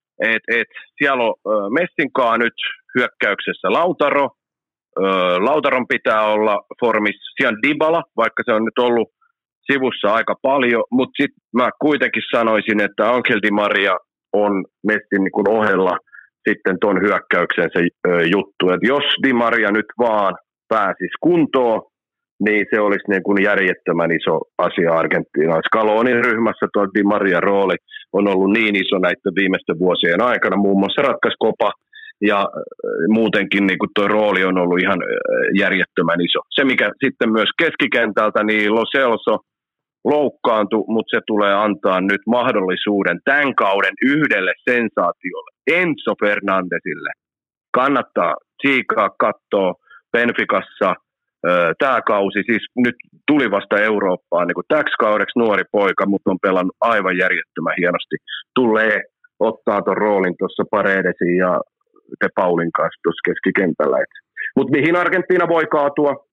siellä on Messinkaa nyt hyökkäyksessä Lautaro. Lautaron pitää olla formissa. Siellä on Dybala, vaikka se on nyt ollut sivussa aika paljon, mutta sitten mä kuitenkin sanoisin, että Angel Di Maria on Messin niin kuin ohella sitten ton hyökkäyksen se juttu. Et jos Di Maria nyt vaan pääsisi kuntoon, niin se olisi niin kuin järjettömän iso asia Argentiinaan. Scalonin ryhmässä tuo Di Maria rooli on ollut niin iso näiden viimeisten vuosien aikana, muun muassa ratkaisikopa, ja muutenkin niin kuin tuo rooli on ollut ihan järjettömän iso. Se, mikä sitten myös keskikentältä, niin Lo Celso loukkaantui, mutta se tulee antaa nyt mahdollisuuden tämän kauden yhdelle sensaatiolle, Enzo Fernandesille. Kannattaa tsiikaa katsoa Benficassa tämä kausi, siis nyt tuli vasta Eurooppaan niin täksi kaudeksi nuori poika, mutta on pelannut aivan järjettömän hienosti. Tulee ottaa tuon roolin tuossa Paredesin ja De Paulin kanssa tuossa keskikentällä. Mutta mihin Argentiina voi kaatua,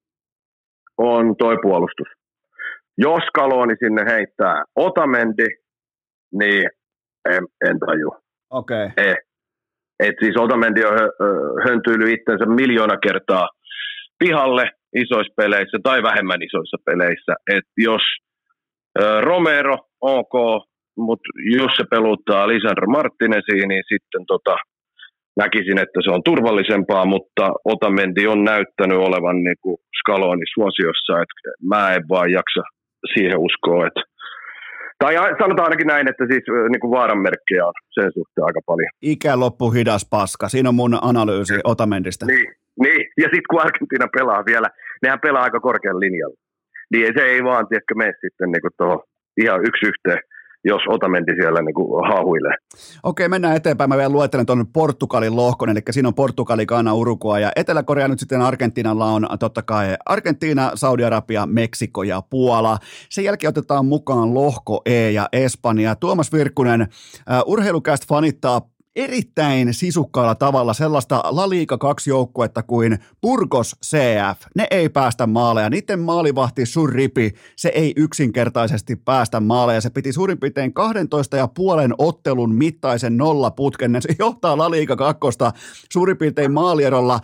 on toi puolustus. Jos Scaloni sinne heittää Otamendi, niin en taju. Okei. Et siis Otamendi on höntyillyt itsensä 1,000,000 kertaa pihalle isoissa peleissä tai vähemmän isoissa peleissä. Et jos Romero, ok, mutta jos se peluttaa Lisandro Martinezia, niin sitten näkisin, että se on turvallisempaa, mutta Otamendi on näyttänyt olevan niin kuin Scaloni suosiossa, että mä en vaan jaksa siihen uskoa, että tai sanotaan ainakin näin, että siis niin kuin vaaranmerkkejä on sen suhteen aika paljon. Ikäloppu hidas paska. Siinä on mun analyysi Otamendista. Niin. Ja sitten kun Argentiina pelaa vielä, nehän pelaa aika korkean linjalla. Niin se ei vaan, tiedätkö, mene sitten niin kuin tuohon ihan yksi yhteen, jos Otamendi siellä niin kuin haahuilee. Okei, mennään eteenpäin. Mä vielä luettelen tuon Portugalin lohkon, eli siinä on Portugali, Ghana, Uruguay ja Etelä-Korea nyt sitten Argentiinalla on totta kai Argentiina, Saudi-Arabia, Meksiko ja Puola. Sen jälkeen otetaan mukaan lohko E ja Espanja. Tuomas Virkkunen, Urheilucast fanittaa erittäin sisukkaalla tavalla sellaista La Liga 2 joukkuetta kuin Burgos CF. Ne ei päästä maaleja. Niiden maalivahti Surripi, se ei yksinkertaisesti päästä maaleja. Se piti suurin piirtein 12,5 ottelun mittaisen nollaputken. Se johtaa La Liga 2 suurin piirtein maalierolla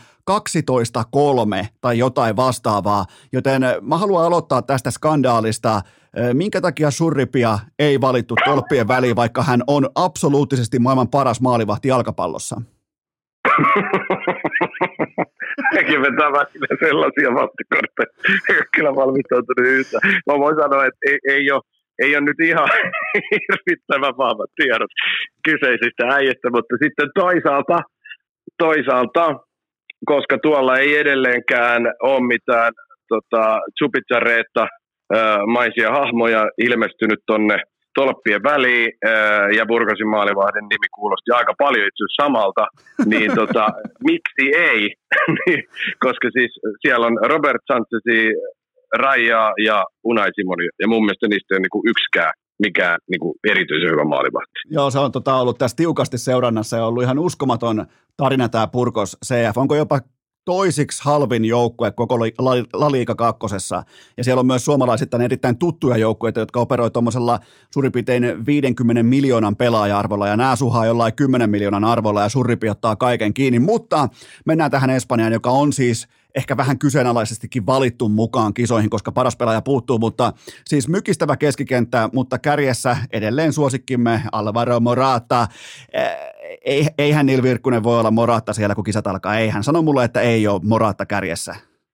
12-3 tai jotain vastaavaa. Joten mä haluan aloittaa tästä skandaalista. Minkä takia Surripia ei valittu tolppien väliin, vaikka hän on absoluuttisesti maailman paras maalivahti jalkapallossa? Sekin vetää välillä sellaisia vastikortteja, ei ole kyllä valmistautunut yhtään. Mä voin sanoa, että ei ole nyt ihan hirvittävän vahvat tiedot kyseisistä äijistä, mutta sitten toisaalta, koska tuolla ei edelleenkään ole mitään Chupitsareetta, maisia hahmoja ilmestynyt tonne tolppien väliin, ja Burgosin maalivahdin nimi kuulosti aika paljon itse asiassa samalta, niin miksi ei? Koska siis siellä on Robert Sanchezi, Raya ja Unai Simon, ja mun mielestä niistä ei ole niinku yksikään mikään niinku erityisen hyvä maalivahti. Joo, se on ollut tässä tiukasti seurannassa ja ollut ihan uskomaton tarina tämä Burgos CF. Onko jopa toisiksi halvin joukkue koko La Liga 2. Ja siellä on myös suomalaisittain erittäin tuttuja joukkueita, jotka operoi tuommoisella suurin piirtein 50 miljoonan pelaaja-arvolla, ja nämä suhaa jollain 10 miljoonan arvolla, ja Surripi ottaa kaiken kiinni. Mutta mennään tähän Espanjaan, joka on siis ehkä vähän kyseenalaisestikin valittu mukaan kisoihin, koska paras pelaaja puuttuu, mutta siis mykistävä keskikenttä, mutta kärjessä edelleen suosikkimme Alvaro Morata. Eihän Niil Virkkunen voi olla Morata siellä, kun kisat alkaa. Eihän. Sano mulle, että ei ole Morata kärjessä.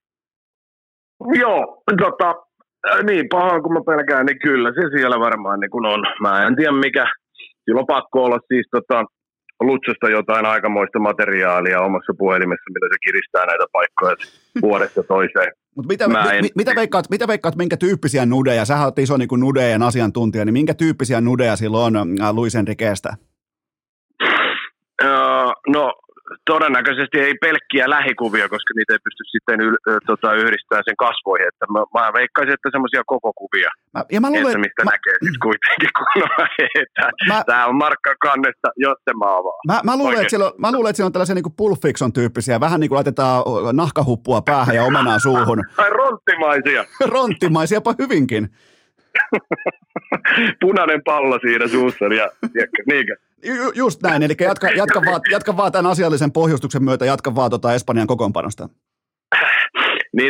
Joo, niin pahaan kun mä pelkään, niin kyllä se siellä varmaan niin kun on. Mä en tiedä mikä. Sillä on pakko olla siis Lutsosta jotain aikamoista materiaalia omassa puhelimessa, millä se kiristää näitä paikkoja vuodesta toiseen. Mutta mitä veikkaat, minkä tyyppisiä nudeja? Sähän olet iso niin kuin nudejen asiantuntija, niin minkä tyyppisiä nudeja silloin on Luis Enriquestä? No, todennäköisesti ei pelkkiä lähikuvia, koska niitä ei pysty sitten yhdistämään sen kasvoihin. Että mä veikkaisin, että semmoisia koko kuvia, että mistä näkee sitten kuitenkin kunnolla, että tämä on Markkan kannesta, jos se avaa. Mä luulen, että siellä on tällaisia niin kuin Pulp Fiction-tyyppisiä, vähän niin kuin laitetaan nahkahuppua päähän ja omenaa suuhun. Tai ronttimaisia. Ronttimaisiapa hyvinkin. Punainen pallo siinä suussa, ja niinkö? Just näin, eli jatka vaan tämän asiallisen pohjustuksen myötä, jatka vaan Espanjan kokoonpanosta. Niin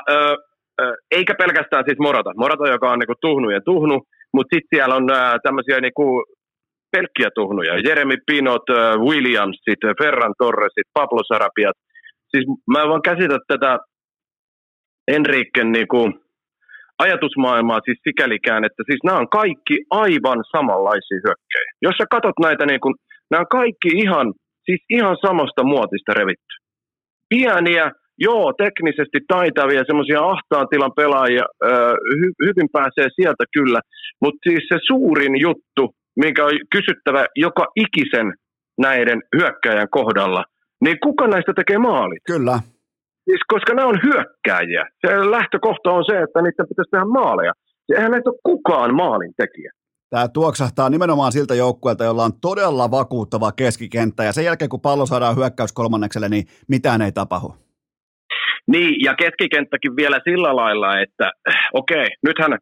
eikä pelkästään siis Morata, joka on niinku tuhnu, mutta sitten siellä on tämmöisiä niinku pelkkiä tuhnuja. Jeremy Pinot, Williamsit, Ferran Torresit, Pablo Sarabiat. Siis mä en vaan käsitä tätä Enriquen niinku ajatusmaailmaa siis sikälikään, että siis nämä on kaikki aivan samanlaisia hyökkäjiä. Jos sä katot näitä, niin kun, nämä on kaikki ihan samasta muotista revitty. Pieniä, joo, teknisesti taitavia, semmoisia ahtaan tilan pelaajia, hyvin pääsee sieltä kyllä, mutta siis se suurin juttu, minkä on kysyttävä joka ikisen näiden hyökkäjän kohdalla, niin kuka näistä tekee maalit? Kyllä. Siis, koska nämä on hyökkääjiä. Se lähtökohta on se, että niiden pitäisi tehdä maaleja. Eihän näitä ole kukaan maalintekijä. Tämä tuoksahtaa nimenomaan siltä joukkueelta, jolla on todella vakuuttava keskikenttä. Ja sen jälkeen, kun pallo saadaan hyökkäyskolmannekselle, niin mitään ei tapahdu. Niin, ja keskikenttäkin vielä sillä lailla, että okei, nythän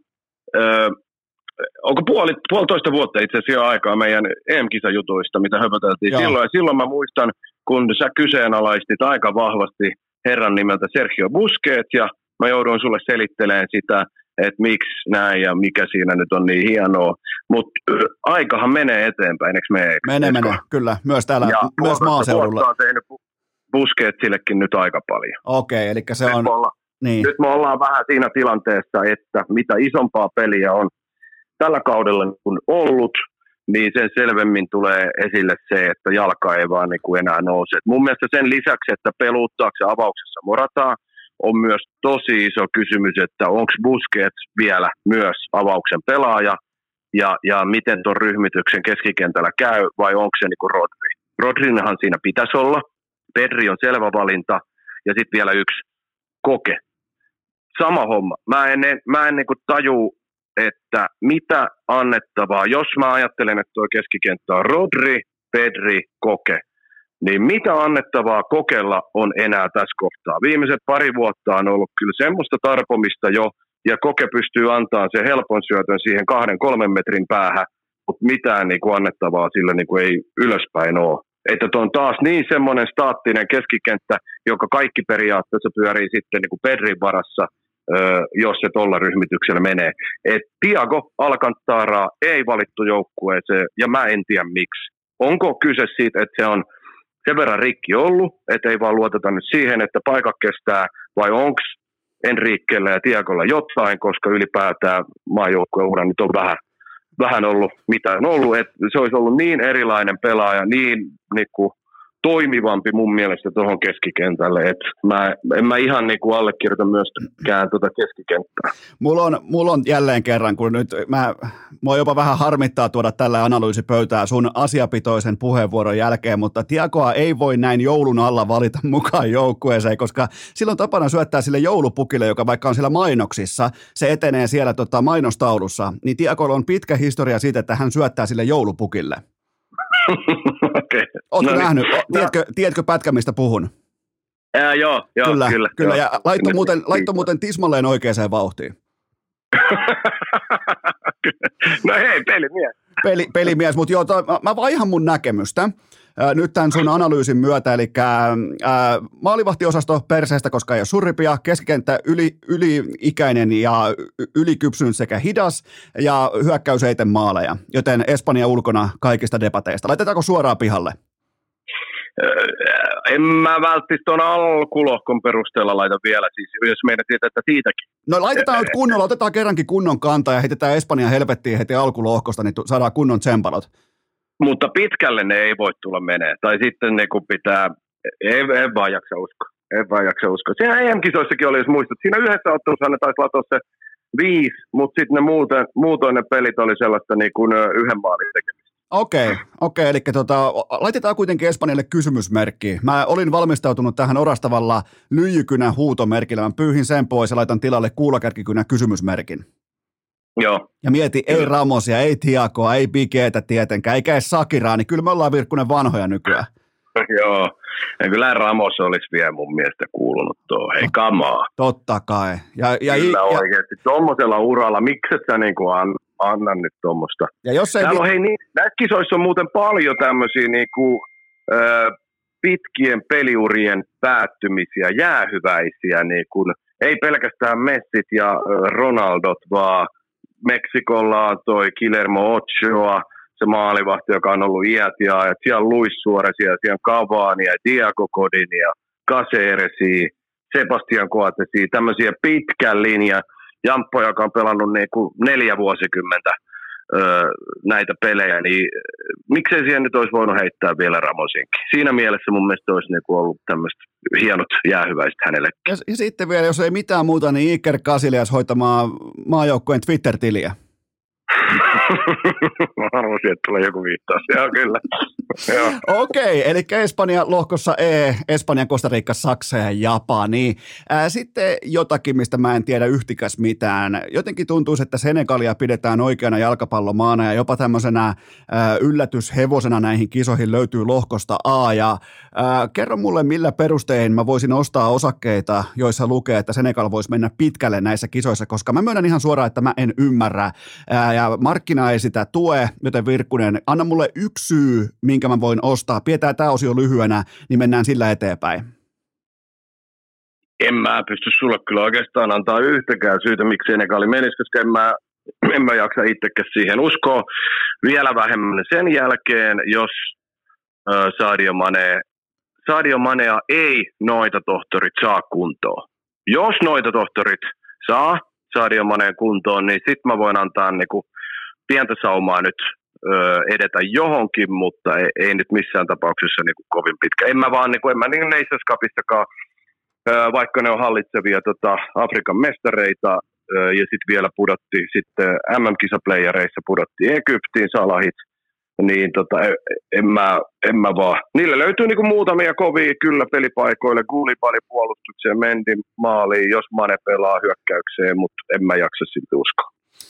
onko puolitoista vuotta itse asiassa aikaa meidän EM-kisajutuista, mitä höpöteltiin silloin. Ja silloin mä muistan, kun sä kyseenalaistit aika vahvasti herran nimeltä Sergio Busquets, ja mä jouduin sulle selittelemään sitä, että miksi näin ja mikä siinä nyt on niin hienoa. Mutta aikahan menee eteenpäin, eikö me? Menee, kyllä. Myös täällä, ja myös maaseudulla. On tehnyt Busquetsillekin nyt aika paljon. Okei, eli se on... Nyt me ollaan vähän siinä tilanteessa, että mitä isompaa peliä on tällä kaudella kun ollut, niin sen selvemmin tulee esille se, että jalka ei vaan niin kuin enää nouse. Et mun mielestä sen lisäksi, että peluuttaako se avauksessa Morataa, on myös tosi iso kysymys, että onko Busquets vielä myös avauksen pelaaja, ja miten tuon ryhmityksen keskikentällä käy, vai onko se niin kuin Rodri. Rodrinhan siinä pitäisi olla, Pedri on selvä valinta, ja sitten vielä yksi Koke. Sama homma. Mä en niin kuin taju, että mitä annettavaa, jos mä ajattelen, että tuo keskikenttä on Rodri, Pedri, Koke, niin mitä annettavaa Kokella on enää tässä kohtaa? Viimeiset pari vuotta on ollut kyllä semmoista tarpomista jo, ja Koke pystyy antamaan sen helpon syötön siihen 2-3 metrin päähän, mutta mitään niin kuin annettavaa sillä niin kuin ei ylöspäin ole. Että on taas niin semmoinen staattinen keskikenttä, joka kaikki periaatteessa pyörii sitten niin kuin Pedrin varassa, jos se tuolla ryhmityksellä menee. Et Thiago Alcantaraa ei valittu joukkueeseen, ja mä en tiedä miksi. Onko kyse siitä, että se on sen verran rikki ollut, että ei vaan luoteta nyt siihen, että paikat kestää, vai onko Enriquellä ja Thiagolla jotain, koska ylipäätään maajoukkueura nyt on vähän ollut mitä on ollut, että se olisi ollut niin erilainen pelaaja, niin kuin toimivampi mun mielestä tuohon keskikentälle, että en mä ihan niin kuin allekirjoita myöskään tuota keskikenttää. Mulla on jälleen kerran, kun nyt mua jopa vähän harmittaa tuoda tällä analyysipöytää sun asiapitoisen puheenvuoron jälkeen, mutta Thiagoa ei voi näin joulun alla valita mukaan joukkueeseen, koska silloin tapana syöttää sille joulupukille, joka vaikka on siellä mainoksissa, se etenee siellä mainostaulussa, niin Thiagolla on pitkä historia siitä, että hän syöttää sille joulupukille. Okay. Ootko nähnyt? Tiedätkö pätkä, mistä puhun? Joo, kyllä. Ja laitto muuten tismalleen oikeaan vauhtiin. No hei, pelimies. Pelimies, mutta joo, mä vaihan mun näkemystä. Nyt tämän sun analyysin myötä, eli maalivahtiosasto perseestä, koska ei ole surripia, keskikenttä yli-ikäinen ja ylikypsynyt sekä hidas, ja hyökkäys eiten maaleja, joten Espanja ulkona kaikista debateista. Laitetaanko suoraan pihalle? En mä välttämättä tuon alkulohkon perusteella laita vielä, siis jos meidän tietää, että siitäkin. No laitetaan nyt kunnolla, otetaan kerrankin kunnon kantaa ja heitetään Espanjan helvettiin heti alkulohkosta, niin saadaan kunnon tsempalot. Mutta pitkälle ne ei voi tulla menee. Tai sitten ne kun pitää, en vaan jaksa uskoa. Sehän EM-kisoissakin oli, jos muistat. Siinä yhdessä ottelussa ne taisi latoa se 5, mutta sitten ne muutoin ne pelit oli sellaista niin kuin yhden maalin tekemistä. Okei, eli laitetaan kuitenkin Espanjalle kysymysmerkki. Mä olin valmistautunut tähän orastavalla lyijykynä huutomerkillä. Mä pyyhin sen pois ja laitan tilalle kuulakärkikynä kysymysmerkin. Joo. Ja mieti, ei Ramosia, ei Thiagoa, ei Piquetä tietenkään, eikä edes Sakiraa, niin kyllä me ollaan Virkkunen vanhoja nykyään. Joo, ja kyllä Ramos olisi vielä mun mielestä kuulunut tuohon, hei kamaa. Totta kai. Kyllä oikeasti, tuommoisella uralla, miksi et sä niinku anna nyt tuommoista. Ja jos ei... Näissä kisoissa on muuten paljon tämmöisiä niinku, pitkien peliurien päättymisiä, jäähyväisiä, niinku, ei pelkästään Messit ja Ronaldot, vaan Meksikolla on toi Guillermo Ochoa, se maalivahti, joka on ollut iät ja ajat. Siellä on Luis Suarezia, siellä on Cavania, Diego Godinia, Caceresi, Sebastian Coatesia, tämmöisiä pitkän linjan jamppoja, joka on pelannut niinku 4 vuosikymmentä näitä pelejä, niin miksei siihen nyt olisi voinut heittää vielä Ramosinkin. Siinä mielessä mun mielestä olisi niinku ollut tämmöiset hienot jäähyväiset hänelle. Ja sitten vielä, jos ei mitään muuta, niin Iker Casillas hoitamaan maajoukkueen Twitter-tiliä. Mä arvoisin, että tulee joku viittaus. Joo, kyllä. Okei, eli Espanja lohkossa E, Espanja, Costa Rica, Saksa ja Japani. Sitten jotakin, mistä mä en tiedä yhtikäs mitään. Jotenkin tuntuu, että Senegalia pidetään oikeana jalkapallomaana ja jopa tämmöisenä yllätyshevosena näihin kisoihin löytyy lohkosta A. Ja kerro mulle, millä perustein mä voisin ostaa osakkeita, joissa lukee, että Senegal voisi mennä pitkälle näissä kisoissa, koska mä myönnän ihan suoraan, että mä en ymmärrä. Ja markkina ei sitä tue, joten Virkkunen, anna mulle yksi syy, minkä mä voin ostaa. Pidetään tämä osio lyhyenä, niin mennään sillä eteenpäin. En mä pysty sulle kyllä oikeastaan antaa yhtäkään syytä, miksi Senegali menisi, koska en mä jaksa itsekään siihen uskoa. Vielä vähemmän sen jälkeen, jos Sadio Manea ei noita tohtorit saa kuntoon. Jos noita tohtorit saa Sadio Maneen kuntoon, niin sit mä voin antaa niinku pientä saumaa nyt edetä johonkin, mutta ei nyt missään tapauksessa niinku kovin pitkä. En mä Nations Cupistakaan, vaikka ne on hallitsevia Afrikan mestareita, ja sitten vielä sitten MM-kisaplayereissa pudottiin Egyptiin Salahit, niin en mä vaan. Niillä löytyy niinku muutamia kovia kyllä pelipaikoille, Koulibaly puolustukseen, Mendy maaliin, jos Mane pelaa hyökkäykseen, mutta en mä jaksa silti uskoa.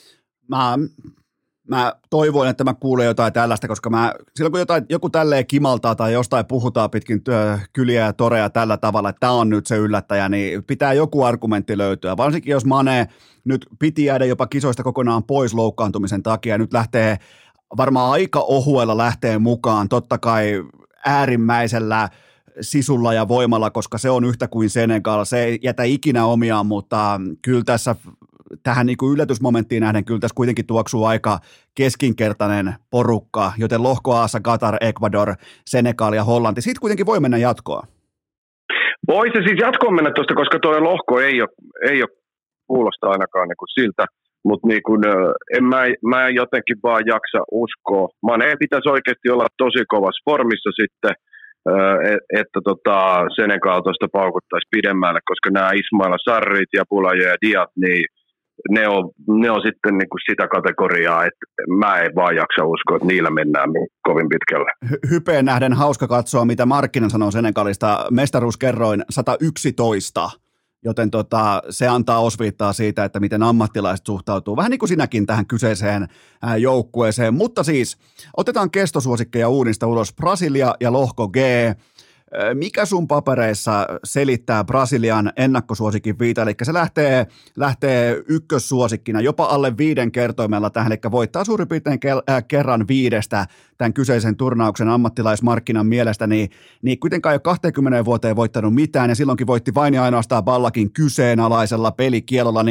Mä toivoin, että mä kuulen jotain tällaista, koska silloin kun joku tälleen kimaltaa tai jostain puhutaan pitkin kyliä ja toreja tällä tavalla, että tämä on nyt se yllättäjä, niin pitää joku argumentti löytyä. Varsinkin jos Mane nyt piti jäädä jopa kisoista kokonaan pois loukkaantumisen takia, nyt lähtee varmaan aika ohuella lähtee mukaan, totta kai äärimmäisellä sisulla ja voimalla, koska se on yhtä kuin Senegal, se ei jätä ikinä omiaan, mutta kyllä tässä tähän niin kuin yllätysmomenttiin nähden kyllä tässä kuitenkin tuoksuu aika keskinkertainen porukka, joten lohko A:ssa Qatar, Ecuador, Senegal ja Hollanti. Siitä kuitenkin voi mennä jatkoa. Voi se siis jatkoon mennä tuosta, koska tuo lohko ei ole kuulosta ainakaan niin kuin siltä, mutta niin kuin, mä jotenkin vaan jaksa uskoa. Mane pitäisi oikeasti olla tosi kovassa formissa sitten, että Senegal tuosta paukuttaisi pidemmälle, koska nämä Ismaila Sarrit ja Boulaye ja Diat, niin ne on sitten niin kuin sitä kategoriaa, että mä en vaan jaksa uskoa, että niillä mennään kovin pitkälle. Hypeen nähden hauska katsoa, mitä Markkinen sanoo Senegalista. Mestaruuskerroin 111, joten se antaa osviittaa siitä, että miten ammattilaiset suhtautuu. Vähän niin kuin sinäkin tähän kyseiseen joukkueeseen. Mutta siis otetaan kestosuosikkeja uunista ulos. Brasilia ja lohko G. Mikä sun papereissa selittää Brasilian ennakkosuosikin viita? Eli se lähtee ykkössuosikkina jopa alle 5 kertoimella tähän, eli voittaa suurin piirtein kerran 5 tämän kyseisen turnauksen ammattilaismarkkinan mielestä, niin kuitenkaan ei ole 20 vuoteen voittanut mitään, ja silloinkin voitti vain ja ainoastaan Ballakin kyseenalaisella pelikielolla,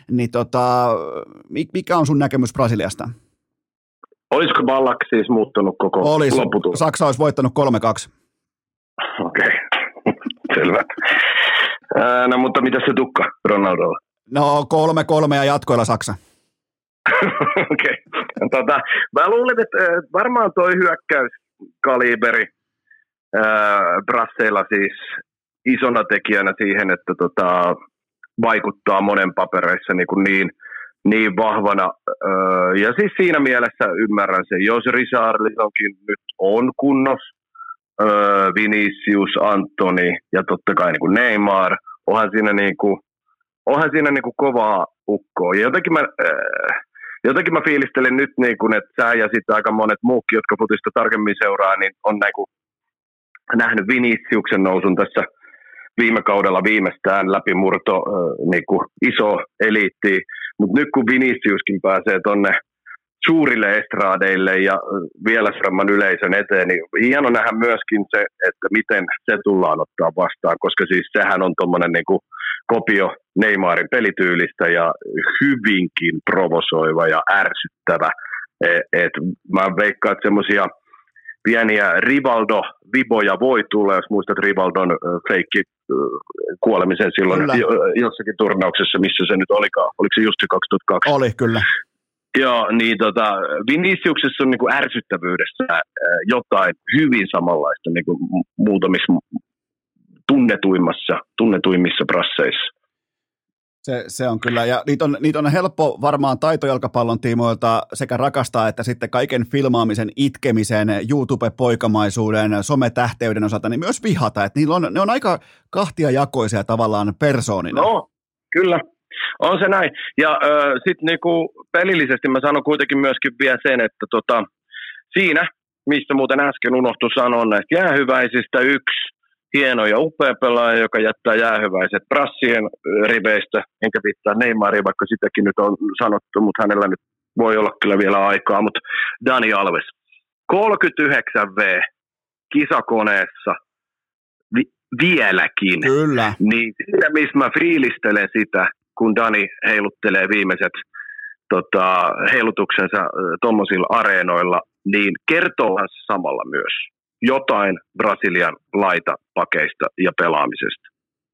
mikä on sun näkemys Brasiliasta? Olisiko Ballack siis muuttunut koko lopputulos? Saksa olisi voittanut 3-2. Okei, selvä. No mutta mitä se tukka Ronaldolla? No 3-3 ja jatkoilla Saksa. Okei. Mä luulen, että varmaan toi hyökkäyskaliberi Brasseilla siis isona tekijänä siihen, että vaikuttaa monen papereissa niin niin vahvana. Ja siis siinä mielessä ymmärrän sen, jos Richarlisonkin nyt on kunnossa, Vinicius, Antoni ja totta kai niin kuin Neymar, onhan siinä niin kuin kovaa ukkoa. Ja jotenkin mä fiilistelen nyt, niin kuin, että sä ja sitten aika monet muukin, jotka futista tarkemmin seuraa, niin on niin kuin nähnyt Viniciuksen nousun tässä viime kaudella viimeistään läpimurto, niin kuin iso eliitti. Mutta nyt kun Viniciuskin pääsee tonne suurille estradeille ja vielä suuremman yleisön eteen, niin hieno nähdä myöskin se, että miten se tullaan ottaa vastaan, koska siis sehän on tommonen niin kuin kopio Neymarin pelityylistä ja hyvinkin provosoiva ja ärsyttävä. Mä veikkaan, että semmoisia pieniä Rivaldo-viboja voi tulla, jos muistat Rivaldon feikki kuolemisen silloin jossakin turnauksessa, missä se nyt olikaan. Oliko se just se 2002? Oli, kyllä. Joo, niin Viniciuksessa on niinku ärsyttävyydessä jotain hyvin samanlaista niinku muutamissa tunnetuimmissa brasseissa. Se on kyllä, ja niitä on helppo varmaan taitojalkapallon tiimoilta sekä rakastaa, että sitten kaiken filmaamisen, itkemisen, YouTube-poikamaisuuden, sometähteyden osalta, niin myös vihata, että ne on aika kahtiajakoisia tavallaan persoonina. No, kyllä. On se näin. Ja sitten niinku pelillisesti mä sanon kuitenkin myöskin vielä sen, että siinä, mistä muuten äsken unohtui sanoa näistä jäähyväisistä, yksi hieno ja upea pelaaja, joka jättää jäähyväiset brassien riveistä, enkä pitää Neymaria, vaikka sitäkin nyt on sanottu, mutta hänellä nyt voi olla kyllä vielä aikaa, mutta Dani Alves, 39V kisakoneessa vieläkin. Kyllä. Niin siinä, missä mä fiilistelen sitä, kun Dani heiluttelee viimeiset heilutuksensa tuommoisilla areenoilla, niin kertoo samalla myös jotain Brasilian laitapakeista ja pelaamisesta.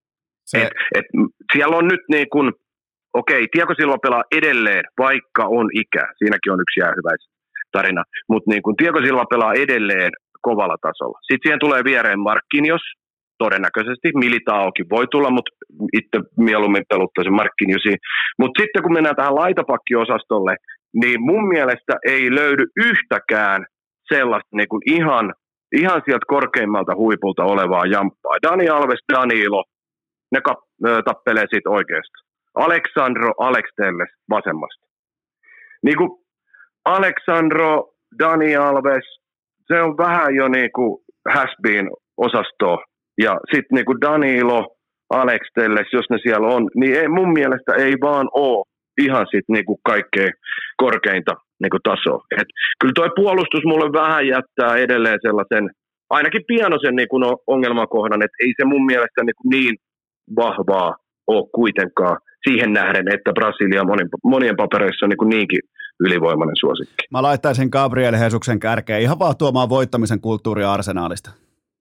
Siellä on nyt niin kuin, Thiago Silva pelaa edelleen, vaikka on ikä. Siinäkin on yksi jäähyväis tarina. Mutta niin kuin Thiago Silva pelaa edelleen kovalla tasolla. Sitten siihen tulee viereen Marquinhos, todennäköisesti. Militaokin voi tulla, mutta itse mieluummin peluttaisin Marquinhosia. Mutta sitten kun mennään tähän laitapakkiosastolle, niin mun mielestä ei löydy yhtäkään sellaista niin kuin ihan sieltä korkeimmalta huipulta olevaa jamppaa. Dani Alves, Danilo, ne tappelee siitä oikeasta. Alexandro, Alex Telles vasemmasta. Niin kuin Alexandro, Dani Alves, se on vähän jo niin kuin has-been osastoa. Ja sitten niin kuin Danilo, Alex Telles, jos ne siellä on, niin mun mielestä ei vaan ole ihan sitten niin kuin kaikkein korkeinta niin kuin tasoa. Et kyllä toi puolustus mulle vähän jättää edelleen sellaisen, ainakin pienoisen niin kuin ongelmakohdan, että ei se mun mielestä niin vahvaa ole kuitenkaan siihen nähden, että Brasilia monien papereissa on niinkin ylivoimainen suosikki. Mä laittaisin Gabriel Jesusuksen kärkeen ihan vaan tuomaan voittamisen kulttuuria Arsenaalista.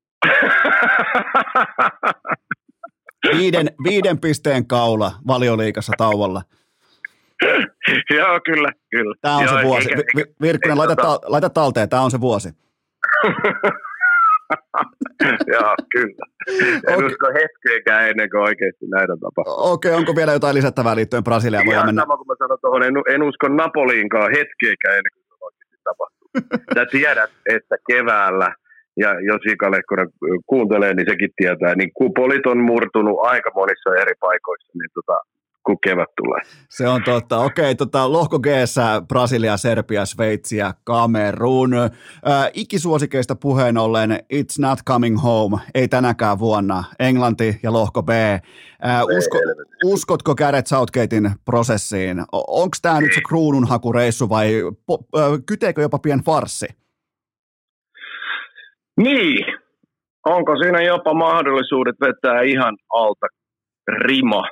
5 pisteen kaula Valioliigassa tauolla. Joo, kyllä. Tämä on se vuosi. Virkkunen, laita talteen, tämä on se vuosi. Joo, kyllä. En usko hetkeäkään ennen kuin oikeasti näitä tapahtuu. Okei, onko vielä jotain lisättävää liittyen Brasiliaan? Ihan sama kuin mä sanon tuohon, en usko Napoliinkaan hetkeäkään ennen kuin se oikeasti tapahtuu. Sä tiedät, että keväällä, ja jos Ika Lehkonen kuuntelee, niin sekin tietää, niin kupolit on murtunut aika monissa eri paikoissa, niin kun kevät tulee. Se on totta. Okei, lohko G:ssä Brasilia, Serbia, Sveitsi ja Kamerun. Ikisuosikeista puheen ollen It's Not Coming Home, ei tänäkään vuonna. Englanti ja lohko B. Uskotko Gareth Southgatein prosessiin? Onko tämä nyt se kruununhakureissu vai kyteekö jopa pien farssi? Niin. Onko siinä jopa mahdollisuudet vetää ihan alta rima?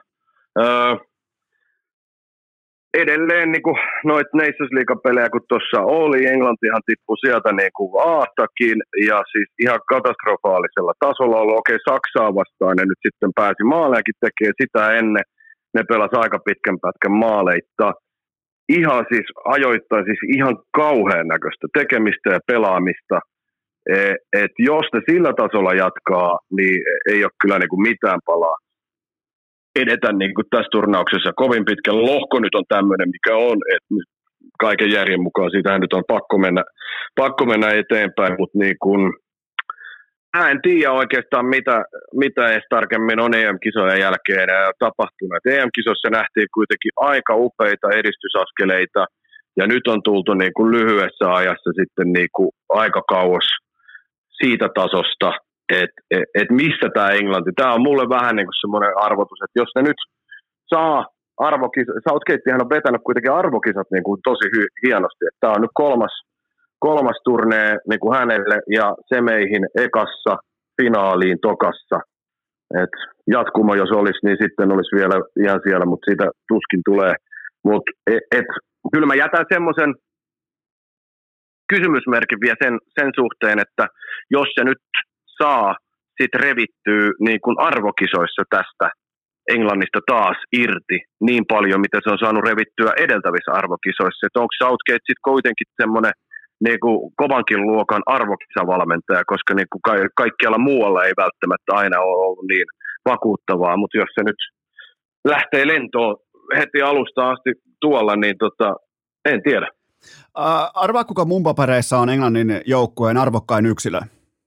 Edelleen niin noita Nations League-pelejä, kun tuossa oli, Englantihan tippui sieltä niin kuin Aastakin, ja siis ihan katastrofaalisella tasolla ollut. Saksaa vastaan ne nyt sitten pääsi maalejakin tekee sitä ennen. Ne pelasi aika pitkän pätkän maaleita. Ihan siis ajoittain siis ihan kauhean näköistä tekemistä ja pelaamista. Et jos ne sillä tasolla jatkaa, niin ei ole kyllä niin kuin mitään palaa edetä niin kuin tässä turnauksessa kovin pitkällä. Lohko nyt on tämmöinen, mikä on, että kaiken järjen mukaan siitähän nyt on pakko mennä eteenpäin, mutta niin kuin, mä en tiedä oikeastaan, mitä edes tarkemmin on EM-kisojen jälkeen tapahtunut. EM-kisossa nähtiin kuitenkin aika upeita edistysaskeleita, ja nyt on tultu niin kuin lyhyessä ajassa sitten niin kuin aika kauas siitä tasosta, että missä tämä Englanti. Tämä on mulle vähän niin kuin semmoinen arvotus, että jos ne nyt saa Southgatehan on vetänyt kuitenkin arvokisat niin kuin tosi hienosti, että tämä on nyt kolmas turnee niin kuin hänelle ja semeihin ekassa finaaliin tokassa. Et jatkumo jos olisi, niin sitten olisi vielä ihan siellä, mutta siitä tuskin tulee. Mutta kyllä mä jätän semmoisen kysymysmerkin vielä sen suhteen, että jos se nyt saa sit revittyä niin kuin arvokisoissa tästä Englannista taas irti niin paljon, mitä se on saanut revittyä edeltävissä arvokisoissa. Että onko Southgate sitten kuitenkin semmoinen niin kuin kovankin luokan arvokisavalmentaja, koska niin kuin kaikkialla muualla ei välttämättä aina ole ollut niin vakuuttavaa, mutta jos se nyt lähtee lentoon heti alusta asti tuolla, niin en tiedä. Arvaa, kuka mun papereissa on Englannin joukkueen arvokkain yksilö?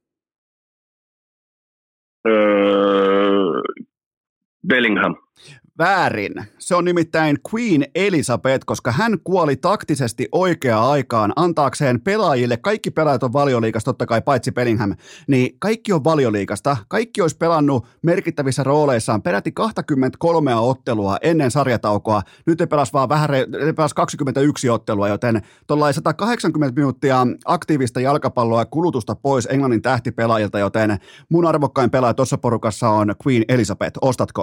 Bellingham. Väärin. Se on nimittäin Queen Elizabeth, koska hän kuoli taktisesti oikeaan aikaan antaakseen pelaajille, kaikki pelaajat on Valioliigasta, totta kai paitsi Bellingham, niin kaikki on Valioliigasta. Kaikki olisi pelannut merkittävissä rooleissaan peräti 23 ottelua ennen sarjataukoa. Nyt he pelasi vaan he pelasi 21 ottelua, joten tuollainen 180 minuuttia aktiivista jalkapalloa ja kulutusta pois Englannin tähtipelaajilta, joten mun arvokkain pelaaja tuossa porukassa on Queen Elizabeth. Ostatko?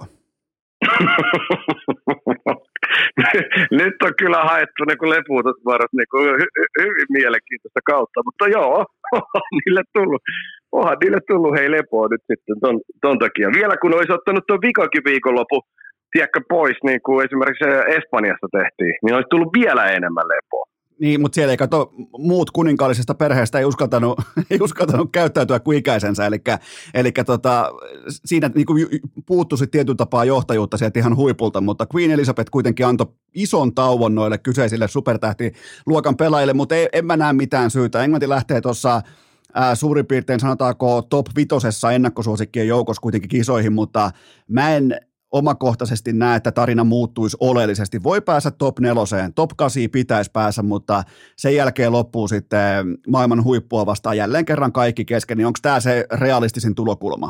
Nyt on kyllä haettu niin lepuutusvarot niin hyvin mielenkiintoista kautta, mutta joo, onhan niille tullut hei lepoa nyt sitten ton takia. Vielä kun olisi ottanut tuon vikakin viikonloppu, tiedätkö, pois, niin kuin esimerkiksi Espanjassa tehtiin, niin olisi tullut vielä enemmän lepoa. Niin, mutta siellä ei kato, muut kuninkaallisesta perheestä ei uskaltanut käyttäytyä kuin ikäisensä, eli siinä niin kuin puuttui sitten tietyn tapaa johtajuutta sieltä ihan huipulta, mutta Queen Elizabeth kuitenkin antoi ison tauon noille kyseisille supertähtiluokan pelaajille, mutta en mä näe mitään syytä. Englanti lähtee tuossa suurin piirtein sanotaanko top 5 ennakkosuosikkien joukossa kuitenkin kisoihin, mutta mä en omakohtaisesti näe, että tarina muuttuisi oleellisesti. Voi päästä top 4, top 8 pitäisi päästä, mutta sen jälkeen loppuu sitten maailman huippua vastaan jälleen kerran kaikki kesken, niin onko tämä se realistisin tulokulma?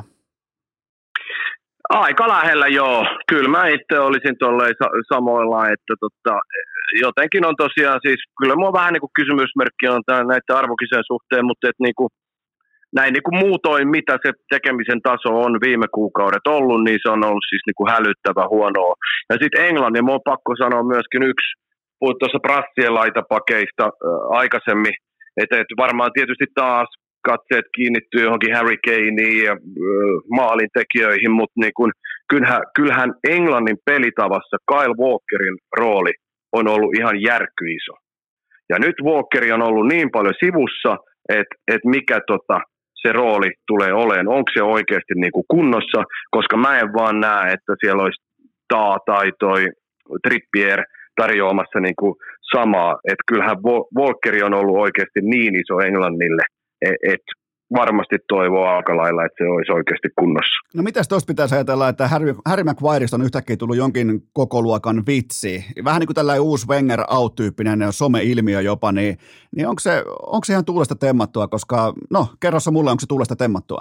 Aika lähellä joo. Kyllä mä itse olisin tolleen samoilla, että jotenkin on tosiaan siis, kyllä mua vähän niin kuin kysymysmerkki on näiden arvokisen suhteen, mutta että niin kuin näin niin kuin muutoin, mitä se tekemisen taso on viime kuukaudet ollut, niin se on ollut siis niin kuin hälyttävä huonoa. Ja sitten Englannin, mun on pakko sanoa myöskin yksi, puhuit tuossa Brassien laitapakeista aikaisemmin, että varmaan tietysti taas katseet kiinnittyy johonkin Harry Kaneen ja maalintekijöihin, mutta niin kuin, kyllähän Englannin pelitavassa Kyle Walkerin rooli on ollut ihan järkyiso. Ja nyt Walkeri on ollut niin paljon sivussa, että mikä se rooli tulee olemaan, onko se oikeasti niin kuin kunnossa, koska mä en vaan näe, että siellä olisi tai toi Trippier tarjoamassa niin kuin samaa, että kyllähän Walkeri on ollut oikeasti niin iso Englannille, että varmasti toivoo aika lailla, että se olisi oikeasti kunnossa. No mitäs tuosta pitäisi ajatella, että Harry Maguireista on yhtäkkiä tullut jonkin kokoluokan vitsi, vähän niin kuin tällainen uusi Wenger out-tyyppinen some-ilmiö jopa, niin onko se ihan tuulesta temmattua, koska no kerrossa mulle, onko se tuulesta temmattua?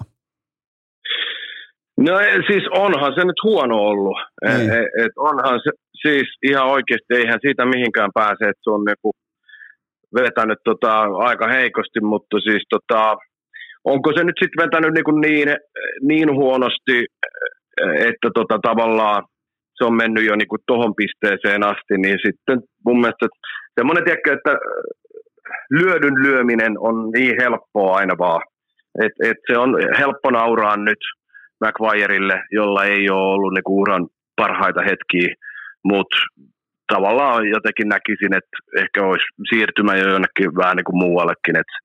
No siis onhan se nyt huono ollut, onhan se siis ihan oikeasti, eihän siitä mihinkään pääse, että se on niinku vetänyt aika heikosti, mutta siis onko se nyt sitten vetänyt niin huonosti, että tavallaan se on mennyt jo niinku tohon pisteeseen asti, niin sitten mun mielestä semmoinen tiedätkö, että lyödyn lyöminen on niin helppoa aina vaan, että se on helppo nauraa nyt Maguirelle, jolla ei ole ollut niinku uran parhaita hetkiä, mutta tavallaan jotenkin näkisin, että ehkä olisi siirtymä jo jonnekin vähän niin kuin muuallekin, että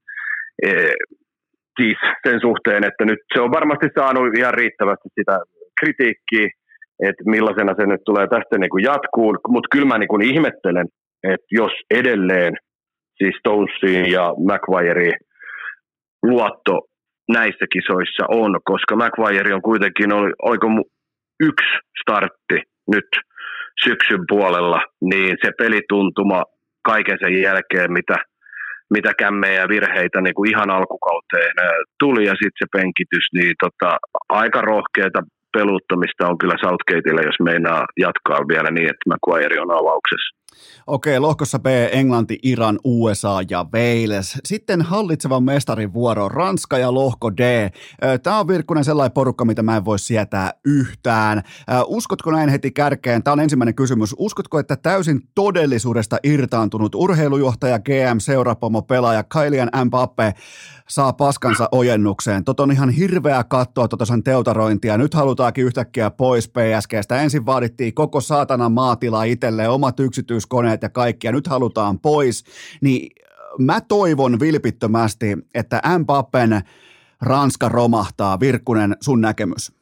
siis sen suhteen, että nyt se on varmasti saanut ihan riittävästi sitä kritiikkiä, että millaisena se nyt tulee tästä niin kuin jatkuu, mutta kyllä mä niin kuin ihmettelen, että jos edelleen siis Stonesiin ja McGuireen luotto näissä kisoissa on, koska McGuire on kuitenkin, oliko yksi startti nyt syksyn puolella, niin se pelituntuma kaiken sen jälkeen, mitä kämmejä ja virheitä niin kuin ihan alkukauteen tuli ja sitten se penkitys, niin aika rohkeata peluttamista on kyllä Southgateilla, jos meinaa jatkaa vielä niin, että McGuire on avauksessa. Okei, lohkossa B, Englanti, Iran, USA ja Wales. Sitten hallitsevan mestarin vuoro, Ranska ja lohko D. Tämä on Virkkunen sellainen porukka, mitä mä en voi sietää yhtään. Uskotko näin heti kärkeen? Tämä on ensimmäinen kysymys. Uskotko, että täysin todellisuudesta irtaantunut urheilujohtaja, GM, seurapomo, pelaaja Kylian Mbappé saa paskansa ojennukseen? On ihan hirveä katsoa sen teutarointia. Nyt halutaankin yhtäkkiä pois PSGstä. Ensin vaadittiin koko saatanan maatila itselleen, omat yksityiskoneet ja kaikki, ja nyt halutaan pois. Niin mä toivon vilpittömästi, että Mbappén Ranska romahtaa. Virkkunen, sun näkemys?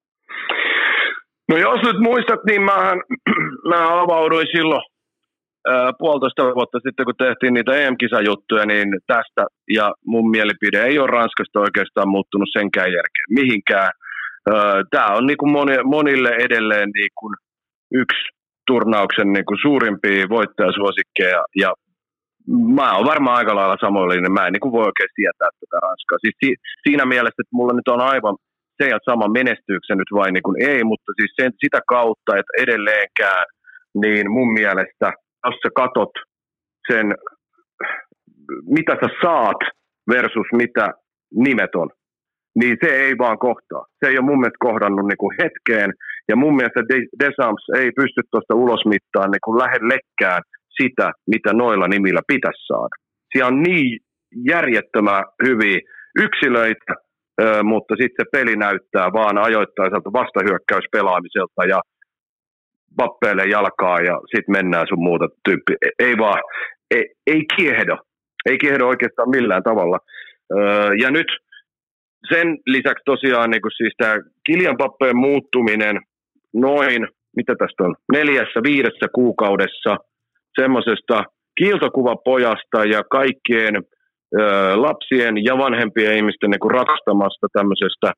No jos nyt muistat, niin mä avauduin silloin 1,5 vuotta sitten, kun tehtiin niitä EM-kisajuttuja, niin tästä, ja mun mielipide ei ole Ranskasta oikeastaan muuttunut senkään jälkeen mihinkään. Tämä on niin kuin monille edelleen niin kuin yksi turnauksen niin kuin suurimpia voittajasuosikkeja, ja mä oon varmaan aika lailla samoillinen, mä en niin kuin voi oikein sietää tätä Ranskaa. Siis siinä mielessä, että mulla nyt on aivan se ja sama menestyyksen nyt vai niin kuin ei, mutta siis sitä kautta, että edelleenkään, niin mun mielestä jos sä katot sen, mitä sä saat versus mitä nimet on, niin se ei vaan kohtaa. Se ei ole mun mielestä kohdannut niin kuin hetkeen, ja mun mielestä Deschamps ei pysty tuosta ulosmittaan niin kuin lähellekään sitä, mitä noilla nimillä pitäisi saada. Siellä on niin järjettömän hyviä yksilöitä, mutta sitten se peli näyttää vaan ajoittaiselta vastahyökkäyspelaamiselta ja Mbappélle jalkaa ja sitten mennään sun muuta tyyppi. Ei kiehdo oikeastaan millään tavalla. Ja nyt sen lisäksi tosiaan niin siis tämä Kylian Mbappén muuttuminen noin, mitä tästä on, 4-5 kuukaudessa semmoisesta kiiltokuvapojasta ja kaikkien lapsien ja vanhempien ihmisten niin kuin rakastamasta tämmöisestä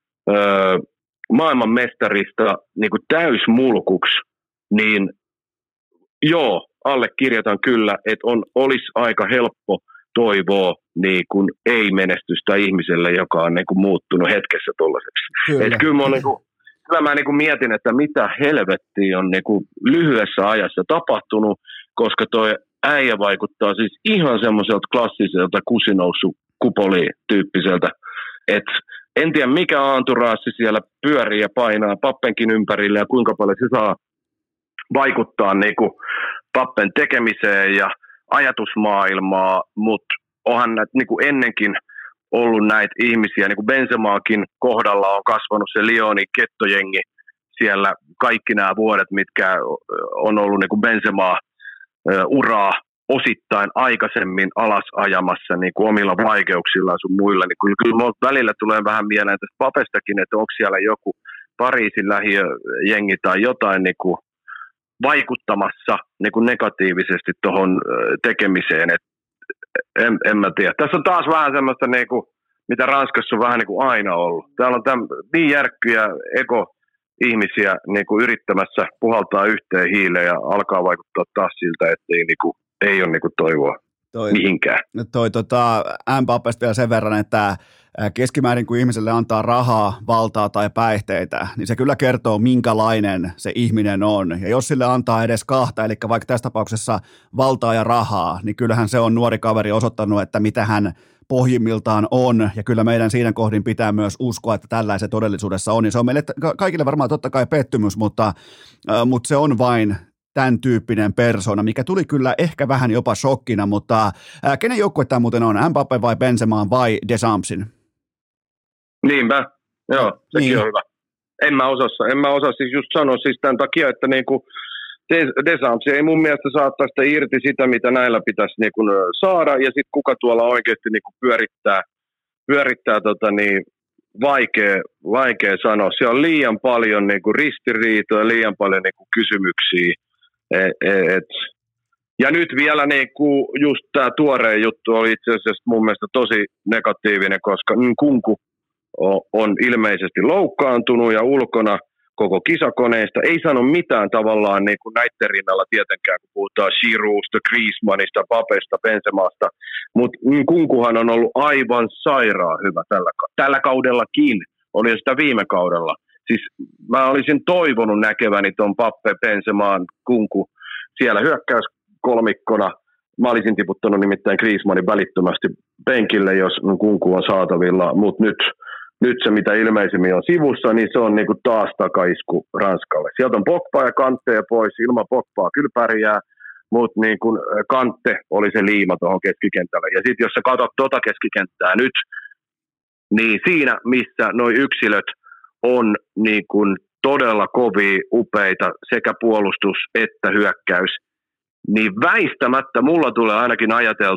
maailmanmestarista niin kuin täysmulkuksi, niin joo, allekirjoitan kyllä, että olisi aika helppo toivoa niin kuin ei-menestystä ihmiselle, joka on niin kuin muuttunut hetkessä tuollaiseksi. Kyllä mä niin kuin mietin, että mitä helvettiä on niin kuin lyhyessä ajassa tapahtunut, koska toi äijä vaikuttaa siis ihan semmoiselta klassiselta kusinoussukupoli-tyyppiseltä, että en tiedä mikä anturaassi siellä pyörii ja painaa Pappenkin ympärille ja kuinka paljon se saa vaikuttaa niin kuin Pappen tekemiseen ja ajatusmaailmaa, mutta onhan näitä niin kuin ennenkin ollut näitä ihmisiä, niin kuin Benzemaakin kohdalla on kasvanut se Lyonin kettojengi siellä kaikki nämä vuodet, mitkä on ollut niin kuin Benzemaa uraa osittain aikaisemmin alasajamassa niin kuin omilla vaikeuksillaan sun muilla. Niin kyllä välillä tulee vähän mieleen tästä Papestakin, että onko siellä joku Pariisin lähiöjengi tai jotain niin kuin vaikuttamassa niin kuin negatiivisesti tuohon tekemiseen. En mä tiedä. Tässä on taas vähän semmoista, niin kuin, mitä Ranskassa on vähän niin kuin aina ollut. Täällä on niin järkkyjä eko-ihmisiä niin kuin yrittämässä puhaltaa yhteen hiileen ja alkaa vaikuttaa taas siltä, että ei ole niin kuin toivoa mihinkään. Mbappésta vielä sen verran, että keskimäärin kun ihmiselle antaa rahaa, valtaa tai päihteitä, niin se kyllä kertoo, minkälainen se ihminen on. Ja jos sille antaa edes kahta, eli vaikka tässä tapauksessa valtaa ja rahaa, niin kyllähän se on nuori kaveri osoittanut, että mitä hän pohjimmiltaan on, ja kyllä meidän siinä kohdin pitää myös uskoa, että tällaisen todellisuudessa on. Ja se on meille kaikille varmaan totta kai pettymys, mutta se on vain tämän tyyppinen persona, mikä tuli kyllä ehkä vähän jopa shokkina, mutta kenen joukkue tämä muuten on? Mbappé vai Benzema vai Deschampsin? Niinpä, joo, sekin niin on hyvä. En mä osaa siis just sanoa siis tämän takia, että niinku Deschamps ei mun mielestä saa tästä irti sitä, mitä näillä pitäisi niinku saada, ja sitten kuka tuolla oikeasti niinku pyörittää vaikea sanoa. Siellä on liian paljon niin kuin ristiriitoja, liian paljon niin kuin kysymyksiä. Ja nyt vielä niin kuin just tämä tuoreen juttu oli itse asiassa mun mielestä tosi negatiivinen, koska Nkunku on ilmeisesti loukkaantunut ja ulkona koko kisakoneesta. Ei sano mitään tavallaan niin kuin näiden rinnalla tietenkään, kun puhutaan Girouxsta, Griezmannista, Papesta, Benzemasta. Mutta Nkunkuhan on ollut aivan sairaan hyvä tällä kaudellakin. Oli jo sitä viime kaudella. Siis mä olisin toivonut näkeväni ton Pappe, Benzemaan, Nkunku siellä hyökkäyskolmikkona. Mä olisin tiputtanut nimittäin Griezmannin välittömästi penkille, jos Nkunku on saatavilla, mutta nyt se, mitä ilmeisimmin on sivussa, niin se on niinku taas takaisku Ranskalle. Sieltä on Pogba ja Kanté pois, ilman Pogbaa kyllä pärjää, mutta niinku Kanté oli se liima tuohon keskikentälle. Ja sitten jos sä katsot tota keskikenttää nyt, niin siinä, missä nuo yksilöt on niinku todella kovia, upeita sekä puolustus että hyökkäys, niin väistämättä mulla tulee ainakin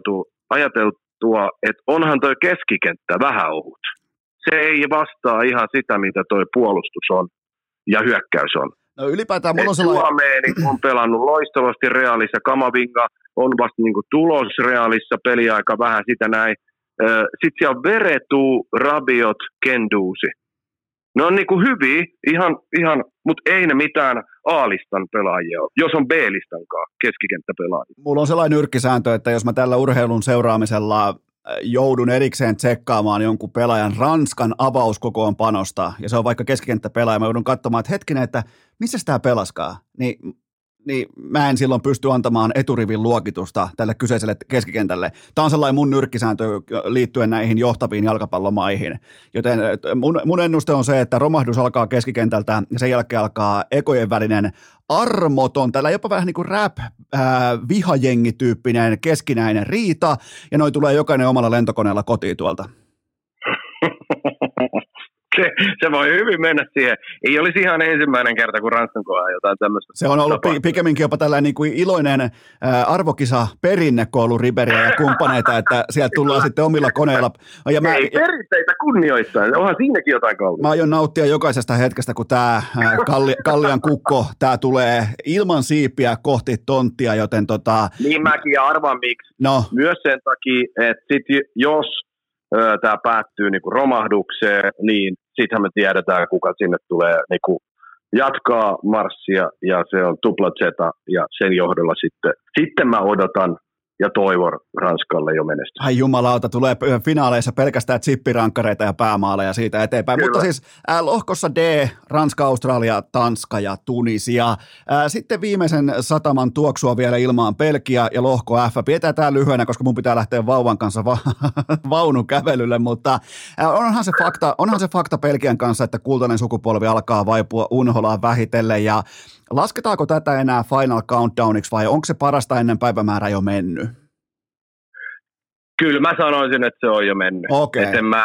ajateltua, että onhan toi keskikenttä vähän ohut. Se ei vastaa ihan sitä, mitä toi puolustus on ja hyökkäys on. No ylipäätään mulla on sellainen... Suomeen on pelannut loistavasti Realissa, Kamavinga on vasta niin kuin tulos Realissa, peliaika vähän sitä näin. Sitten siellä on Veretu, Rabiot, Kenduusi. Ne on niin kuin hyviä, ihan, mutta ei ne mitään A-listan pelaajia ole, jos on B-listankaan keskikenttäpelaajia. Mulla on sellainen nyrkkisääntö, että jos mä tällä urheilun seuraamisella joudun erikseen tsekkaamaan jonkun pelaajan Ranskan avauskokoonpanosta, ja se on vaikka keskikenttäpelaaja, mä joudun katsomaan, että hetkinen, että missä tämä pelaskaa, niin mä en silloin pysty antamaan eturivin luokitusta tälle kyseiselle keskikentälle. Tämä on sellainen mun nyrkkisääntö liittyen näihin johtaviin jalkapallomaihin. Joten mun ennuste on se, että romahdus alkaa keskikentältä ja sen jälkeen alkaa ekojen välinen armoton, tällä jopa vähän niin kuin vihajengityyppinen keskinäinen riita, ja noi tulee jokainen omalla lentokoneella kotiin tuolta. Se voi hyvin mennä siihen. Ei olisi ihan ensimmäinen kerta, kun Ranskan kohdalla jotain tämmöistä. Se on ollut pikemminkin jopa tällainen niin kuin iloinen arvokisa perinne, kun on ollut Riberyä ja kumppaneita, että sieltä tullaan sitten omilla koneilla. Ja ei perinteitä kunnioittaa, onhan siinäkin jotain kautta. Mä aion nauttia jokaisesta hetkestä, kun tämä Kallian kukko, tämä tulee ilman siipiä kohti tonttia, joten Niin mäkin ja arvaan miksi. No. Myös sen takia, että sit jos tämä päättyy niinku romahdukseen, niin sittenhän me tiedetään, kuka sinne tulee niinku jatkaa marssia, ja se on tupla Zeta, ja sen johdolla sitten mä odotan ja toivon Ranskalle jo menestystä. Ai jumalauta, tulee finaaleissa pelkästään chippirankkareita ja päämaaleja siitä eteenpäin. Kyllä. Mutta siis lohkossa D, Ranska, Australia, Tanska ja Tunisia. Sitten viimeisen sataman tuoksua vielä ilmaan Belgia ja lohko F. Pidetään tämä lyhyenä, koska mun pitää lähteä vauvan kanssa vaunukävelylle, mutta onhan se fakta Belgian kanssa, että kultainen sukupolvi alkaa vaipua unholaan vähitellen, ja lasketaanko tätä enää final countdowniksi vai onko se parasta ennen päivämäärää jo mennyt? Kyllä mä sanoisin, että se on jo mennyt. Okay.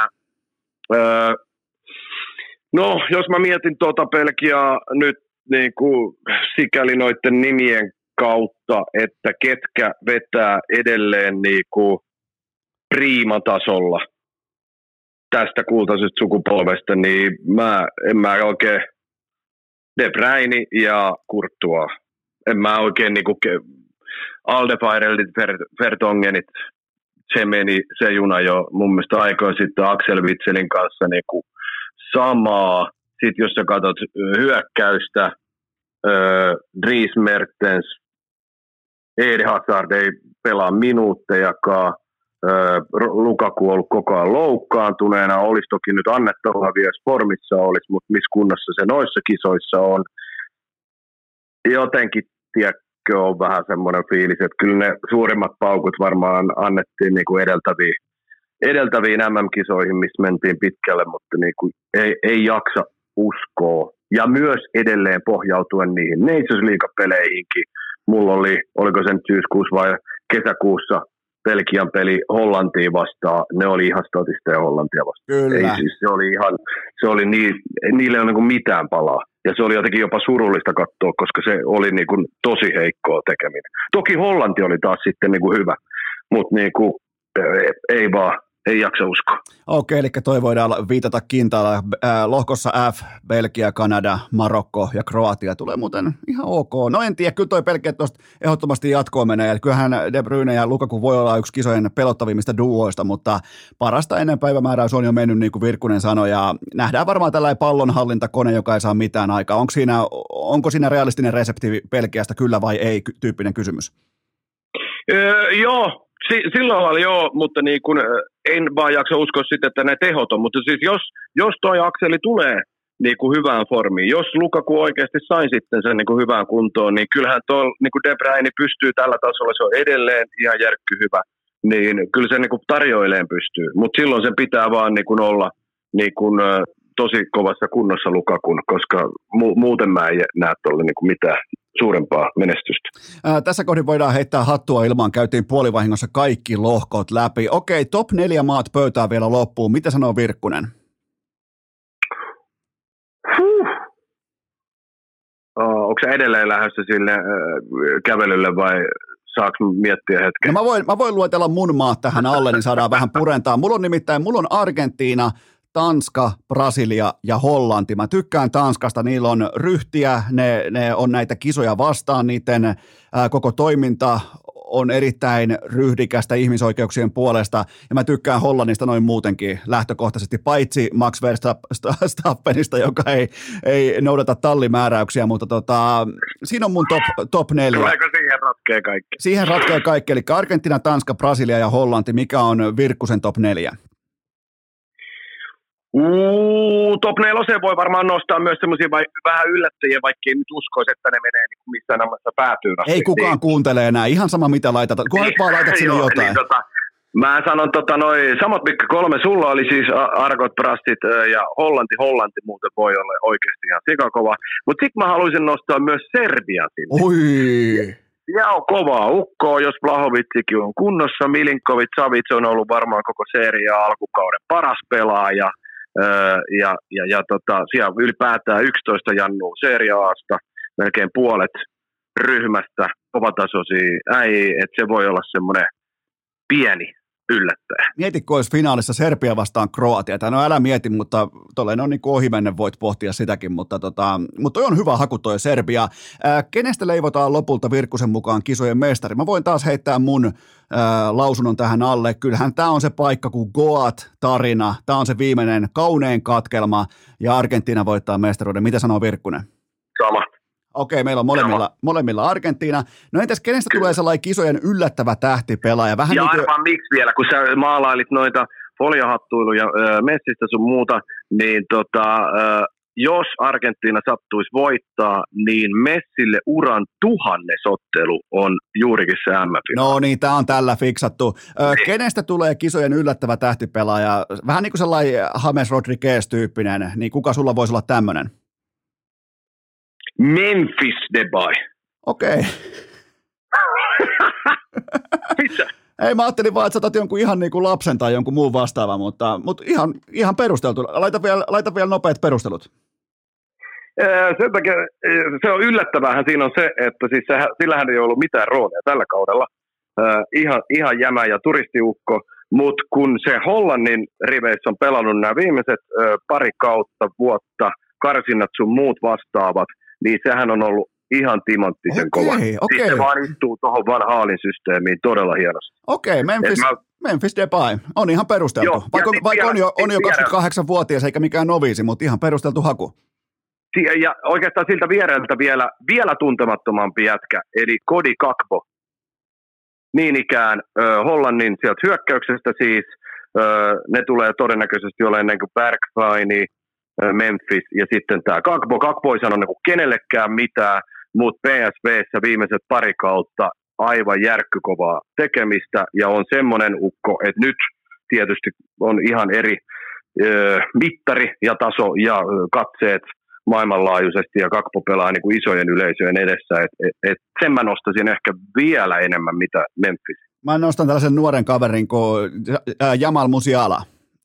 No, jos mä mietin Belgiaa nyt niin kuin sikäli noiden nimien kautta, että ketkä vetää edelleen niin kuin priimatasolla tästä kultaisesta sukupolvesta, niin en mä oikein De Bruyne ja Courtois. En mä oikein niinku Alderweireldit, Vertongenit, se meni se juna jo mun mielestä aikoin sitten Axel Witselin kanssa niinku samaa. Sitten jos sä katsot hyökkäystä, Dries Mertens, Eden Hazard ei pelaa minuuttejakaan, Lukaku on ollut koko ajan loukkaantuneena, olisi toki nyt annettavaa vielä, formissa olisi, mutta missä kunnossa se noissa kisoissa on. Jotenkin, tiedätkö, on vähän semmoinen fiilis, että kyllä ne suurimmat paukut varmaan annettiin niin kuin edeltäviin MM-kisoihin, missä mentiin pitkälle, mutta niin kuin ei jaksa uskoa. Ja myös edelleen pohjautuen niihin Nations League-peleihinkin. Mulla oliko se nyt syyskuussa vai kesäkuussa, Belgian peli Hollantiin vastaan, ne oli ihan statisteja Hollantia vastaan. Kyllä. Ei, siis niille ei ole niin mitään palaa. Ja se oli jotenkin jopa surullista katsoa, koska se oli niin kuin tosi heikkoa tekeminen. Toki Hollanti oli taas sitten niin kuin hyvä, mutta niin kuin, ei vaan. ei jaksa uskoa. Okei, eli toi voidaan viitata kintaalla. Lohkossa F, Belgia, Kanada, Marokko ja Kroatia tulee muuten ihan ok. No en tiedä, kyllä toi Belgia tuosta ehdottomasti jatkoon menee. Eli kyllähän De Bruyne ja Lukaku voi olla yksi kisojen pelottavimmista duoista, mutta parasta ennen päivämääräys on jo mennyt, niin kuin Virkkunen sanoi, ja nähdään varmaan tällainen pallonhallintakone, joka ei saa mitään aikaa. Onko siinä realistinen resepti Belgiasta, kyllä vai ei, tyyppinen kysymys? Joo. Silloin oli joo, mutta niin kun, en vaan jaksa uskoa sitten, että ne tehot on. Mutta siis jos toi akseli tulee niin kuin hyvään formiin, jos Lukaku oikeasti sai sitten sen niin kuin hyvään kuntoon, niin kyllähän tuo niin De Bruyne pystyy tällä tasolla, se on edelleen ihan järkkyhyvä, niin kyllä se niin kuin tarjoileen pystyy. Mutta silloin sen pitää vaan niin kuin olla niin kuin, tosi kovassa kunnossa Lukakun, koska muuten mä en näe tuolle niin kuin mitään suurempaa menestystä. Tässä kohdin voidaan heittää hattua ilmaan. Käytiin puolivahingossa kaikki lohkot läpi. Okei, top 4 maat pöytään vielä loppuun. Mitä sanoo Virkkunen? Onko se edelleen lähdössä sille kävelylle vai saako miettiä hetken? No mä voin luetella mun maat tähän alle, niin saadaan vähän purentaa. Mulla on Argentiina, Tanska, Brasilia ja Hollanti. Mä tykkään Tanskasta, niillä on ryhtiä, ne on näitä kisoja vastaan, niiden koko toiminta on erittäin ryhdikästä ihmisoikeuksien puolesta, ja mä tykkään Hollannista noin muutenkin lähtökohtaisesti, paitsi Max Verstappenista, joka ei noudata tallimääräyksiä, mutta siinä on mun top 4. Tuleeko siihen ratkee kaikki? Siihen ratkee kaikki, eli Argentiina, Tanska, Brasilia ja Hollanti. Mikä on Virkkusen top 4? Top 4 voi varmaan nostaa myös semmoisia vähän yllättäjiä, vaikka ei nyt uskoisi, että ne menee niin missään ammassa päätyyn asti. Ei kukaan kuuntele enää, ihan sama mitä laitat, kunhan vaan laitat sinne jotain. Niin, mä sanon samat mitkä 3 sulla oli siis Argot, Brastit ja Hollanti muuten voi olla oikeasti ihan sikakova. Mutta sitten mä haluaisin nostaa myös Serbia sinne. Oi! Ja on kovaa ukkoa, jos Vlahovitsikin on kunnossa. Milinkovic, Savic on ollut varmaan koko seria alkukauden paras pelaaja. Siellä ylipäätään 11 jannua Serie A:sta, melkein puolet ryhmästä kovatasoisia että se voi olla semmoinen pieni yllättäjä. Mieti, kun olisi finaalissa Serbia vastaan Kroatia. No älä mieti, mutta tolleen on niin kuin ohimennen voit pohtia sitäkin, mutta toi on hyvä haku toi Serbia. Kenestä leivotaan lopulta Virkkusen mukaan kisojen mestari? Mä voin taas heittää mun lausunnon tähän alle. Kyllähän tämä on se paikka, kun Goat-tarina, tämä on se viimeinen kaunein katkelma ja Argentiina voittaa mestaruuden. Mitä sanoo Virkkunen? Sama. Okei, meillä on molemmilla Argentiina. No entäs kenestä tulee sellainen kisojen yllättävä tähtipelaaja? Vähän ja arvaan miksi vielä, kun sä maalailit noita foliohattuiluja Messistä sun muuta, niin jos Argentiina sattuisi voittaa, niin Messille uran 1000 ottelu on juurikin se M-finaali. No niin, tää on tällä fiksattu. Kenestä tulee kisojen yllättävä tähtipelaaja? Vähän niin kuin sellainen James Rodriguez-tyyppinen, niin kuka sulla voisi olla tämmöinen? Memphis Depay. Okei. Mitä? Ei, mä ajattelin vaan, että sä otat jonkun ihan niin kuin lapsen tai jonkun muun vastaavan, mutta ihan perusteltu. Laita vielä nopeat perustelut. Sen takia, se on yllättäväähän siinä on se, että siis sillähän ei ollut mitään roolia tällä kaudella. Ihan jämä ja turistiukko, mutta kun se Hollannin riveissä on pelannut nämä viimeiset pari kautta vuotta, karsinnat sun muut vastaavat, niin sehän on ollut ihan timanttisen kova. Okei. Siis se vaan istuu tuohon Van Haalin systeemiin todella hienosti. Okei, Memphis Depay on ihan perusteltu. Joo, vaikka on jo 28-vuotias eikä mikään noviisi, mutta ihan perusteltu haku. Ja oikeastaan siltä viereltä vielä tuntemattomampi jätkä, eli Cody Gakpo. Niin ikään Hollannin sieltä hyökkäyksestä siis, ne tulee todennäköisesti olemaan niin kuin Bergwijn, Memphis ja sitten tämä Gakpo. Gakpo ei sano niin kuin kenellekään mitään, mutta PSV:ssä viimeiset pari kautta aivan järkkykovaa tekemistä ja on semmoinen ukko, että nyt tietysti on ihan eri mittari ja taso ja katseet maailmanlaajuisesti ja Gakpo pelaa niin kuin isojen yleisöjen edessä, että sen mä nostaisin ehkä vielä enemmän mitä Memphis. Mä nostan tällaisen nuoren kaverin kuin Jamal Musiala.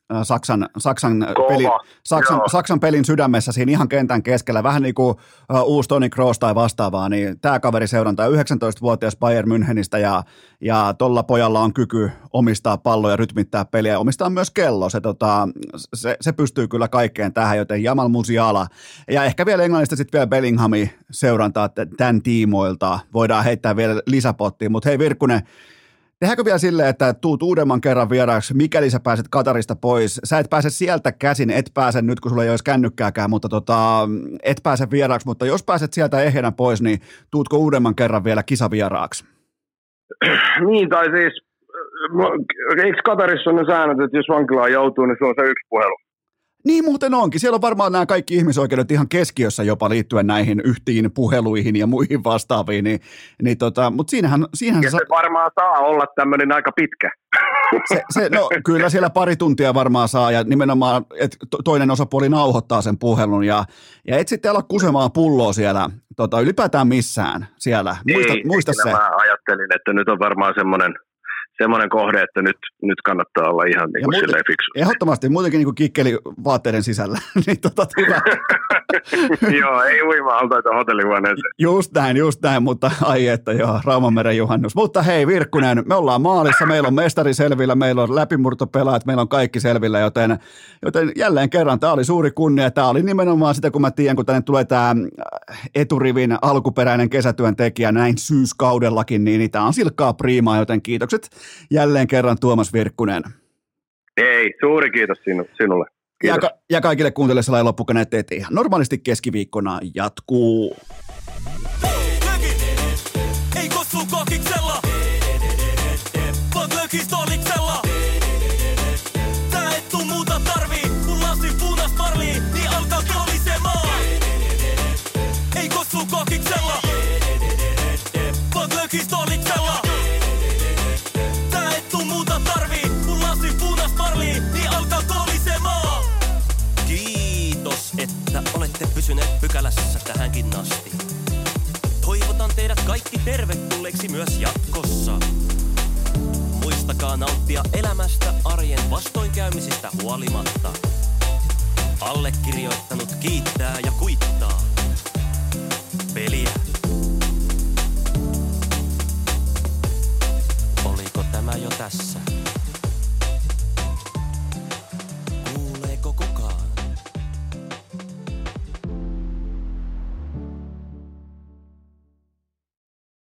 Saksan pelin sydämessä siinä ihan kentän keskellä, vähän niin kuin uusi Toni Kroos tai vastaavaa, niin tämä kaveri seurantaa 19-vuotias Bayern Münchenistä ja tolla pojalla on kyky omistaa palloja, rytmittää peliä ja omistaa myös kello. Se pystyy kyllä kaikkeen tähän, joten Jamal Musiala ja ehkä vielä Englannista sitten vielä Bellinghami seurantaa tämän tiimoilta. Voidaan heittää vielä lisäpottiin, mutta hei Virkkunen, tehdäänkö vielä silleen, että tuut uudemman kerran vieraaksi, mikäli sä pääset Katarista pois? Sä et pääse sieltä käsin, et pääse nyt, kun sulla ei olisi kännykkääkään, mutta et pääse vieraaksi, mutta jos pääset sieltä ehjänä pois, niin tuutko uudemman kerran vielä kisavieraaksi? Niin, tai siis, eikö Katarissa ole ne säännöt, että jos vankilaan joutuu, niin se on se yksi puhelu? Niin muuten onkin. Siellä on varmaan nämä kaikki ihmisoikeudet ihan keskiössä jopa liittyen näihin yhtiin puheluihin ja muihin vastaaviin. Mutta siinähän ja se varmaan saa olla tämmöinen aika pitkä. No, kyllä siellä pari tuntia varmaan saa ja nimenomaan, että toinen osapuoli nauhoittaa sen puhelun ja et sitten ala kusemaan pulloa siellä ylipäätään missään siellä. Muista se. Mä ajattelin, että nyt on varmaan semmoinen kohde, että nyt kannattaa olla ihan niin kuin silleen fiksu. Ehdottomasti, muutenkin niin kuin kikkeli vaatteiden sisällä. niin hyvä. Joo, ei uima-altaita hotellihuoneeseen. Just näin, mutta ai että joo, Raumanmeren juhannus. Mutta hei Virkkunen, me ollaan maalissa, meillä on mestari selvillä, meillä on läpimurtopelaajat, meillä on kaikki selvillä, joten jälleen kerran tämä oli suuri kunnia. Tämä oli nimenomaan sitä, kun mä tiedän, kun tänne tulee tämä eturivin alkuperäinen kesätyöntekijä näin syyskaudellakin, niin tämä on silkkaa priimaa, joten kiitokset jälleen kerran Tuomas Virkkunen. Ei, suuri kiitos sinulle. Kiitos. Ja kaikille kuuntelijoille sellainen loppukaneet, että ihan normaalisti keskiviikkona jatkuu. Ei kossu kokiksella, vaan lökistoliksella. Tää et tuu muuta tarvii, kun lasin punas marlii, niin alkaa kolisemaan. Ei kossu kokiksella, vaan lökistoliksella. Tää et tuu muuta tarvii, kun lasin punas marlii, niin alkaa kolisemaan. Kiitos, että olette pysyneet pykälässä tähänkin asti. Toivotan teidät kaikki tervetulleeksi myös jatkossa. Muistakaa nauttia elämästä arjen vastoinkäymisistä huolimatta. Allekirjoittanut kiittää ja kuittaa. Peliä. Oliko tämä jo tässä?